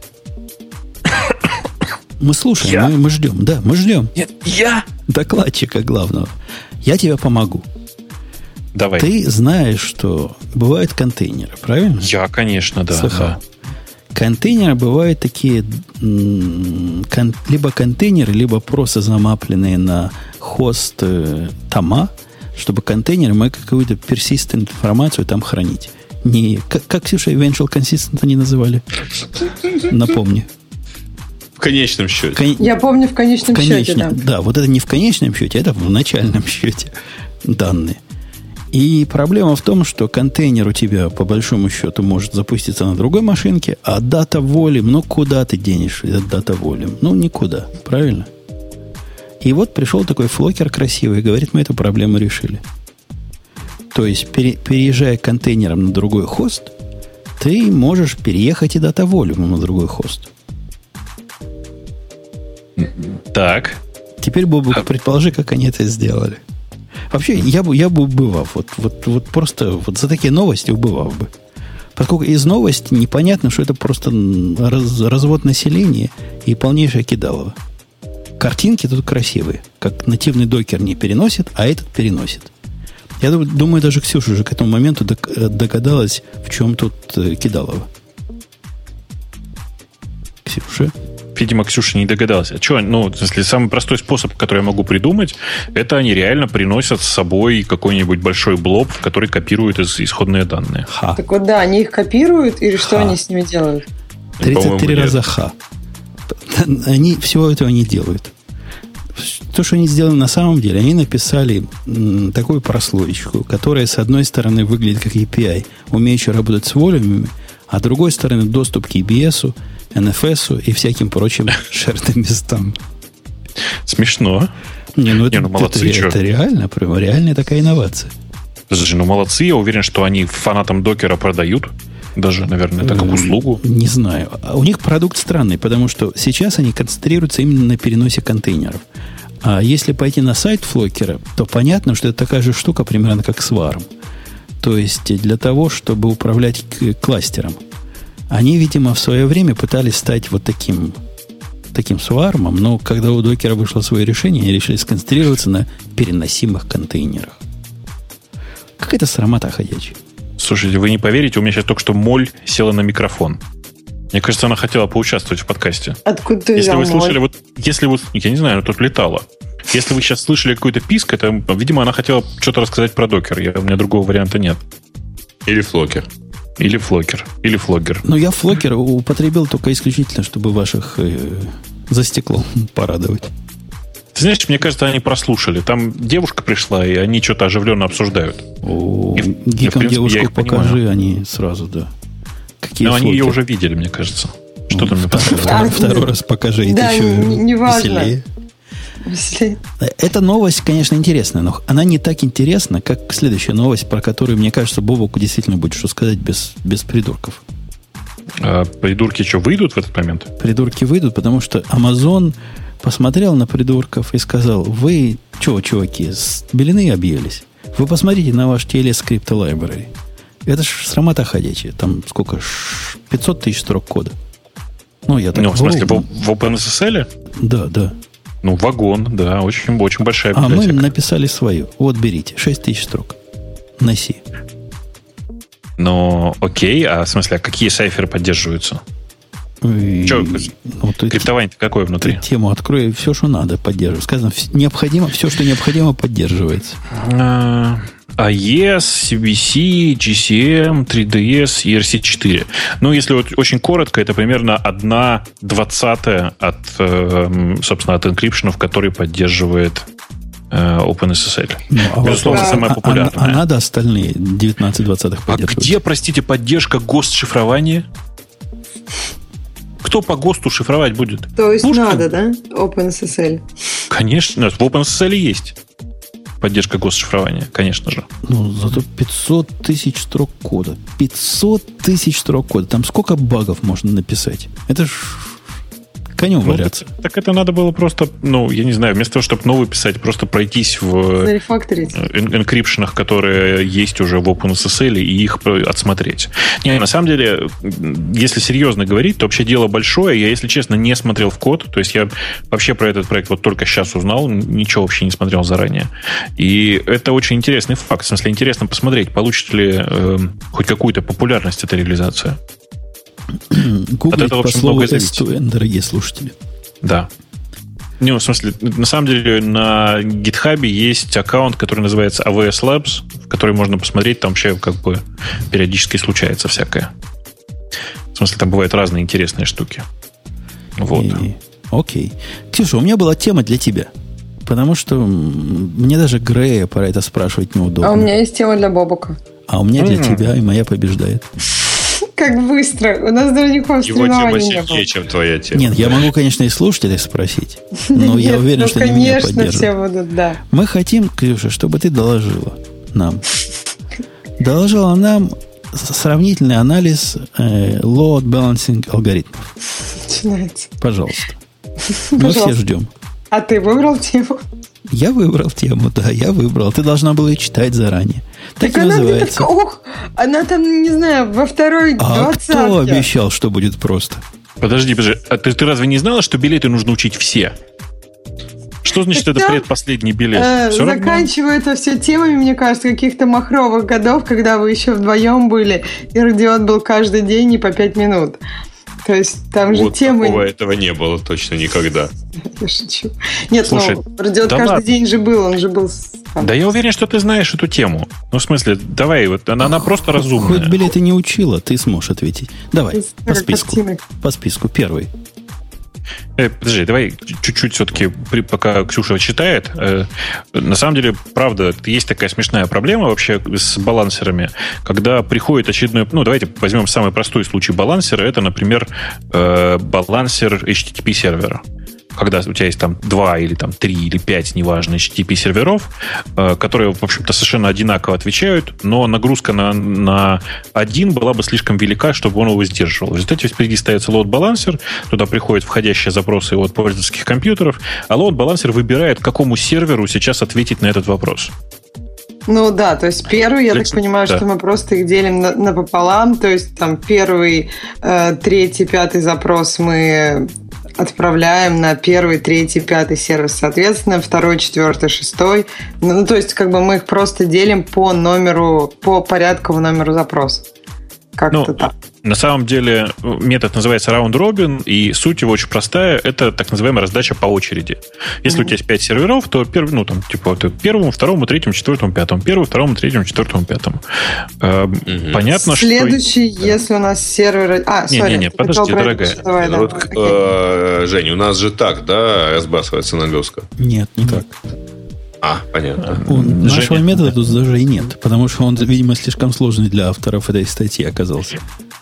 Мы слушаем, я? мы, мы ждем. Да, мы ждем. Нет, я? Докладчика главного. Я тебе помогу. Давай. Ты знаешь, что бывают контейнеры, правильно? Я, конечно, да. Слыхал. Да. Контейнеры бывают такие кон, либо контейнеры, либо просто замапленные на хост э, тома, чтобы контейнеры могли какую-то persistent информацию там хранить. Не, как, как Ксюша eventual consistent они называли? Напомни. В конечном счете. Кон... Я помню в конечном в конечном, счете, да. Да, вот это не в конечном счете, это в начальном счете данные. И проблема в том, что контейнер у тебя, по большому счету, может запуститься на другой машинке, а дата волюм, ну, куда ты денешь этот дата волюм? Ну, никуда, правильно? И вот пришел такой флокер красивый и говорит, мы эту проблему решили. То есть, пере, переезжая контейнером на другой хост, ты можешь переехать и дата волюм на другой хост. Так. Теперь, Бобук, предположи, как они это сделали. Вообще, я бы, я бы убывал. Вот, вот, вот просто вот за такие новости убывал бы. Поскольку из новости непонятно, что это просто раз, развод населения и полнейшее кидалово. Картинки тут красивые. Как нативный докер не переносит, а этот переносит. Я думаю, даже Ксюша уже к этому моменту догадалась, в чем тут кидалово. Ксюша? Видимо, Ксюша не догадалась. А что, ну, если самый простой способ, который я могу придумать, это они реально приносят с собой какой-нибудь большой блоб, который копирует из, исходные данные. Ха. Так вот, да, они их копируют, или что ха. Они с ними делают? тридцать три раза ха. Они всего этого не делают. То, что они сделали на самом деле, они написали м, такую прослоечку, которая, с одной стороны, выглядит как эй пи ай, умеющая работать с волюмами, а с другой стороны, доступ к и би эс, эн эф эс и всяким прочим шерным местам. Смешно. Не, ну это, Не, ну молодцы, это, это реально, прямо реальная такая инновация. Слушай, ну молодцы, я уверен, что они фанатам докера продают. Даже, наверное, это как услугу. Не знаю. У них продукт странный, потому что сейчас они концентрируются именно на переносе контейнеров. А если пойти на сайт флокера, то понятно, что это такая же штука, примерно как Swarm. То есть для того, чтобы управлять кластером. Они, видимо, в свое время пытались стать вот таким, таким свармом, но когда у докера вышло свое решение, они решили сконцентрироваться на переносимых контейнерах. Какая-то срамота ходячая. Слушайте, вы не поверите, у меня сейчас только что моль села на микрофон. Мне кажется, она хотела поучаствовать в подкасте. Откуда ты Если взял вы слышали, мой? вот, если вы, я не знаю, тут летала. Если вы сейчас слышали какой-то писк, это, видимо, она хотела что-то рассказать про докер. Я, у меня другого варианта нет. Или флокер. Или флокер. Или флогер. Ну, я флокер употребил только исключительно, чтобы ваших э, за стеклом порадовать. Ты знаешь, мне кажется, они прослушали. Там девушка пришла, и они что-то оживленно обсуждают. О, И, гикам принципе, девушку покажи, понимаю. они сразу, да. Какие Но они флокеры? ее уже видели, мне кажется. Что Ну, там мне второй, показывают? второй, второй раз покажи, и Да, ты еще не- не важно. веселее. Если- Эта новость, конечно, интересная, но она не так интересна, как следующая новость, про которую, мне кажется, Бобоку действительно будет что сказать без, без придурков. А придурки что, выйдут в этот момент? Придурки выйдут, потому что Amazon посмотрел на придурков и сказал: вы, чего, чуваки, с белины объелись? Вы посмотрите на ваш ти эл эс Script Library. Это ж срамота ходячая. Там сколько? Ш- пятьсот тысяч строк кода. Ну, я так... Ну, в смысле, ну, в, в OpenSSL? Да, да. Ну, вагон, да, очень, очень большая А мы библиотека. написали свою. Вот, берите. шесть тысяч строк. На C. Но окей, а в смысле, а какие сайферы поддерживаются? И- Чё, ну, ты- Криптование-то какое ты внутри? тему открой, все, что надо, поддерживать. Сказано, вс- необходимо, все, что необходимо, поддерживается. А, эй и эс, си би си, джи си эм, три ди эс и эр си четыре. Ну, если вот очень коротко, это примерно одна двадцатая от, э, собственно, от энкрипшенов, который поддерживает э, OpenSSL. Ну, а Безусловно, вопрос, самая а- популярная. А, а надо остальные девятнадцать двадцатых А поддерживать? где, простите, поддержка госшифрования? Кто по ГОСТу шифровать будет? То есть Пушкин? надо, да? OpenSSL. Конечно, в OpenSSL есть поддержка госшифрования, конечно же. Ну, зато пятьсот тысяч строк кода. пятьсот тысяч строк кода. Там сколько багов можно написать? Это ж конем Ну, валяться. так, так это надо было просто, ну, я не знаю, вместо того, чтобы новый писать, просто пройтись в Зарефакторить. эн- энкрипшенах, которые есть уже в OpenSSL, и их про- отсмотреть. Не, на самом деле, если серьезно говорить, то вообще дело большое. Я, если честно, не смотрел в код. То есть я вообще про этот проект вот только сейчас узнал, ничего вообще не смотрел заранее. И это очень интересный факт. В смысле, интересно посмотреть, получит ли э, хоть какую-то популярность эта реализация. Гуглить этого, в по общем, слову многое зависит. эс два эн, дорогие слушатели. Да. Не, ну, в смысле, на самом деле на GitHub есть аккаунт, который называется эй ви эс Labs, в который можно посмотреть, там вообще как бы периодически случается всякое. В смысле, там бывают разные интересные штуки. Вот. И- Окей. Ксюша, у меня была тема для тебя. Потому что м, мне даже Грея про это спрашивать неудобно. А у меня есть тема для Бобука. А у меня для М. тебя, и моя побеждает. Как быстро. У нас даже никакого Его тема соревнования не было. сильнее, чем твоя тема. Нет, я могу, конечно, и слушателей спросить. Но я Нет, уверен, ну, что они меня конечно, поддержат. все будут, да. Мы хотим, Ксюша, чтобы ты доложила нам. Доложила нам с- сравнительный анализ э, load balancing алгоритмов. Начинается. Пожалуйста. Мы все Пожалуйста. ждем. А ты выбрал тему? Я выбрал тему, да, я выбрал. Ты должна была ее читать заранее. Так, и она мне называется. так, ох, она там, не знаю, во второй А кто двадцатке. обещал, что будет просто? Подожди, подожди. А ты, ты разве не знала, что билеты нужно учить все? Что значит Так это там, предпоследний билет? Э, Все равно. заканчиваю это все темами, мне кажется, каких-то махровых годов, когда вы еще вдвоем были, и радиот был каждый день и по пять минут. То есть там же Вот темы... такого этого не было точно никогда. Я шучу. Нет, Слушай, ну, радиот да каждый ладно. день же был, он же был... с- там. Да я уверен, что ты знаешь эту тему. Ну, в смысле, давай, вот она, она просто Хоть разумная. билеты не учила, ты сможешь ответить. Давай, Из по списку. картинок. По списку. Первый. Э, подожди, давай чуть-чуть все-таки, при- пока Ксюша читает. Э, на самом деле, правда, есть такая смешная проблема вообще с балансерами, когда приходит очередной... Ну, давайте возьмем самый простой случай балансера. Это, например, э, балансер эйч ти ти пи сервера. Когда у тебя есть там два или там три или пять, неважно, эйч ти ти пи серверов, э, которые, в общем-то, совершенно одинаково отвечают, но нагрузка на, на один была бы слишком велика, чтобы он его сдерживал. В результате впереди ставится load-балансер, туда приходят входящие запросы от пользовательских компьютеров, а load-балансер выбирает, какому серверу сейчас ответить на этот вопрос. Ну да, то есть первый, я Для- так понимаю, да. что мы просто их делим на- напополам, то есть там первый, э, третий, пятый запрос мы отправляем на первый, третий, пятый сервис, соответственно, второй, четвертый, шестой. Ну, ну, то есть как бы мы их просто делим по номеру, по порядковому номеру запроса. Как-то Ну, так. На самом деле метод называется round robin, и суть его очень простая. Это так называемая раздача по очереди. Если mm-hmm. у тебя есть пять серверов, то перв, ну, там, типа, ты первому, второму, третьему, четвертому, пятому. Первому, второму, третьему, четвертому, пятому. Mm-hmm. Понятно, Следующий, что... если у нас серверы... А, не, sorry, не, не, подожди, дорогая. Давай, да. Вот, э, Жень, у нас же так, да, разбрасывается нагрузка? Нет, не так. А, понятно. У нашего метода тут даже и нет, потому что он, видимо, слишком сложный для авторов этой статьи оказался.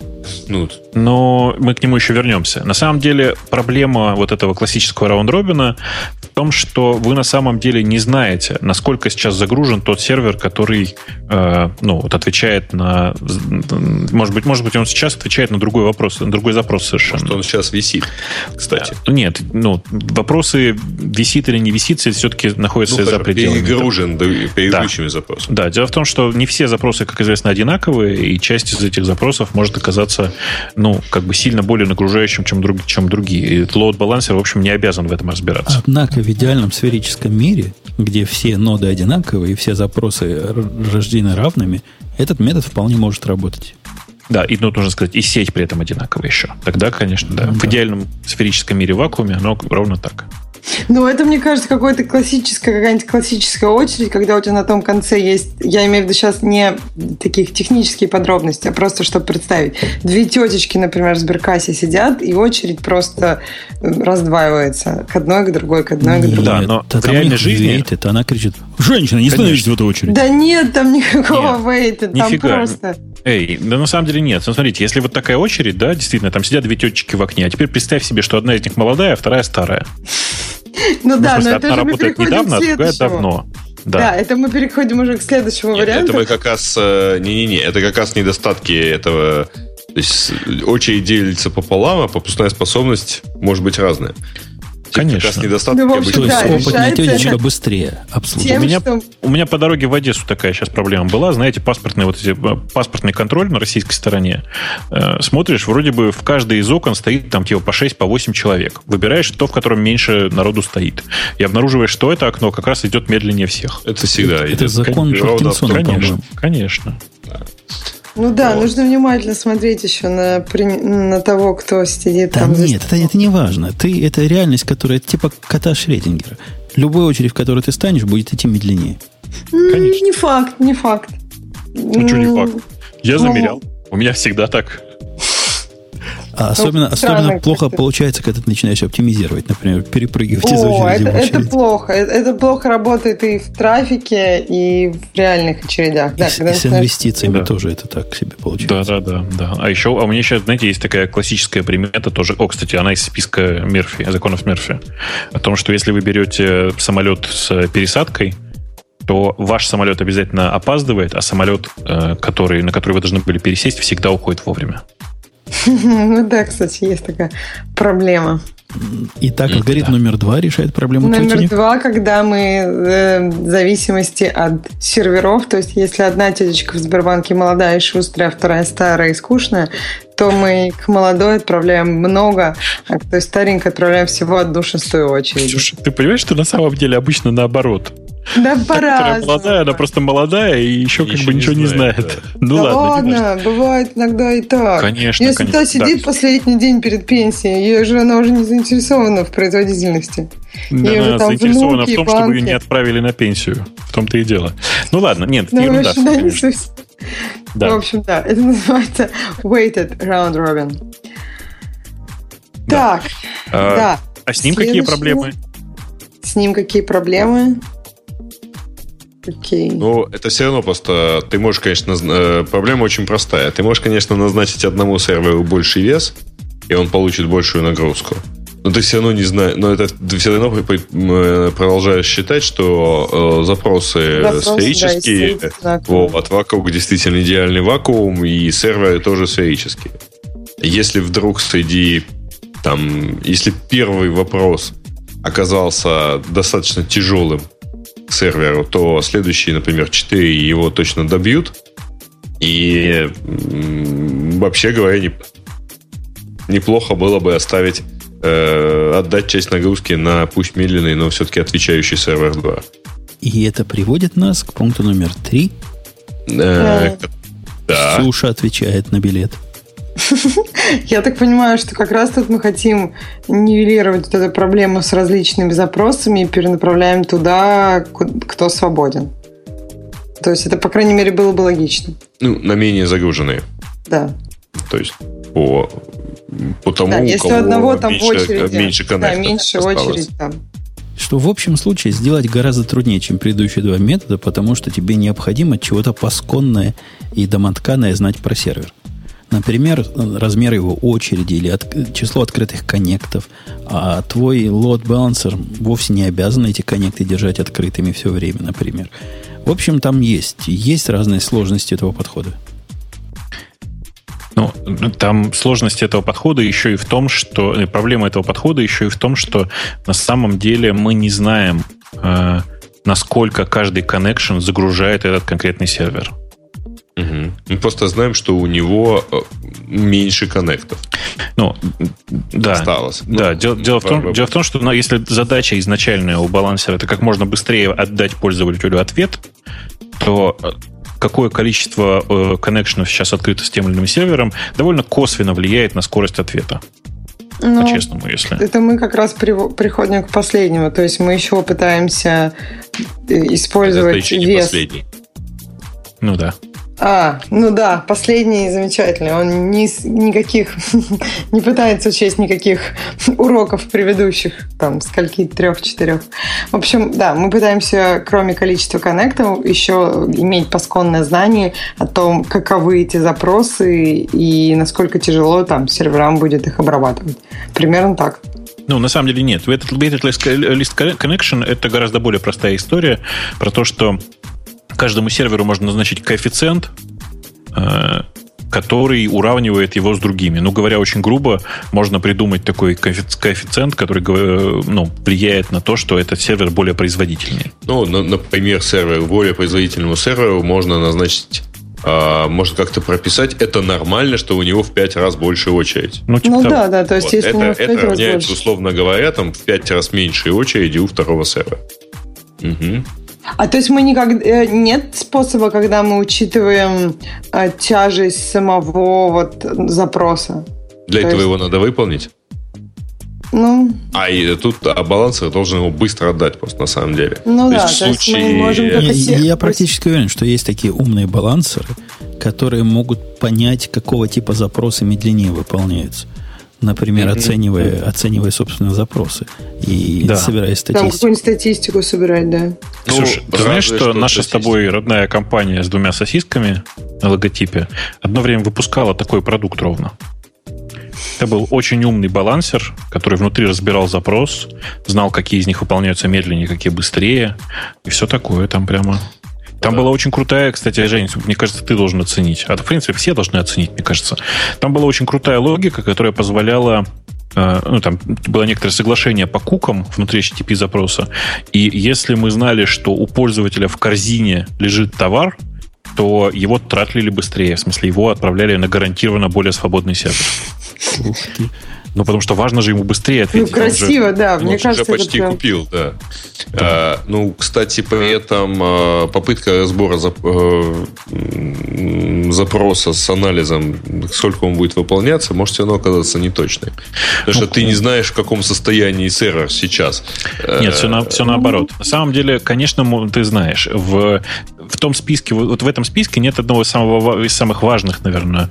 Ну, но мы к нему еще вернемся. На самом деле проблема вот этого классического раунд-робина в том, что вы на самом деле не знаете, насколько сейчас загружен тот сервер, который э, ну, вот отвечает на... Может быть, может быть, он сейчас отвечает на другой вопрос, на другой запрос совершенно. Что он сейчас висит, кстати. Нет, ну, вопросы висит или не висит, все-таки находятся ну, за пределами. Перегружен предыдущими да. запросами. Да, дело в том, что не все запросы, как известно, одинаковые, и часть из этих запросов может оказаться ну, как бы сильно более нагружающим, чем, друг, чем другие. И load-балансер, в общем, не обязан в этом разбираться. Однако в идеальном сферическом мире, где все ноды одинаковые и все запросы рождены равными, этот метод вполне может работать. Да, и ну, нужно сказать, и сеть при этом одинаковая еще. Тогда, конечно, да. да. В идеальном сферическом мире вакууме оно ровно так. Ну, это, мне кажется, какой-то классическая, какая-нибудь классическая очередь, когда у тебя на том конце есть, я имею в виду сейчас не таких технические подробности, а просто, чтобы представить. Две тетечки, например, в Сберкассе сидят, и очередь просто раздваивается к одной, к другой, к одной, нет, к другой. Да, но да, в реальной жизни... Это она кричит: женщина, не становитесь в эту очередь. Да нет, там никакого вейта, там нифига. просто... Эй, да на самом деле нет. Ну, смотрите, если вот такая очередь, да, действительно, там сидят две тетечки в окне, а теперь представь себе, что одна из них молодая, а вторая старая. Ну, ну да, смысле, но это одна же мы работает переходим недавно, к а другая следующему. давно. Да. да, это мы переходим уже к следующему Нет, варианту. Это мы как раз... Не-не-не, это как раз недостатки этого... То есть очередь делится пополам, а пропускная способность может быть разная. Конечно. Как раз недостатки Ну, в общем, обычно. да, То есть опытная решается тетечка это быстрее обслуживает. тем, У меня, что- у меня по дороге в Одессу такая сейчас проблема была. Знаете, паспортный, вот эти, паспортный контроль на российской стороне. Э, смотришь, вроде бы в каждой из окон стоит там типа по шесть, по восемь человек. Выбираешь то, в котором меньше народу стоит. И обнаруживаешь, что это окно как раз идет медленнее всех. Это всегда. Это закон Паркинсона, Конечно, по-моему. конечно. Ну да, Вот. нужно внимательно смотреть еще на, при- на того, кто сидит Да там. за нет, это, это не важно. Ты, это реальность, которая типа кота Шрёдингера. Любая очередь, в которой ты станешь, будет идти медленнее. М, Конечно. Не факт, не факт. Ну, что не факт? Я Ну, замерял. У меня всегда так. А особенно, странно особенно плохо как-то. получается, когда ты начинаешь оптимизировать, например, перепрыгивать из О, очереди это, в это очередь. плохо. Это, это плохо работает и в трафике, и в реальных очередях. Да, И, с- когда и с начинаешь- инвестициями Да. тоже это так себе получается. Да, да, да, да. А еще, а у меня сейчас, знаете, есть такая классическая примета тоже. О, кстати, она из списка Мерфи, законов Мерфи. О том, что если вы берете самолет с пересадкой, то ваш самолет обязательно опаздывает, а самолет, э, который, на который вы должны были пересесть, всегда уходит вовремя. Ну да, кстати, есть такая проблема. Итак, М, алгоритм да. номер два решает проблему Номер тетени. два, когда мы э, в зависимости от серверов, то есть если одна тетечка в Сбербанке молодая и шустрая, а вторая старая и скучная, то мы к молодой отправляем много, а к той старенькой отправляем всего одну шестую очередь. Слушай, ты понимаешь, что на самом деле обычно наоборот? Да Та, которая по-разному. молодая, она просто молодая и еще, как Еще бы не ничего не знает, знает. да. Ну Да ладно, не важно. ладно, бывает иногда и так. Конечно, Если конечно. та сидит Да. последний день перед пенсией, ее же она уже не заинтересована в производительности. Да, И уже она там заинтересована внуки, в том, чтобы ее банки. не отправили на пенсию. В том-то и дело. Ну ладно, нет, Ну, ерунда. вообще, да, не конечно. суть. Да. В общем, да, это называется weighted round robin. Да. Так, А, да. А с ним какие Следующее. проблемы? С ним какие проблемы? Окей. Ну, это все равно просто... Ты можешь, конечно... назна- э, Проблема очень простая. Ты можешь, конечно, назначить одному серверу больший вес, и он получит большую нагрузку. Но ты все равно не знаешь... Но это ты все равно при- э, продолжаешь считать, что э, запросы, Запросы, сферические... да, естественно. Вот, вакуум действительно идеальный вакуум, и серверы тоже сферические. Если вдруг среди... Там, если первый вопрос оказался достаточно тяжелым к серверу, то следующие, например, четыре его точно добьют. И м, вообще говоря, не- неплохо было бы оставить, э, отдать часть нагрузки на пусть медленный, но все-таки отвечающий сервер два. И это приводит нас к пункту номер три. Э, Да. Ксюша отвечает на билет. Я так понимаю, что как раз тут мы хотим нивелировать вот эту проблему с различными запросами и перенаправляем туда, кто свободен. То есть это, по крайней мере, было бы логично. Ну, на менее загруженные. Да. То есть по, по тому, да, если у кого одного там меньше, в очереди, меньше коннектов. Да, меньше осталось. очередь там. Что в общем случае сделать гораздо труднее, чем предыдущие два метода, потому что тебе необходимо чего-то пасконное и домотканое знать про сервер. Например, размер его очереди или от, число открытых коннектов. А твой load balancer вовсе не обязан эти коннекты держать открытыми все время, например. В общем, там есть, есть разные сложности этого подхода. Ну, там сложность этого подхода еще и в том, что... Проблема этого подхода еще и в том, что на самом деле мы не знаем, э, насколько каждый connection загружает этот конкретный сервер. Угу. Мы просто знаем, что у него меньше коннектов. Ну, да. Осталось. Да, ну, дело, дело, в том, дело в том, что ну, если задача изначальная у балансера это как можно быстрее отдать пользователю ответ, то какое количество э, коннекшенов сейчас открыто с тем или иным сервером довольно косвенно влияет на скорость ответа. Ну, по-честному, если. Это мы как раз приходим к последнему. То есть мы еще пытаемся использовать это еще вес. Не последний. Ну да. А, ну да, последний замечательный. Он ни, никаких не пытается учесть никаких уроков предыдущих, там, скольки, трех-четырех. В общем, да, мы пытаемся, кроме количества коннектов, еще иметь пасконное знание о том, каковы эти запросы и насколько тяжело там серверам будет их обрабатывать. Примерно так. Ну, на самом деле нет. Этот list connection это гораздо более простая история про то, что каждому серверу можно назначить коэффициент, который уравнивает его с другими. Ну, говоря очень грубо, можно придумать такой коэффициент, который ну, влияет на то, что этот сервер более производительный. Ну, например, сервер, более производительному серверу можно назначить, можно как-то прописать, это нормально, что у него в пять раз больше очередь. Ну, типа ну да, да, то есть вот. Если это, у него в пять это раз равняется, больше. Условно говоря, там, в пять раз меньше очереди у второго сервера. Угу. А то есть мы никак нет способа, когда мы учитываем э, тяжесть самого вот запроса. Для то этого есть... его надо выполнить. Ну. А и тут а балансер должен его быстро отдать просто на самом деле. Ну то да, есть то есть случае... мы можем я, я, я практически уверен, что есть такие умные балансеры, которые могут понять, какого типа запросы медленнее выполняются. Например, mm-hmm. оценивая, оценивая собственные запросы и да. собирая статистику. Там какую-нибудь статистику собирать, да. Ну, Слушай, ты знаешь, что, что наша с тобой родная компания с двумя сосисками на логотипе одно время выпускала такой продукт ровно. Это был очень умный балансер, который внутри разбирал запрос, знал, какие из них выполняются медленнее, какие быстрее, и все такое там прямо... Там да. была очень крутая, кстати, Жень, мне кажется, ты должен оценить. А в принципе, все должны оценить, мне кажется. Там была очень крутая логика, которая позволяла... Э, ну, там было некоторое соглашение по кукам внутри эйч ти ти пи запроса. И если мы знали, что у пользователя в корзине лежит товар, то его тратлили быстрее. В смысле, его отправляли на гарантированно более свободный сервер. Ух ты. Ну, потому что важно же ему быстрее ответить. Ну, красиво, же, да. Мне он кажется, уже почти это купил, да. да. А, ну, кстати, при этом а, попытка разбора зап, а, запроса с анализом, сколько он будет выполняться, может все равно оказаться неточной. Потому что ну, ты не знаешь, в каком состоянии сервер сейчас. Нет, все, на, все наоборот. На самом деле, конечно, ты знаешь, в, в том списке, вот в этом списке нет одного из, самого, из самых важных, наверное,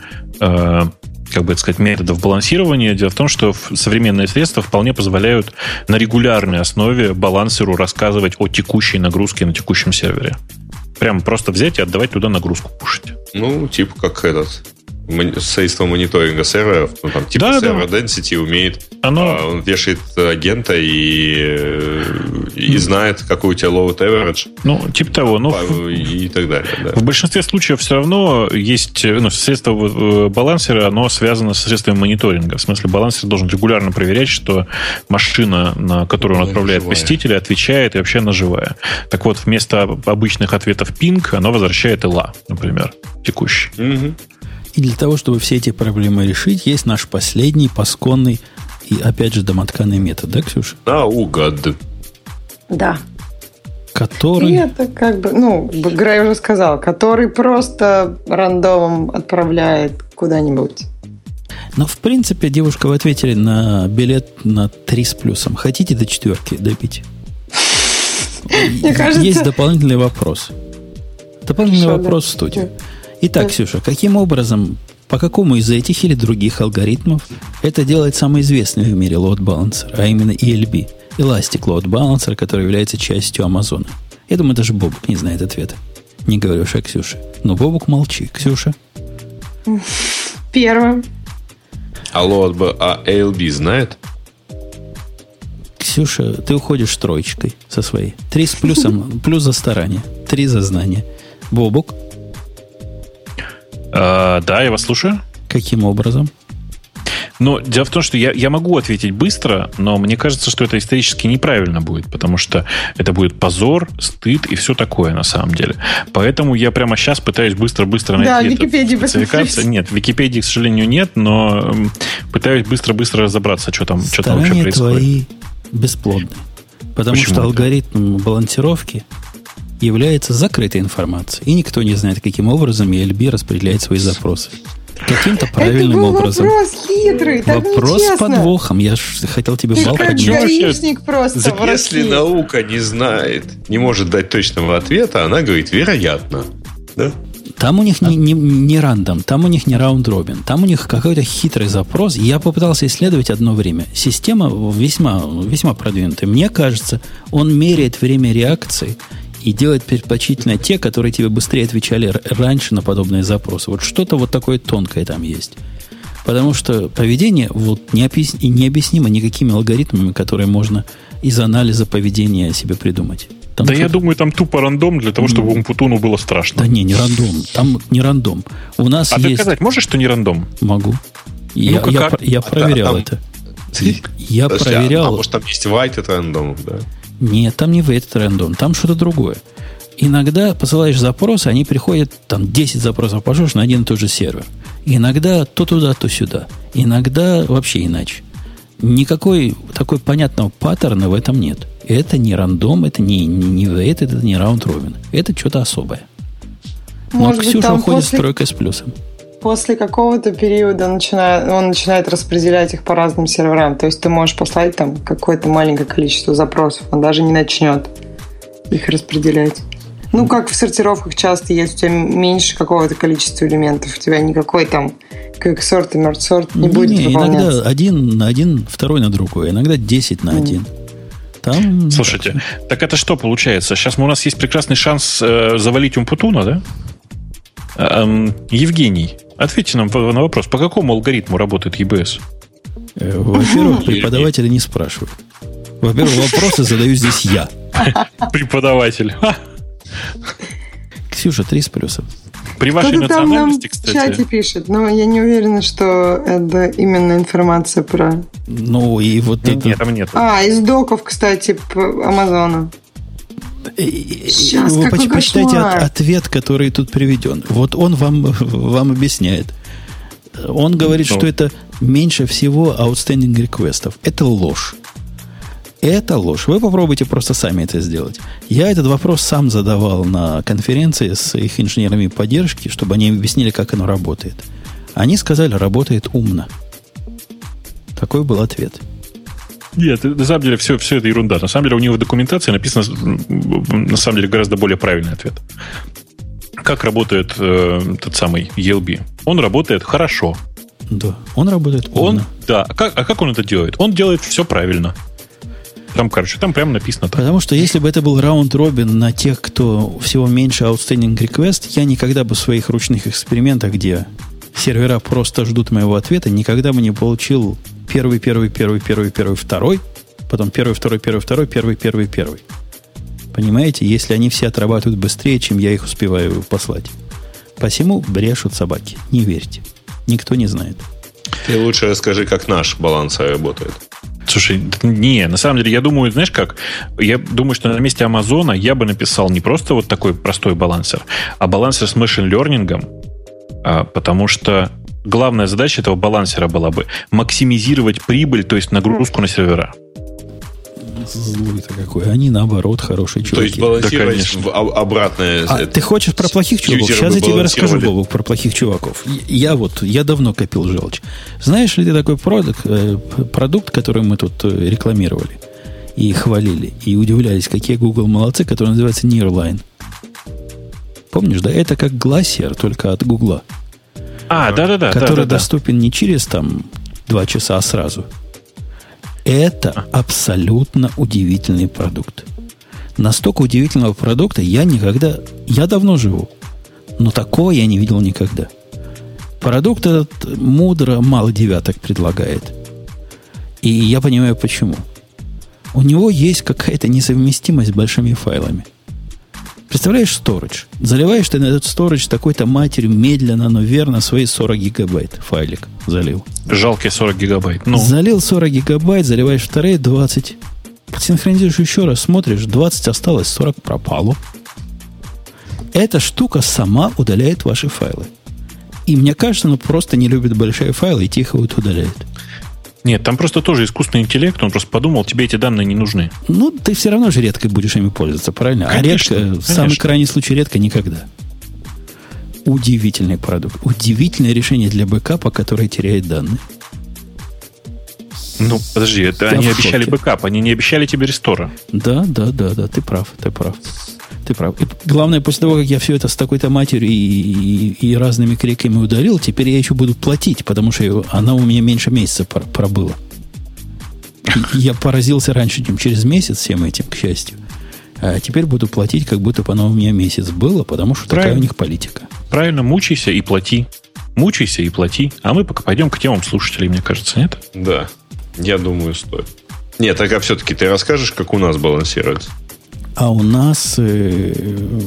как бы это сказать, методов балансирования. Дело в том, что современные средства вполне позволяют на регулярной основе балансеру рассказывать о текущей нагрузке на текущем сервере. Прямо просто взять и отдавать туда нагрузку кушать. Ну, типа как этот... средство мониторинга серверов, ну, там, типа да, сервер да. Density умеет, Оно... он вешает агента и, и знает, какой у тебя load average. Ну, типа того. Ну, и, и так далее. Да. В большинстве случаев все равно есть ну, средство балансера, оно связано со средствами мониторинга. В смысле, балансер должен регулярно проверять, что машина, на которую он отправляет живая. Посетителя, отвечает и вообще она живая. Так вот, вместо обычных ответов ping, оно возвращает эл эй, например, текущий. Угу. И для того, чтобы все эти проблемы решить, есть наш последний, пасконный и, опять же, домотканный метод, да, Ксюша? Наугад. Да. Который... И это как бы, ну, Грей уже сказал, который просто рандомом отправляет куда-нибудь. Но, в принципе, девушка, вы ответили на билет на три с плюсом. Хотите до четверки добить? Мне кажется... Есть дополнительный вопрос. Дополнительный Хорошо, вопрос да. в студию. Итак, да. Ксюша, каким образом, по какому из этих или других алгоритмов это делает самый известный в мире load balancer, а именно и эл би, Elastic Load Balancer, который является частью Амазона? Я думаю, даже Бобук не знает ответа. Не говорю уж о Ксюше. Но Бобук молчи. Ксюша? Первым. А load, а и эл би знает? Ксюша, ты уходишь троечкой со своей. Три с плюсом, плюс за старание. Три за знание. Бобук? А, да, я вас слушаю. Каким образом? Но дело в том, что я, я могу ответить быстро, но мне кажется, что это исторически неправильно будет, потому что это будет позор, стыд и все такое на самом деле. Поэтому я прямо сейчас пытаюсь быстро-быстро найти... Да, в Википедии посмотреть. Нет, в Википедии, к сожалению, нет, но пытаюсь быстро-быстро разобраться, что там, что там вообще происходит. Твои бесплодны. Потому Почему? Что алгоритм балансировки является закрытой информацией. И никто не знает, каким образом и эл би распределяет свои запросы. Каким-то правильным это был образом. Вопрос хитрый, так вопрос нечестно. С подвохом. Я ж хотел тебе Ты бал как поднять. гаишник просто. Если наука не знает, не может дать точного ответа, она говорит, вероятно. Да? Там у них не, не, не рандом, там у них не раунд-робин. Там у них какой-то хитрый запрос. Я попытался исследовать одно время. Система весьма, весьма продвинутая. Мне кажется, он меряет время реакции и делать предпочтительно те, которые тебе быстрее отвечали раньше на подобные запросы. Вот что-то вот такое тонкое там есть. Потому что поведение вот необъяснимо никакими алгоритмами, которые можно из анализа поведения себе придумать. Там да я думаю, там тупо рандом для того, чтобы Умпутуну было страшно. Да не, не рандом. Там не рандом. У нас а есть... доказать можешь, что не рандом? Могу. Я, ну, я, я проверял а там... это. Я Подожди, проверял... А, а может там есть weighted random, да? Нет, там не weighted random, там что-то другое. Иногда посылаешь запросы, они приходят, там десять запросов пошлешь на один и тот же сервер. Иногда то туда, то сюда. Иногда вообще иначе. Никакой такой понятного паттерна в этом нет. Это не рандом, это не, не, не weighted, это не раунд-робин. Это что-то особое. Может Но быть, Ксюша уходит после... с тройкой с плюсом. После какого-то периода начинает, он начинает распределять их по разным серверам. То есть ты можешь послать там какое-то маленькое количество запросов. Он даже не начнет их распределять. Ну, как в сортировках часто есть, у тебя меньше какого-то количества элементов. У тебя никакой там quicksort и mergesort не, не будет не, выполняться. Иногда один на один, второй на другой. Иногда десять на один. Mm. Там... Слушайте, так это что получается? Сейчас у нас есть прекрасный шанс э, завалить Умпутуна, да? Э, э, Евгений, ответьте нам на вопрос, по какому алгоритму работает и би эс? Во-первых, преподаватели не спрашивают. Во-первых, вопросы задаю здесь я. Преподаватель. Ксюша, три с плюсом. При вашей Кто-то национальности, там кстати. В чате пишет, но я не уверена, что это именно информация про... Ну, и вот нет, это... Нет, там нет. А, из доков, кстати, по Амазону. Сейчас, Вы почитайте от, ответ, который тут приведен. Вот он вам, вам объясняет. Он говорит, ну. что это меньше всего outstanding реквестов. Это ложь. Это ложь. Вы попробуйте просто сами это сделать. Я этот вопрос сам задавал на конференции с их инженерами поддержки, чтобы они объяснили, как оно работает. Они сказали, работает умно. Такой был ответ. Нет, на самом деле все, все это ерунда. На самом деле у него в документации написано на самом деле гораздо более правильный ответ. Как работает э, тот самый и эл би? Он работает хорошо. Да, он работает умно. Он, да. А как, а как он это делает? Он делает все правильно. Там, короче, там прямо написано так. Потому что если бы это был раунд-робин на тех, кто всего меньше outstanding request, я никогда бы в своих ручных экспериментах, где сервера просто ждут моего ответа, никогда бы не получил первый, первый, первый, первый, первый, второй, потом первый, второй, первый, второй, первый, первый, первый. Понимаете? Если они все отрабатывают быстрее, чем я их успеваю послать. Посему брешут собаки. Не верьте. Никто не знает. Ты лучше расскажи, как наш балансер работает. Слушай, не, на самом деле, я думаю, знаешь как? Я думаю, что на месте Амазона я бы написал не просто вот такой простой балансер, а балансер с machine learning, потому что главная задача этого балансера была бы максимизировать прибыль, то есть нагрузку на сервера. Злой-то какой. Они, наоборот, хорошие чуваки. То есть балансировать да, в обратное... А ты хочешь про плохих чуваков? Сейчас я тебе расскажу, Бобок, про плохих чуваков. Я вот, я давно копил желчь. Знаешь ли ты такой продукт, продукт, который мы тут рекламировали и хвалили, и удивлялись, какие Google молодцы, который называется Nearline? Помнишь, да? Это как Glacier, только от Гугла. А, да-да-да. Который да, да, доступен да. не через там два часа, а сразу. Это абсолютно удивительный продукт. Настолько удивительного продукта я никогда... Я давно живу, но такого я не видел никогда. Продукт этот мудро мало девяток предлагает. И я понимаю, почему. У него есть какая-то несовместимость с большими файлами. Представляешь storage? Заливаешь ты на этот storage такой-то матерью медленно, но верно свои сорок гигабайт файлик залил. Жалкие сорок гигабайт. Ну. Залил сорок гигабайт, заливаешь вторые двадцать. Подсинхронизируешь еще раз, смотришь, двадцать осталось, сорок пропало. Эта штука сама удаляет ваши файлы. И мне кажется, она просто не любит большие файлы и тихо их удаляет. Нет, там просто тоже искусственный интеллект, он просто подумал, тебе эти данные не нужны. Ну, ты все равно же редко будешь ими пользоваться, правильно? Конечно, а редко, конечно. в самый крайний случай, редко никогда. Удивительный продукт. Удивительное решение для бэкапа, которое теряет данные. Ну, подожди, это Я они обещали бэкап, они не обещали тебе рестора. Да, да, да, да, ты прав, ты прав. Ты прав. И главное, после того, как я все это с такой-то матерью и, и, и разными криками удалил, теперь я еще буду платить, потому что она у меня меньше месяца пробыла. И я поразился раньше, чем через месяц всем этим, к счастью. А теперь буду платить, как будто бы она у меня месяц была, потому что Правильно. Такая у них политика. Правильно, мучайся и плати. Мучайся и плати. А мы пока пойдем к темам слушателей, мне кажется, нет? Да, я думаю, стоит. Нет, так а все-таки ты расскажешь, как у нас балансируется? А у нас, э,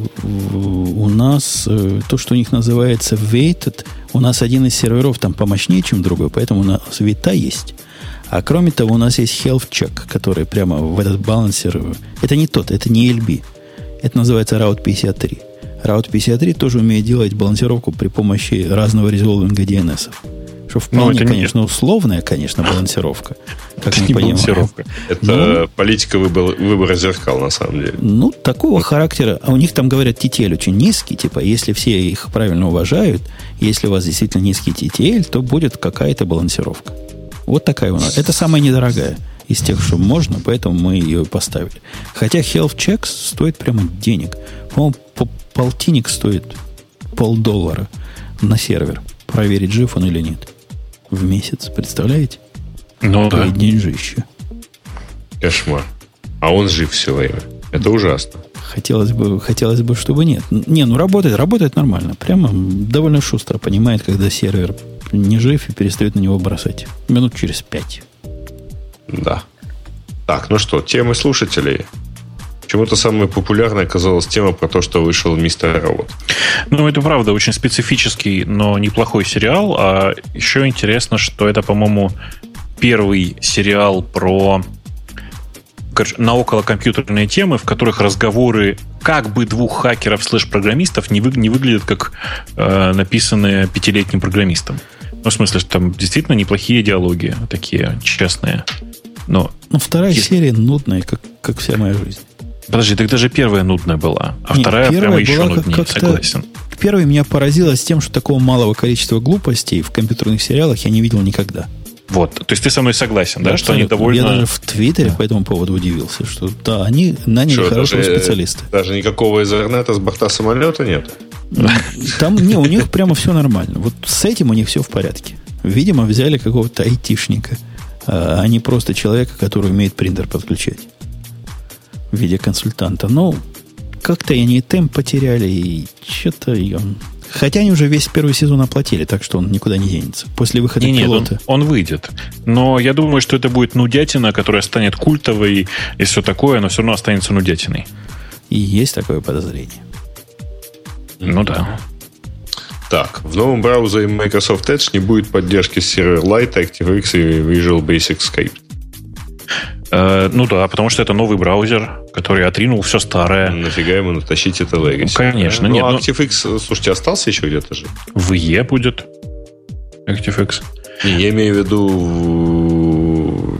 у нас э, то, что у них называется weighted, у нас один из серверов там помощнее, чем другой, поэтому у нас вита есть. А кроме того, у нас есть health check, который прямо в этот балансер... Это не тот, это не эл би. Это называется Route пятьдесят три. Route пятьдесят три тоже умеет делать балансировку при помощи разного резолвинга ди эн эс-ов. Что вполне, ну, конечно, не... условная, конечно, балансировка. Как это мы не понимаем. балансировка. Это ну, политика выбора, выбора зеркал, на самом деле. Ну, такого характера. А у них там, говорят, ти ти эл очень низкий. Типа, если все их правильно уважают, если у вас действительно низкий ти ти эл, то будет какая-то балансировка. Вот такая у нас. Это самая недорогая из тех, что можно, поэтому мы ее поставили. Хотя Health Check стоит прямо денег. По-моему, полтинник стоит полдоллара на сервер. Проверить, жив он или нет. В месяц, представляете? Ну да. Деньжище. Кошмар. А он жив все время. Это ужасно. Хотелось бы, хотелось бы, чтобы нет. Не, ну работает, работает нормально. Прямо довольно шустро понимает, когда сервер не жив и перестает на него бросать. Минут через пять. Да. Так, ну что, темы слушателей. Почему-то самой популярной оказалась тема про то, что вышел «Мистер Робот». Ну, это правда очень специфический, но неплохой сериал. А еще интересно, что это, по-моему, первый сериал про короче, на околокомпьютерные темы, в которых разговоры как бы двух хакеров слэш-программистов не, вы, не выглядят как э, написанные пятилетним программистом. Ну, в смысле, что там действительно неплохие диалоги, такие честные. Но ну, вторая есть... серия нудная, как, как вся моя жизнь. Подожди, так даже первая нудная была, а Нет, вторая прямо еще как, нуднее, как-то... согласен. Первая меня поразила с тем, что такого малого количества глупостей в компьютерных сериалах я не видел никогда. Вот, то есть ты со мной согласен, да, да что они довольно... Я даже в Твиттере да. по этому поводу удивился, что да, они наняли что, хорошего даже, специалиста. Даже никакого Ethernet с борта самолета нет? Там, не, у них прямо все нормально. Вот с этим у них все в порядке. Видимо, взяли какого-то айтишника, а не просто человека, который умеет принтер подключать в виде консультанта. Но как-то они и темп потеряли, и что-то... Хотя они уже весь первый сезон оплатили, так что он никуда не денется. После выхода не, пилота... Нет, он, он выйдет. Но я думаю, что это будет нудятина, которая станет культовой и все такое, но все равно останется нудятиной. И есть такое подозрение. Ну да. Так, в новом браузере Microsoft Edge не будет поддержки Silverlight, ActiveX и Visual Basic Script. Э, ну да, потому что это новый браузер, который отринул все старое. Нафига ему натащить это Legacy? Ну, конечно. Ну, нет, ActiveX, ну... слушайте, остался еще где-то же? В и и будет ActiveX. Не, я имею в виду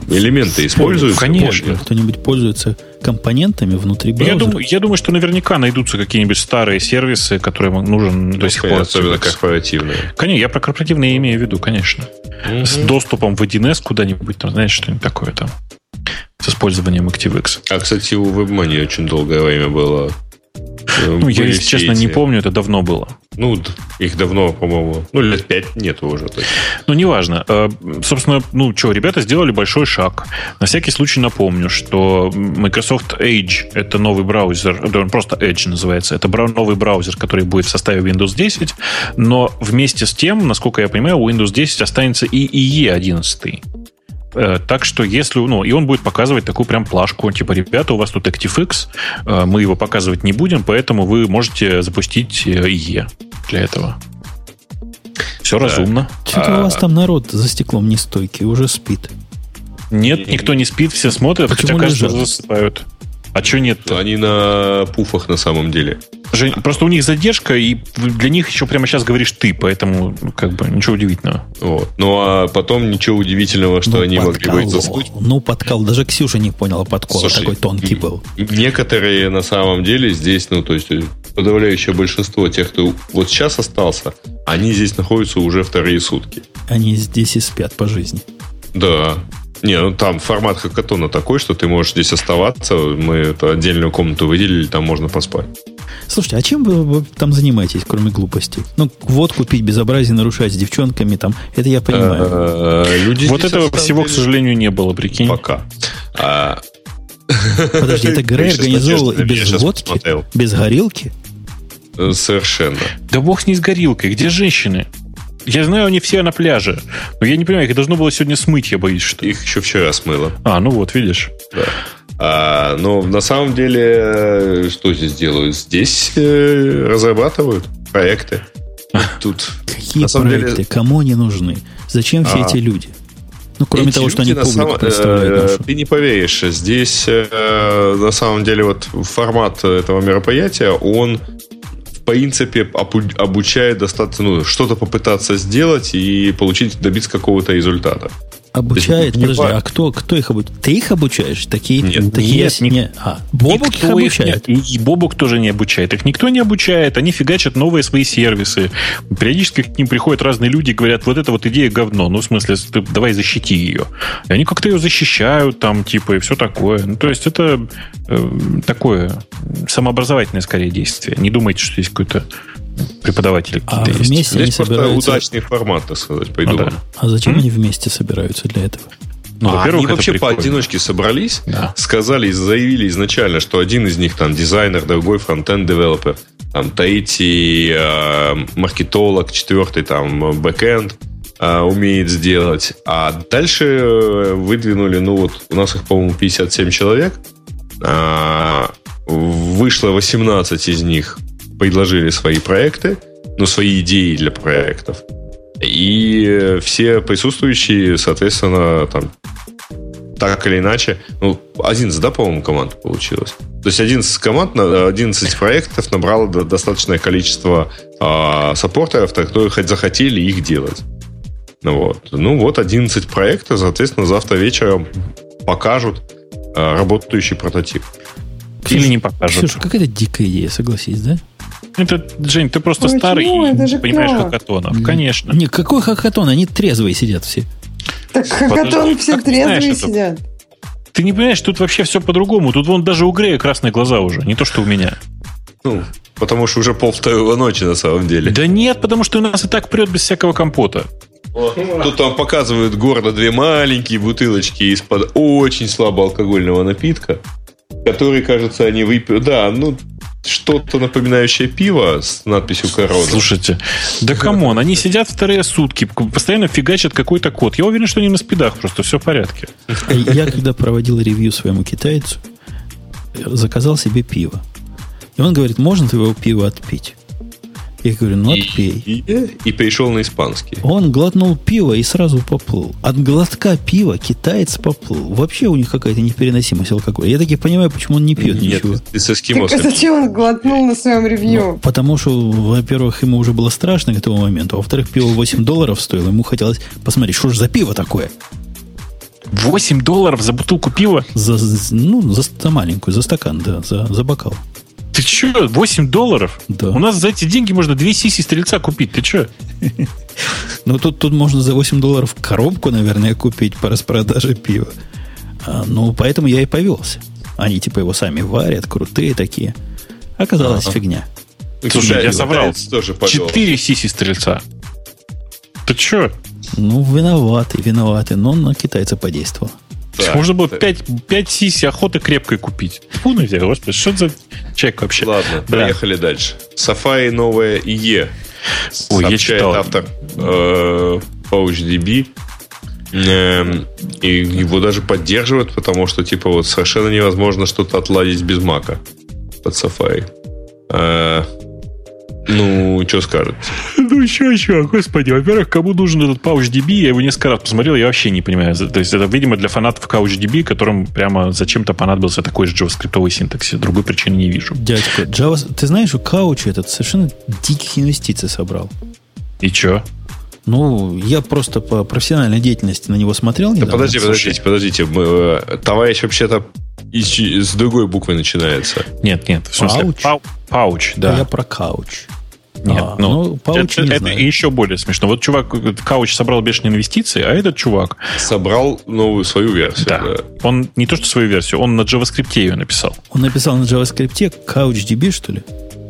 элементы используются? Конечно. Кто-нибудь пользуется компонентами внутри браузера? Я думаю, я думаю, что наверняка найдутся какие-нибудь старые сервисы, которые нужен ну, до сих пор. Особенно корпоративные. Конечно, я про корпоративные имею в виду, конечно. Mm-hmm. С доступом в один эс куда-нибудь, там, знаешь, что-нибудь такое там. С использованием ActiveX. А, кстати, у WebMoney очень долгое время было. Ну, я, если честно, эти... не помню, это давно было. Ну, их давно, по-моему, ну, лет пять нету уже. Точно. Ну, неважно. Собственно, ну, что, ребята сделали большой шаг. На всякий случай напомню, что Microsoft Edge — это новый браузер, он просто Edge называется, это новый браузер, который будет в составе Windows десять, но вместе с тем, насколько я понимаю, у Windows десять останется и и и одиннадцать. Так что если, ну, и он будет показывать такую прям плашку, типа, ребята, у вас тут ActiveX, мы его показывать не будем, поэтому вы можете запустить и и для этого. Все да. разумно. Что-то а... у вас там народ за стеклом не стойкий, уже спит. Нет, никто не спит, все смотрят, почему хотя кажется, засыпают. А что нет-то? Они на пуфах на самом деле. Жень, просто у них задержка, и для них еще прямо сейчас говоришь ты, поэтому как бы ничего удивительного. Вот. Ну, а потом ничего удивительного, что ну, они подкал, могли быть заснуть. Ну, подкал. Даже Ксюша не поняла подкола. Слушай, такой тонкий был. Некоторые на самом деле здесь, ну, то есть подавляющее большинство тех, кто вот сейчас остался, они здесь находятся уже вторые сутки. Они здесь и спят по жизни. Да. Не, ну там формат хакатона такой, что ты можешь здесь оставаться. Мы эту отдельную комнату выделили, там можно поспать. Слушайте, а чем вы там занимаетесь, кроме глупости? Ну, водку пить, безобразие нарушать с девчонками, там, это я понимаю. Вот этого всего, к сожалению, не было, прикинь. Пока. Подожди, это Грей организовал и без водки, без горилки? Совершенно. Да бог с ней с горилкой, где женщины? Я знаю, они все на пляже. Но я не понимаю, их должно было сегодня смыть, я боюсь, что... Их еще вчера смыло. А, ну вот, видишь. Да. А, но на самом деле, что здесь делают? Здесь э, разрабатывают проекты. Тут, Какие на самом проекты? Деле... Кому они нужны? Зачем все а, эти люди? Ну, кроме того, что они публику сам... представляют нашу. Ты не поверишь, здесь э, на самом деле вот формат этого мероприятия, он... в принципе, обучает достаточно, ну, что-то попытаться сделать и получить, добиться какого-то результата. Обучает? Есть, подожди, а кто, кто их обучает? Ты их обучаешь? Такие, нет, такие нет, не... не... А, Бобук их обучает? Их, и Бобук тоже не обучает. Их никто не обучает. Они фигачат новые свои сервисы. Периодически к ним приходят разные люди и говорят, вот эта вот идея говно. Ну, в смысле, ты давай защити ее. И они как-то ее защищают, там, типа, и все такое. Ну, то есть, это э, такое самообразовательное, скорее, действие. Не думайте, что есть какой-то преподаватели какие-то а есть. Вместе Здесь они собираются... удачный формат, так сказать, придуман. А, да. а зачем mm-hmm. они вместе собираются для этого? Ну, а они вообще прикольно. Поодиночке собрались, да. сказали, заявили изначально, что один из них там дизайнер, другой фронтенд-девелопер, там третий э, маркетолог, четвертый там бэкэнд э, умеет сделать. А дальше выдвинули, ну вот у нас их, по-моему, пятьдесят семь человек. Э, вышло восемнадцать из них, предложили свои проекты, ну, свои идеи для проектов. И все присутствующие, соответственно, там, так или иначе, ну, одиннадцать, да, по-моему, команд получилось. То есть одиннадцать команд, одиннадцать проектов набрало достаточное количество э, саппортеров, которые хоть захотели их делать. Ну вот. ну вот, одиннадцать проектов, соответственно, завтра вечером покажут э, работающий прототип. Или Ксюша, не покажут. Ксюша, какая-то дикая идея, согласись, да? Это, Жень, ты просто Ой, старый ну, и не понимаешь класс. хакатонов. Конечно. Не, какой хакатон? Они трезвые сидят все. Так хакатон все трезвые знаешь, сидят. Ты не понимаешь, тут вообще все по-другому. Тут вон даже у Грея красные глаза уже, не то, что у меня. Ну, потому что уже полвторого ночи на самом деле. Да нет, потому что у нас и так прет без всякого компота. Тут там показывают гордо две маленькие бутылочки из-под очень слабоалкогольного напитка, который, кажется, они выпили. Да, ну, что-то напоминающее пиво с надписью «Корона». Слушайте, да камон, они сидят вторые сутки, постоянно фигачат какой-то код. Я уверен, что они на спидах просто, все в порядке. Я, когда проводил ревью своему китайцу, заказал себе пиво. И он говорит, можно твоего пива отпить? Я говорю, ну отпей. И, и, и перешел на испанский. Он глотнул пиво и сразу поплыл. От глотка пива китаец поплыл. Вообще у них какая-то непереносимость алкоголя. Я таки понимаю, почему он не пьет Нет, ничего. Ты с эскимосом. Так а зачем он глотнул на своем ревью? Ну, потому что, во-первых, ему уже было страшно к этому моменту. А во-вторых, пиво восемь долларов стоило. Ему хотелось посмотреть, что же за пиво такое. восемь долларов за бутылку пива? За, ну, за, за маленькую, за стакан, да, за, за бокал. Ты что, восемь долларов? Да. У нас за эти деньги можно две сиси стрельца купить. Ты что? Ну, тут, тут можно за восемь долларов коробку, наверное, купить по распродаже пива. А, ну, поэтому я и повелся. Они типа его сами варят, крутые такие. Оказалась А-а. фигня. Слушай, я соврал. Четыре сиси стрельца. Ты что? Ну, виноваты, виноваты. Но на китайца подействовал. Да, можно было пять, пять сиси охоты крепкой купить. Фу, на тебя, господи, что за человек вообще? Ладно, да. Поехали дальше. Safari новая и и. Ой, я читал. Автор э, PouchDB. Э, и его даже поддерживают, потому что типа вот совершенно невозможно что-то отладить без Мака под Safari. Э, Ну, что скажете? Ну, еще, еще, господи. Во-первых, кому нужен этот PouchDB? Я его несколько раз посмотрел, я вообще не понимаю. То есть, это, видимо, для фанатов CouchDB, которым прямо зачем-то понадобился такой же JavaScript синтаксис. Другой причины не вижу. Дядька, Java... ты знаешь, у Couch этот совершенно диких инвестиций собрал. И что? Ну, я просто по профессиональной деятельности на него смотрел. Да подождите, подождите, подождите. Мы, товарищ вообще-то с другой буквы начинается. Нет, нет. В смысле? Пауч? Пауч, да. А я про Couch. Нет, а, ну, ну Couch это, это еще более смешно. Вот чувак, Couch собрал бешеные инвестиции, а этот чувак... Собрал новую свою версию. Да. да. Он не то, что свою версию, он на JavaScript ее написал. Он написал на JavaScript CouchDB, что ли?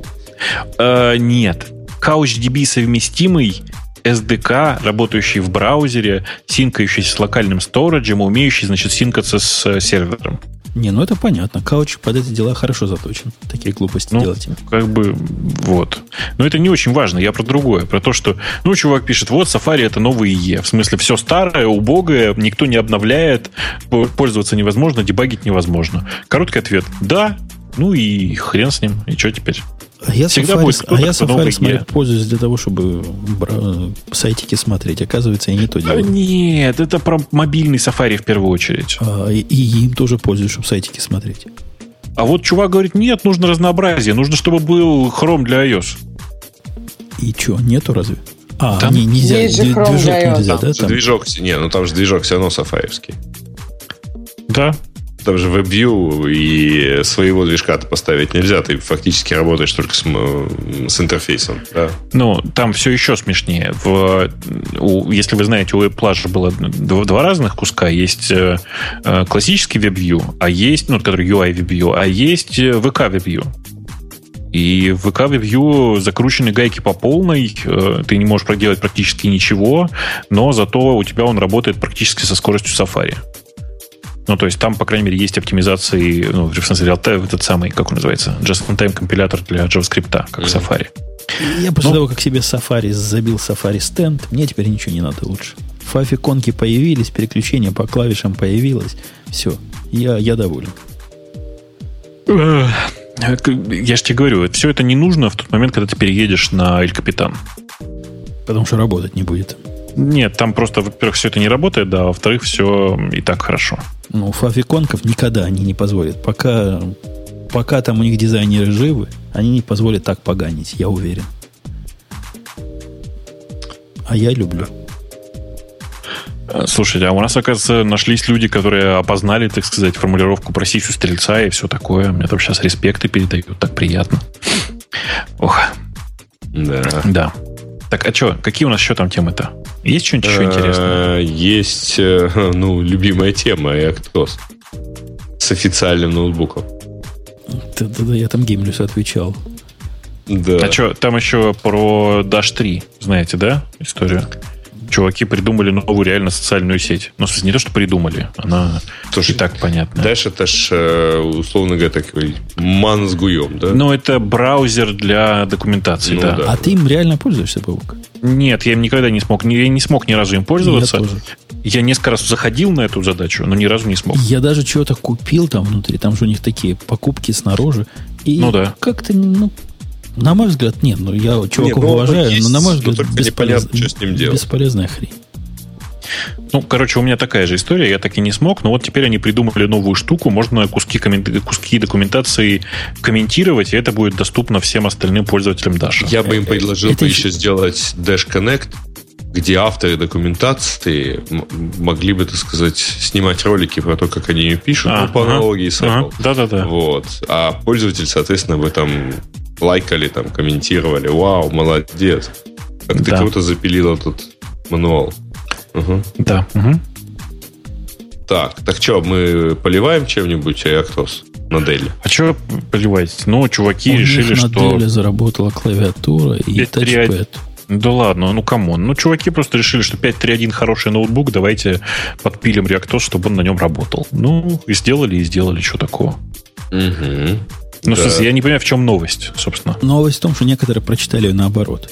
Э, нет. CouchDB совместимый эс ди кей, работающий в браузере, синкающийся с локальным сториджем, умеющий, значит, синкаться с сервером. Не, ну это понятно. Couch под эти дела хорошо заточен. Такие глупости ну, делать. Как бы, вот. Но это не очень важно. Я про другое. Про то, что, ну, чувак пишет, вот, Safari это новый и и. В смысле, все старое, убогое, никто не обновляет, пользоваться невозможно, дебагить невозможно. Короткий ответ. Да, ну и хрен с ним. И что теперь? А я Всегда Safari, будет а я Safari смотрю, пользуюсь для того, чтобы сайтики смотреть. Оказывается, я не то делаю. Нет, это про мобильный Safari в первую очередь. А, и, и им тоже пользуюсь, чтобы сайтики смотреть. А вот чувак говорит, нет, нужно разнообразие. Нужно, чтобы был Chrome для iOS. И что, нету разве? А, там не, нельзя. Есть же Chrome движок для iOS. нельзя, там да? Там? Движок, не, ну там же движок все равно сафаевский. Да. Там же WebView и своего движка-то поставить нельзя. Ты фактически работаешь только с, с интерфейсом. Да? Ну, там все еще смешнее. В, у, если вы знаете, у WebPlus было два, два разных куска. Есть э, классический WebView, а есть, ну, который ю ай WebView, а есть ви кей WebView. И в ви кей WebView закручены гайки по полной. Э, ты не можешь проделать практически ничего, но зато у тебя он работает практически со скоростью Safari. Ну, то есть там, по крайней мере, есть оптимизации, ну, в смысле, этот самый, как он называется, just-in-time компилятор для JavaScript, как mm-hmm. Safari. Я после ну, того, как себе Safari забил Safari стенд, мне теперь ничего не надо лучше. Фафи-конки появились, переключение по клавишам появилось. Все, я, я доволен. Я же тебе говорю, все это не нужно в тот момент, когда ты переедешь на Эль Капитан. Потому что работать не будет. Нет, там просто, во-первых, все это не работает, да, а во-вторых, все и так хорошо. Ну, фафиконков никогда они не позволят. Пока, пока там у них дизайнеры живы, они не позволят так поганить, я уверен. А я люблю. Слушайте, а у нас, оказывается, нашлись люди, которые опознали, так сказать, формулировку про сисю стрельца и все такое. Мне там сейчас респекты передают, так приятно. Ох. Да. Да. Так, а что, какие у нас еще там темы-то? Есть что-нибудь еще интересное? Есть, ну, любимая тема Actos с официальным ноутбуком. Да-да-да, я там Гимлюсу отвечал. Да. А что, там еще про Dash три, знаете, да, историю? Чуваки придумали новую реально социальную сеть. Ну, в смысле, не то, что придумали, она Слушай, и так понятна. Dash это ж, условно говоря, такой ман с гуем, да? Ну, это браузер для документации, ну, да. да. А ты им реально пользуешься, Павук? Нет, я им никогда не смог. Я не смог ни разу им пользоваться. Я тоже. Я несколько раз заходил на эту задачу, но ни разу не смог. Я даже чего-то купил там внутри. Там же у них такие покупки снаружи. И ну да. Как-то, ну, на мой взгляд, нет. Ну, я чуваков нет, уважаю, есть, но на мой взгляд, бесполез... бесполезная хрень. Ну, короче, у меня такая же история, я так и не смог, но вот теперь они придумали новую штуку, можно куски, коммен... куски документации комментировать, и это будет доступно всем остальным пользователям Dash. Я бы им предложил это... бы еще сделать Dash Connect, где авторы документации могли бы, так сказать, снимать ролики про то, как они ее пишут, а, ну, по аналогии с Apple. Да-да-да. Вот. А пользователь, соответственно, бы там лайкали, там, комментировали. Вау, молодец. Как ты да. круто запилил этот мануал. Угу. Да. Угу. Так, так что, мы поливаем чем-нибудь Reactos на Dell? А что поливать? Ну, чуваки У решили, них что... на Dell заработала клавиатура и тачпэд. Да ладно, ну камон. Ну, чуваки просто решили, что пять точка три точка один хороший ноутбук, давайте подпилим Reactos, чтобы он на нем работал. Ну, и сделали, и сделали, что такого. Угу. Ну, да. в смысле, я не понимаю, в чем новость, собственно. Новость в том, что некоторые прочитали ее наоборот.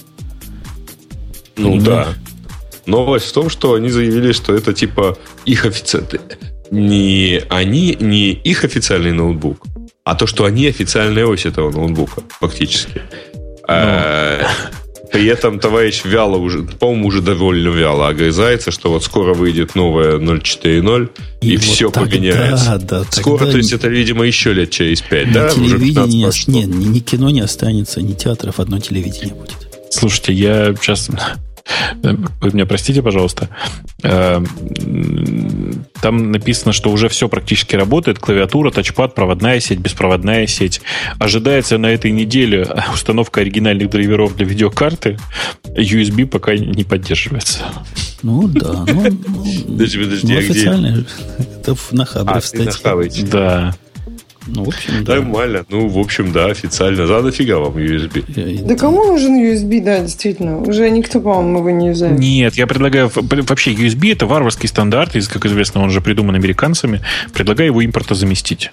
Ну, Понимаешь? Да. Новость в том, что они заявили, что это типа их официальный... Не они, не их официальный ноутбук, а то, что они официальная ось этого ноутбука, фактически. А, при этом товарищ вяло уже, по-моему, уже довольно вяло огрызается, что вот скоро выйдет новая ноль четыре ноль, и, и вот все тогда, поменяется. Да, скоро, то есть это, видимо, еще лет через пять, да? Телевидение, не, ни, ни кино не останется, ни театров, одно телевидение будет. Слушайте, я сейчас... Вы меня простите, пожалуйста. Там написано, что уже все практически работает. Клавиатура, тачпад, проводная сеть, беспроводная сеть. Ожидается на этой неделе установка оригинальных драйверов для видеокарты. ю эс би пока не поддерживается. Ну да. Ну, подожди, подожди, ну, официально. Это на Хабре а, встать. Да. Ну, в общем, да. Нормально. Ну, в общем, да, официально. За нафига вам ю эс би? Да кому нужен ю эс би, да, действительно. Уже никто, по-моему, его не юзает. Нет, я предлагаю... Вообще, ю эс би это варварский стандарт, и, как известно, он же придуман американцами. Предлагаю его импортозаместить.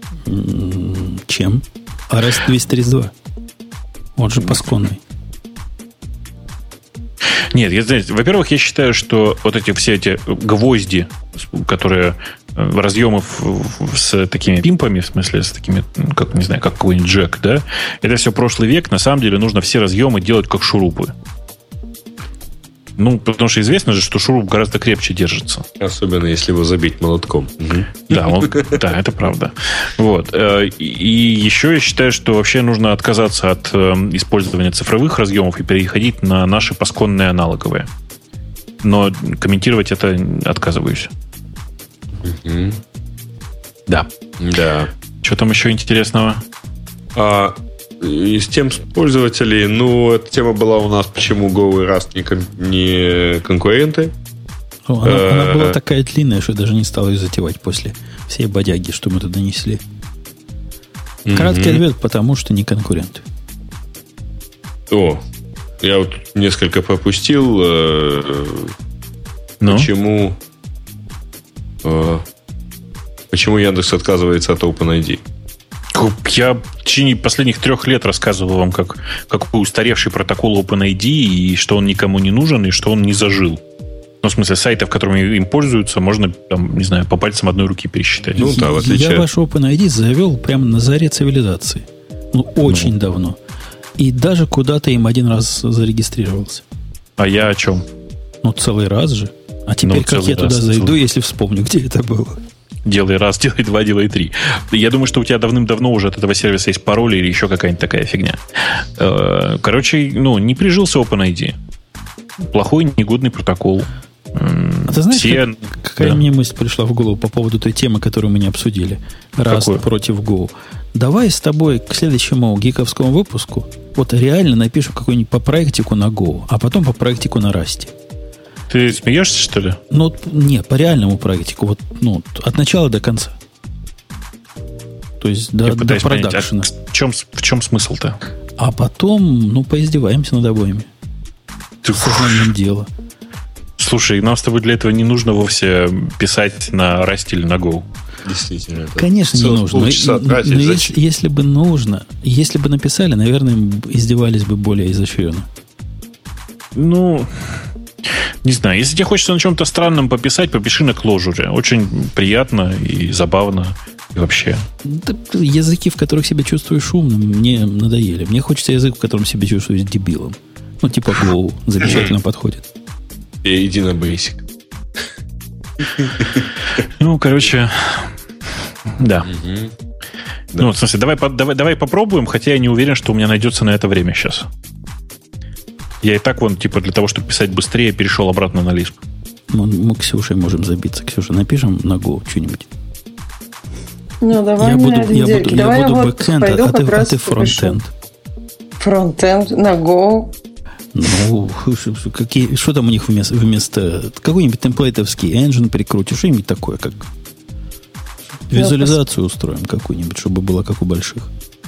Чем? ар эс двести тридцать два. Он же пасконный. Нет, я, знаете, во-первых, я считаю, что вот эти все эти гвозди, которые разъемы с такими пимпами, в смысле, с такими, как, не знаю, как какой-нибудь джек, да, это все прошлый век. На самом деле нужно все разъемы делать как шурупы. Ну, потому что известно же, что шуруп гораздо крепче держится. Особенно, если его забить молотком. Да, он, да, это правда. Вот. И еще я считаю, что вообще нужно отказаться от использования цифровых разъемов и переходить на наши пасконные аналоговые. Но комментировать это отказываюсь. Угу. Да. Да. Что там еще интересного? А, из тем пользователей, ну, эта тема была у нас, почему Go и Rust не, кон- не конкуренты. О, она, она была такая длинная, что я даже не стал ее затевать после всей бодяги, что мы туда несли. Краткий mm-hmm. ответ, потому что не конкуренты. О, я вот несколько пропустил. Э, ну? Почему... Почему Яндекс отказывается от OpenID? Я в течение последних трех лет рассказывал вам, как, какой устаревший протокол OpenID, и что он никому не нужен, и что он не зажил. Ну, в смысле, сайтов, которыми им пользуются, можно, там, не знаю, по пальцам одной руки пересчитать. Ну, да, в отличие... Я ваш OpenID завел прямо на заре цивилизации. Ну, очень ну. давно. И даже куда-то им один раз зарегистрировался. А я о чем? Ну, целый раз же. А теперь ну, как я раз, туда зайду, целый... если вспомню, где это было? Делай раз, делай два, делай три. Я думаю, что у тебя давным-давно уже от этого сервиса есть пароль или еще какая-нибудь такая фигня. Короче, ну, не прижился OpenID. Плохой, негодный протокол. А ты знаешь, Все... как, какая да. мне мысль пришла в голову по поводу той темы, которую мы не обсудили? Rust против Go. Давай с тобой к следующему гиковскому выпуску вот реально напишем какую-нибудь по проектику на Go, а потом по проектику на Rust. Ты смеешься, что ли? Ну, нет, по реальному проектику. Вот, ну, от начала до конца. То есть до, до продакшена. Понять, а в, чем, в чем смысл-то? А потом, ну, поиздеваемся над обоими. Ты... Сознанием дела. Слушай, нам с тобой для этого не нужно вовсе писать на Rust или на Go. Действительно. Конечно, не нужно. Но, но если, если бы нужно, если бы написали, наверное, издевались бы более изощренно. Ну... Не знаю, если тебе хочется на чем-то странном пописать, попиши на Clojure. Очень приятно и забавно. И вообще. Да, языки, в которых себя чувствуешь умным, мне надоели. Мне хочется язык, в котором себя чувствуешь дебилом. Ну, типа Go замечательно подходит. И иди на Basic. Ну, короче, да. Ну, в смысле, давай, давай, давай попробуем, хотя я не уверен, что у меня найдется на это время сейчас. Я и так, вон, типа, для того, чтобы писать быстрее, перешел обратно на Lisp. Мы, мы Ксюшей можем забиться. Ксюша, напишем на Go что-нибудь. Ну, давай я на буду, этой я недельке. буду, Давай я буду вот бэкэнд, пойду, а ты, как а раз ты фронтенд. Фронтенд на Go. Ну, какие, что там у них вместо, вместо какой-нибудь темплейтовский engine прикрутишь, что-нибудь такое, как визуализацию устроим какую-нибудь, чтобы было как у больших.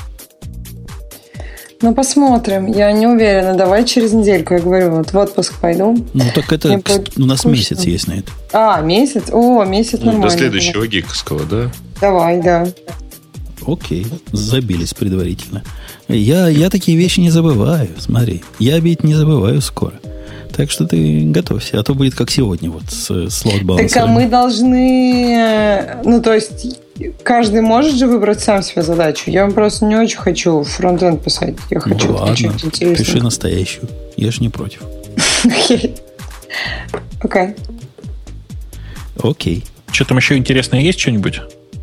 Ну, посмотрим. Я не уверена. Давай через недельку, я говорю, вот в отпуск пойду. Ну, так это Мне у нас скучно. Месяц есть на это. А, месяц? О, месяц Ну, нормально. до следующего гиковского, да? Давай, да. Окей, забились предварительно. Я, я такие вещи не забываю. Смотри, я ведь не забываю скоро. Так что ты готовься, а то будет как сегодня вот с слот-балансером. Так, а мы должны... Ну, то есть, каждый может же выбрать сам себе задачу. Я просто не очень хочу фронтенд писать. Я хочу ну, ладно, что-нибудь интересное. пиши настоящую. Я ж не против. Окей. Окей. Окей. Что там еще интересное есть что-нибудь?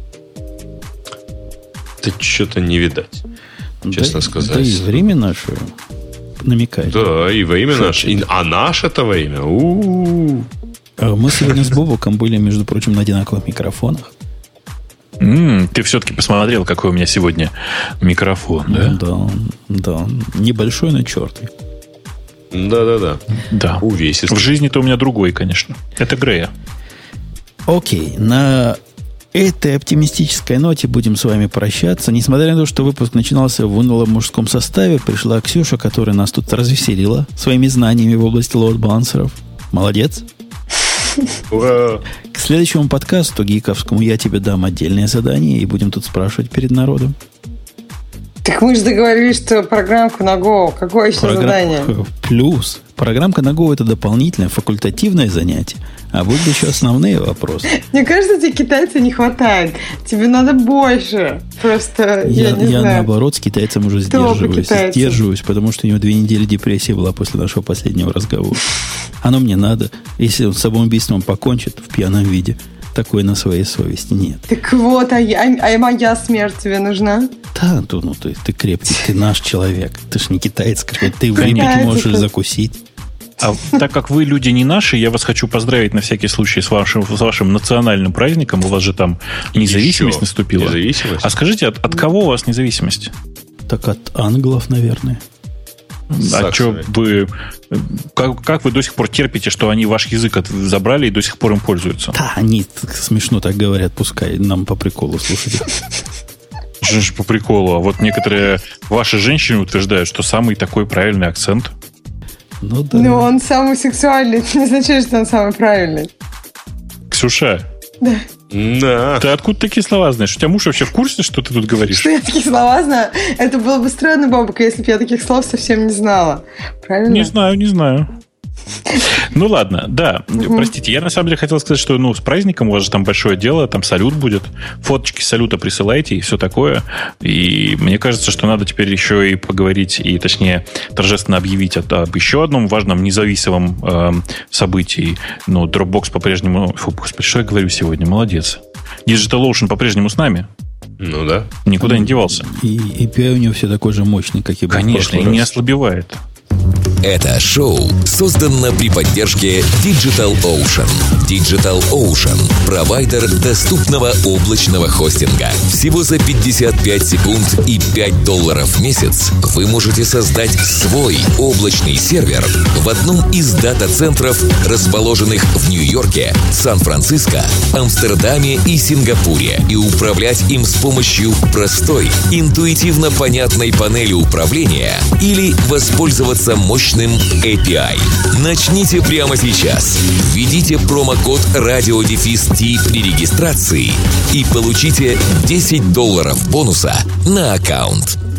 Да что-то не видать, честно да, сказать. Да и время наше намекает. Да, и время наше. И, а наше-то время. У-у-у. Мы сегодня с Бобоком были, между прочим, на одинаковых микрофонах. М-м, ты все-таки посмотрел, какой у меня сегодня микрофон, да? Да, да. Небольшой, но черный. Да-да-да. Да. Увесистый. В жизни-то у меня другой, конечно. Это Грея. Окей, на этой оптимистической ноте будем с вами прощаться. Несмотря на то, что выпуск начинался в унылом мужском составе, пришла Ксюша, которая нас тут развеселила своими знаниями в области лоуд-балансеров. Молодец. Ура! К следующему подкасту гиковскому я тебе дам отдельное задание и будем тут спрашивать перед народом. Так мы же договорились, что программку на Go. Какое еще Программ... задание? Плюс. Программка на Go – это дополнительное, факультативное занятие. А будут еще основные вопросы. Мне кажется, тебе китайца не хватает. Тебе надо больше. Просто, я, я не я знаю. наоборот, с китайцем уже Кто сдерживаюсь. Сдерживаюсь, потому что у него две недели депрессии была после нашего последнего разговора. Оно мне надо. Если он с самоубийством покончит в пьяном виде, такой на своей совести нет. Так вот, а, я, а моя смерть тебе нужна? Да, ну, ну ты, ты крепкий, ты наш человек. Ты ж не китаец какой-то, ты выпить Китаец можешь это... закусить. А так как вы люди не наши, я вас хочу поздравить на всякий случай с вашим, с вашим национальным праздником. У вас же там независимость Еще наступила. Независимость? А скажите, от, от кого у вас независимость? Так от англов, наверное. А что вы... Как, как вы до сих пор терпите, что они ваш язык от, забрали и до сих пор им пользуются? Да, они смешно так говорят, пускай нам по приколу слушать. Же по приколу. А вот некоторые ваши женщины утверждают, что самый такой правильный акцент. Ну да. Ну, он самый сексуальный. Не означает, что он самый правильный. Ксюша, Да. Да. ты откуда такие слова знаешь? У тебя муж вообще в курсе, что ты тут говоришь? Что я такие слова знаю? Это было бы странно, бабушка, если бы я таких слов совсем не знала. Правильно? Не знаю, не знаю. Ну ладно, да, угу. Простите, я на самом деле хотел сказать, что ну, с праздником у вас же там большое дело, там салют будет, фоточки салюта присылайте и все такое. И мне кажется, что надо теперь еще и поговорить, и точнее торжественно объявить об, об еще одном важном независимом э, событии. Ну, Dropbox по-прежнему... Фу, господи, что я говорю сегодня? Молодец. DigitalOcean по-прежнему с нами. Ну да. Никуда не девался. И эй пи ай у него все такой же мощный, как и был. Конечно, и не ослабевает. Это шоу создано при поддержке DigitalOcean. DigitalOcean – провайдер доступного облачного хостинга. Всего за пятьдесят пять секунд и пять долларов в месяц вы можете создать свой облачный сервер в одном из дата-центров, расположенных в Нью-Йорке, Сан-Франциско, Амстердаме и Сингапуре, и управлять им с помощью простой, интуитивно понятной панели управления или воспользоваться мощным эй пи ай. Начните прямо сейчас. Введите промокод радиодефис-ти при регистрации и получите десять долларов бонуса на аккаунт.